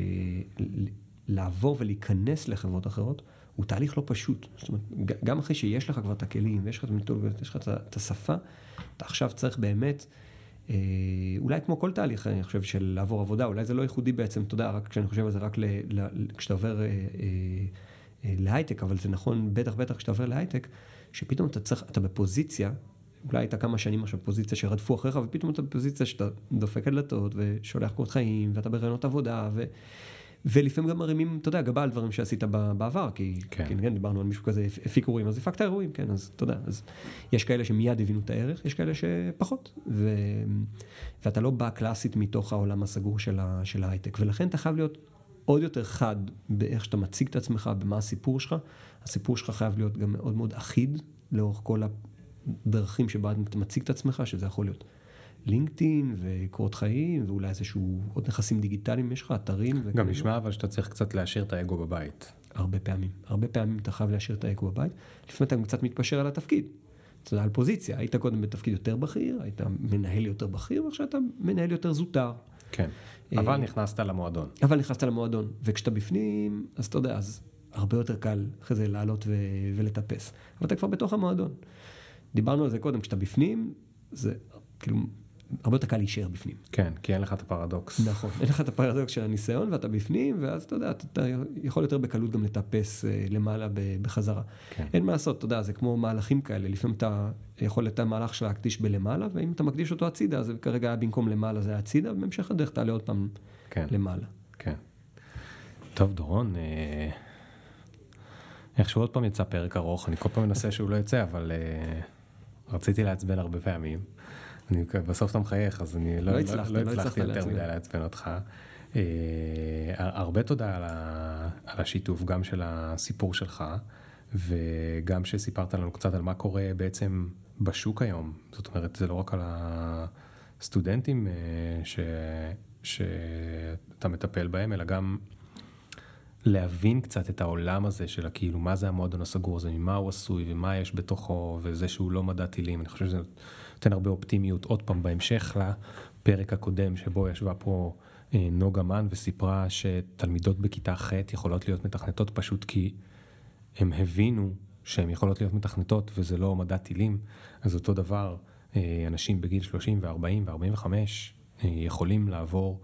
Speaker 1: לעבור ולהיכנס לחברות אחרות, הוא תהליך לא פשוט. זאת אומרת, גם אחרי שיש לך כבר את הכלים, ויש לך את המתודולוגיות, יש לך את השפה, אתה עכשיו צריך באמת אולי כמו כל תהליך, אני חושב, של לעבור עבודה, אולי זה לא ייחודי בעצם, אתה יודע, רק כשאני חושב על זה, רק כשאתה עובר להייטק, אבל זה נכון, בטח, בטח, כשאתה עובר להייטק, שפתאום אתה צריך, אתה בפוזיציה, אולי הייתה כמה שנים עכשיו פוזיציה שרדפו אחריך, ופתאום אתה בפוזיציה שאתה דופק על דלתות, ושולח קורות חיים, ואתה ברעיונות עבודה, ו... ולפעמים גם מרימים, אתה יודע, גבה על דברים שעשית בעבר, כי, כן. כי כן, דיברנו על מישהו כזה, הפיק אירועים, אז הפקת אירועים, כן, אז אתה יודע, אז יש כאלה שמיד הבינו את הערך, יש כאלה שפחות, ו... ואתה לא בא קלאסית מתוך העולם הסגור של, ה... של ההייטק, ולכן אתה חייב להיות עוד יותר חד באיך שאתה מציג את עצמך, במה הסיפור שלך, הסיפור שלך חייב להיות גם מאוד מאוד אחיד, לאורך כל הדרכים שבה אתה מציג את עצמך, שזה יכול להיות לינקדאין וקורות חיים, ואולי איזשהו עוד נכסים דיגיטליים יש לך, אתרים.
Speaker 2: גם נשמע אבל שאתה צריך קצת להשאיר את האגו בבית.
Speaker 1: הרבה פעמים. הרבה פעמים אתה חייב להשאיר את האגו בבית. לפעמים אתה קצת מתפשר על התפקיד. אתה יודע, על פוזיציה. היית קודם בתפקיד יותר בכיר, היית מנהל יותר בכיר, ועכשיו אתה מנהל יותר זוטר.
Speaker 2: כן. אבל נכנסת למועדון.
Speaker 1: אבל נכנסת למועדון. וכשאתה בפנים, אז אתה יודע, אז הרבה יותר קל אחרי זה לעלות ו- ולטפס. אבל אתה כבר בתוך המועדון. דיברנו על זה קודם, כשאתה בפנים, זה כאילו הרבה יותר קל להישאר בפנים.
Speaker 2: כן, כי אין לך את הפרדוקס.
Speaker 1: נכון, אין לך את הפרדוקס של הניסיון, ואתה בפנים, ואז אתה יודע, אתה יכול יותר בקלות גם לטפס למעלה בחזרה.
Speaker 2: כן.
Speaker 1: אין מה לעשות, אתה יודע, זה כמו מהלכים כאלה, לפעמים אתה יכול את המהלך שלה להקדיש בלמעלה, ואם אתה מקדיש אותו הצידה, אז כרגע במקום למעלה זה הצידה, ובהמשך הדרך תעלה עוד פעם
Speaker 2: כן.
Speaker 1: למעלה.
Speaker 2: כן. טוב, דורון, אה... איכשהו עוד פעם יצא פרק ארוך, אני כל פעם מנסה שהוא לא יצא, אבל אה... רציתי לעצבן הרבה פעמים. אני, בסוף אתה מחייך, אז אני לא,
Speaker 1: לא, הצלחת,
Speaker 2: לא,
Speaker 1: לא
Speaker 2: הצלחתי יותר מדי לעצבן אותך. אה, הרבה תודה על, ה, על השיתוף, גם של הסיפור שלך, וגם שסיפרת לנו קצת על מה קורה בעצם בשוק היום. זאת אומרת, זה לא רק על הסטודנטים ש, שאתה מטפל בהם, אלא גם להבין קצת את העולם הזה של כאילו מה זה המועדון הסגור הזה, ממה הוא עשוי ומה יש בתוכו, וזה שהוא לא מדע טילים. אני חושב שזה נותן הרבה אופטימיות עוד פעם בהמשך לפרק הקודם שבו ישבה פה נוגה מן וסיפרה שתלמידות בכיתה ח' יכולות להיות מתכנתות פשוט כי הם הבינו שהן יכולות להיות מתכנתות וזה לא מדע טילים. אז אותו דבר, אנשים בגיל שלושים ו-ארבעים ו-ארבעים וחמש יכולים לעבור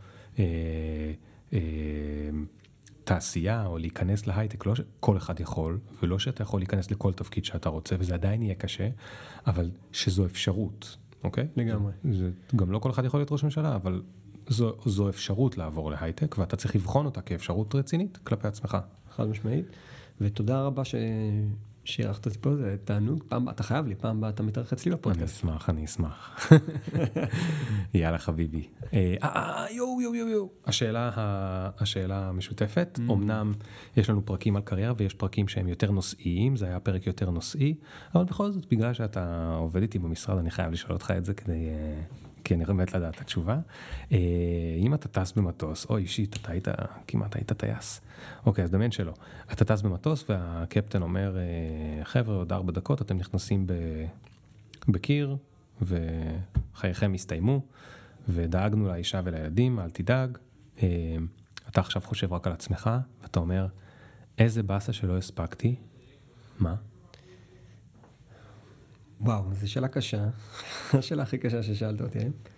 Speaker 2: תעשייה או להיכנס להייטק, לא שכל אחד יכול, ולא שאתה יכול להיכנס לכל תפקיד שאתה רוצה, וזה עדיין יהיה קשה, אבל שזו אפשרות, אוקיי?
Speaker 1: לגמרי.
Speaker 2: זה, גם לא כל אחד יכול להיות ראש ממשלה, אבל זו, זו אפשרות לעבור להייטק, ואתה צריך לבחון אותה כאפשרות רצינית כלפי עצמך.
Speaker 1: חד משמעית, ותודה רבה ש... שערכת אותי פה, זה תענוג, פעם, אתה חייב לי, פעם אתה מתארח אצלי בפודקאסט.
Speaker 2: אני אשמח, אני אשמח. יאללה חביבי. אה, יו, יו, יו, יו. השאלה, השאלה המשותפת, אמנם יש לנו פרקים על קריירה, ויש פרקים שהם יותר נושאיים, זה היה פרק יותר נושאי, אבל בכל זאת, בגלל שאתה עובד איתי במשרד, אני חייב לשאול אותך את זה כדי... כי אני באמת לדעת את התשובה. אם אתה טס במטוס, או אישית, אתה היית, כמעט היית טייס. אוקיי, אז דמיין שלא. אתה טס במטוס, והקפטן אומר, חבר'ה, עוד ארבע דקות, אתם נכנסים בקיר, וחייכם הסתיימו, ודאגנו לאישה ולילדים, אל תדאג. אתה עכשיו חושב רק על עצמך, ואתה אומר, איזה בסה שלא הספקתי? מה?
Speaker 1: וואו, זו שאלה קשה. השאלה הכי קשה ששאלת אותי.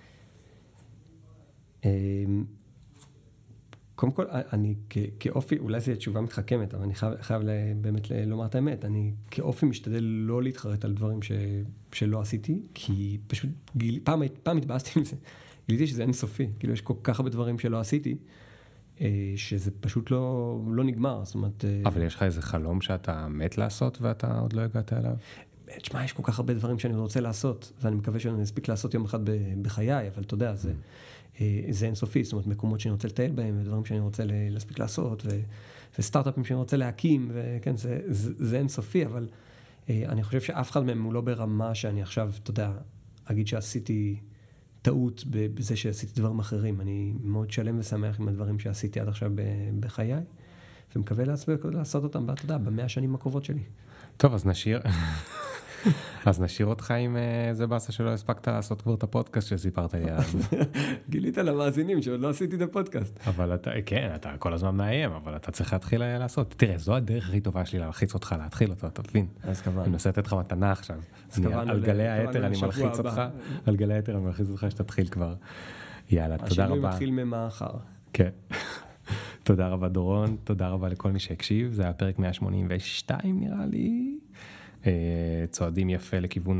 Speaker 1: קודם כל, אני כאופי, אולי זו תשובה מתחכמת, אבל אני חייב באמת לומר את האמת. אני כאופי משתדל לא להתחרט על דברים שלא עשיתי, כי פשוט פעם התבאסתי עם זה. גיליתי שזה אינסופי. כאילו, יש כל כך הרבה דברים שלא עשיתי, שזה פשוט לא נגמר. זאת אומרת...
Speaker 2: אבל יש לך איזה חלום שאתה מת לעשות ואתה עוד לא הגעת אליו?
Speaker 1: תשמע, יש כל כך הרבה דברים שאני רוצה לעשות, ואני מקווה שאני אספיק לעשות יום אחד בחיי, אבל אתה יודע, זה, זה אינסופי, זאת אומרת, מקומות שאני רוצה לטייל בהם, ודברים שאני רוצה להספיק לעשות, ו, וסטארט-אפים שאני רוצה להקים, וכן, זה, זה, זה אינסופי, אבל אני חושב שאף אחד מהם הוא לא ברמה שאני עכשיו, אתה יודע, אגיד שעשיתי טעות בזה שעשיתי דברים אחרים. אני מאוד שלם ושמח עם הדברים שעשיתי עד עכשיו בחיי, ומקווה לעשות אותם, אתה יודע, במאה השנים הקרובות שלי.
Speaker 2: טוב, אז נשאיר, אז נשאיר אותך עם זה באסה שלא הספקת לעשות כבר את הפודקאסט שסיפרת לי אז.
Speaker 1: גילית למאזינים שעוד לא עשיתי את הפודקאסט.
Speaker 2: אבל אתה, כן, אתה כל הזמן מאיים, אבל אתה צריך להתחיל לעשות. תראה, זו הדרך הכי טובה שלי להלחיץ אותך, להתחיל אותו, אתה מבין?
Speaker 1: אז קבענו.
Speaker 2: אני מנסה לתת לך מתנה עכשיו. על גלי היתר אני מלחיץ אותך, על גלי היתר אני מלחיץ אותך שתתחיל כבר. יאללה, תודה רבה.
Speaker 1: השינוי מתחיל ממאחר.
Speaker 2: כן. תודה רבה דורון, תודה רבה לכל מי שהקשיב, זה היה פרק מאה שמונים ושתיים נראה לי. צועדים יפה לכיוון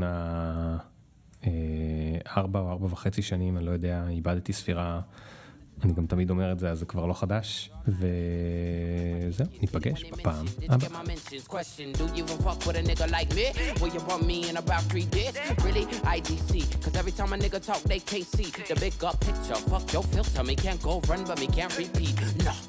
Speaker 2: הארבע או ארבע וחצי שנים, אני לא יודע, איבדתי ספירה, אני גם תמיד אומר את זה, אז זה כבר לא חדש, וזהו, ניפגש בפעם הבאה. No.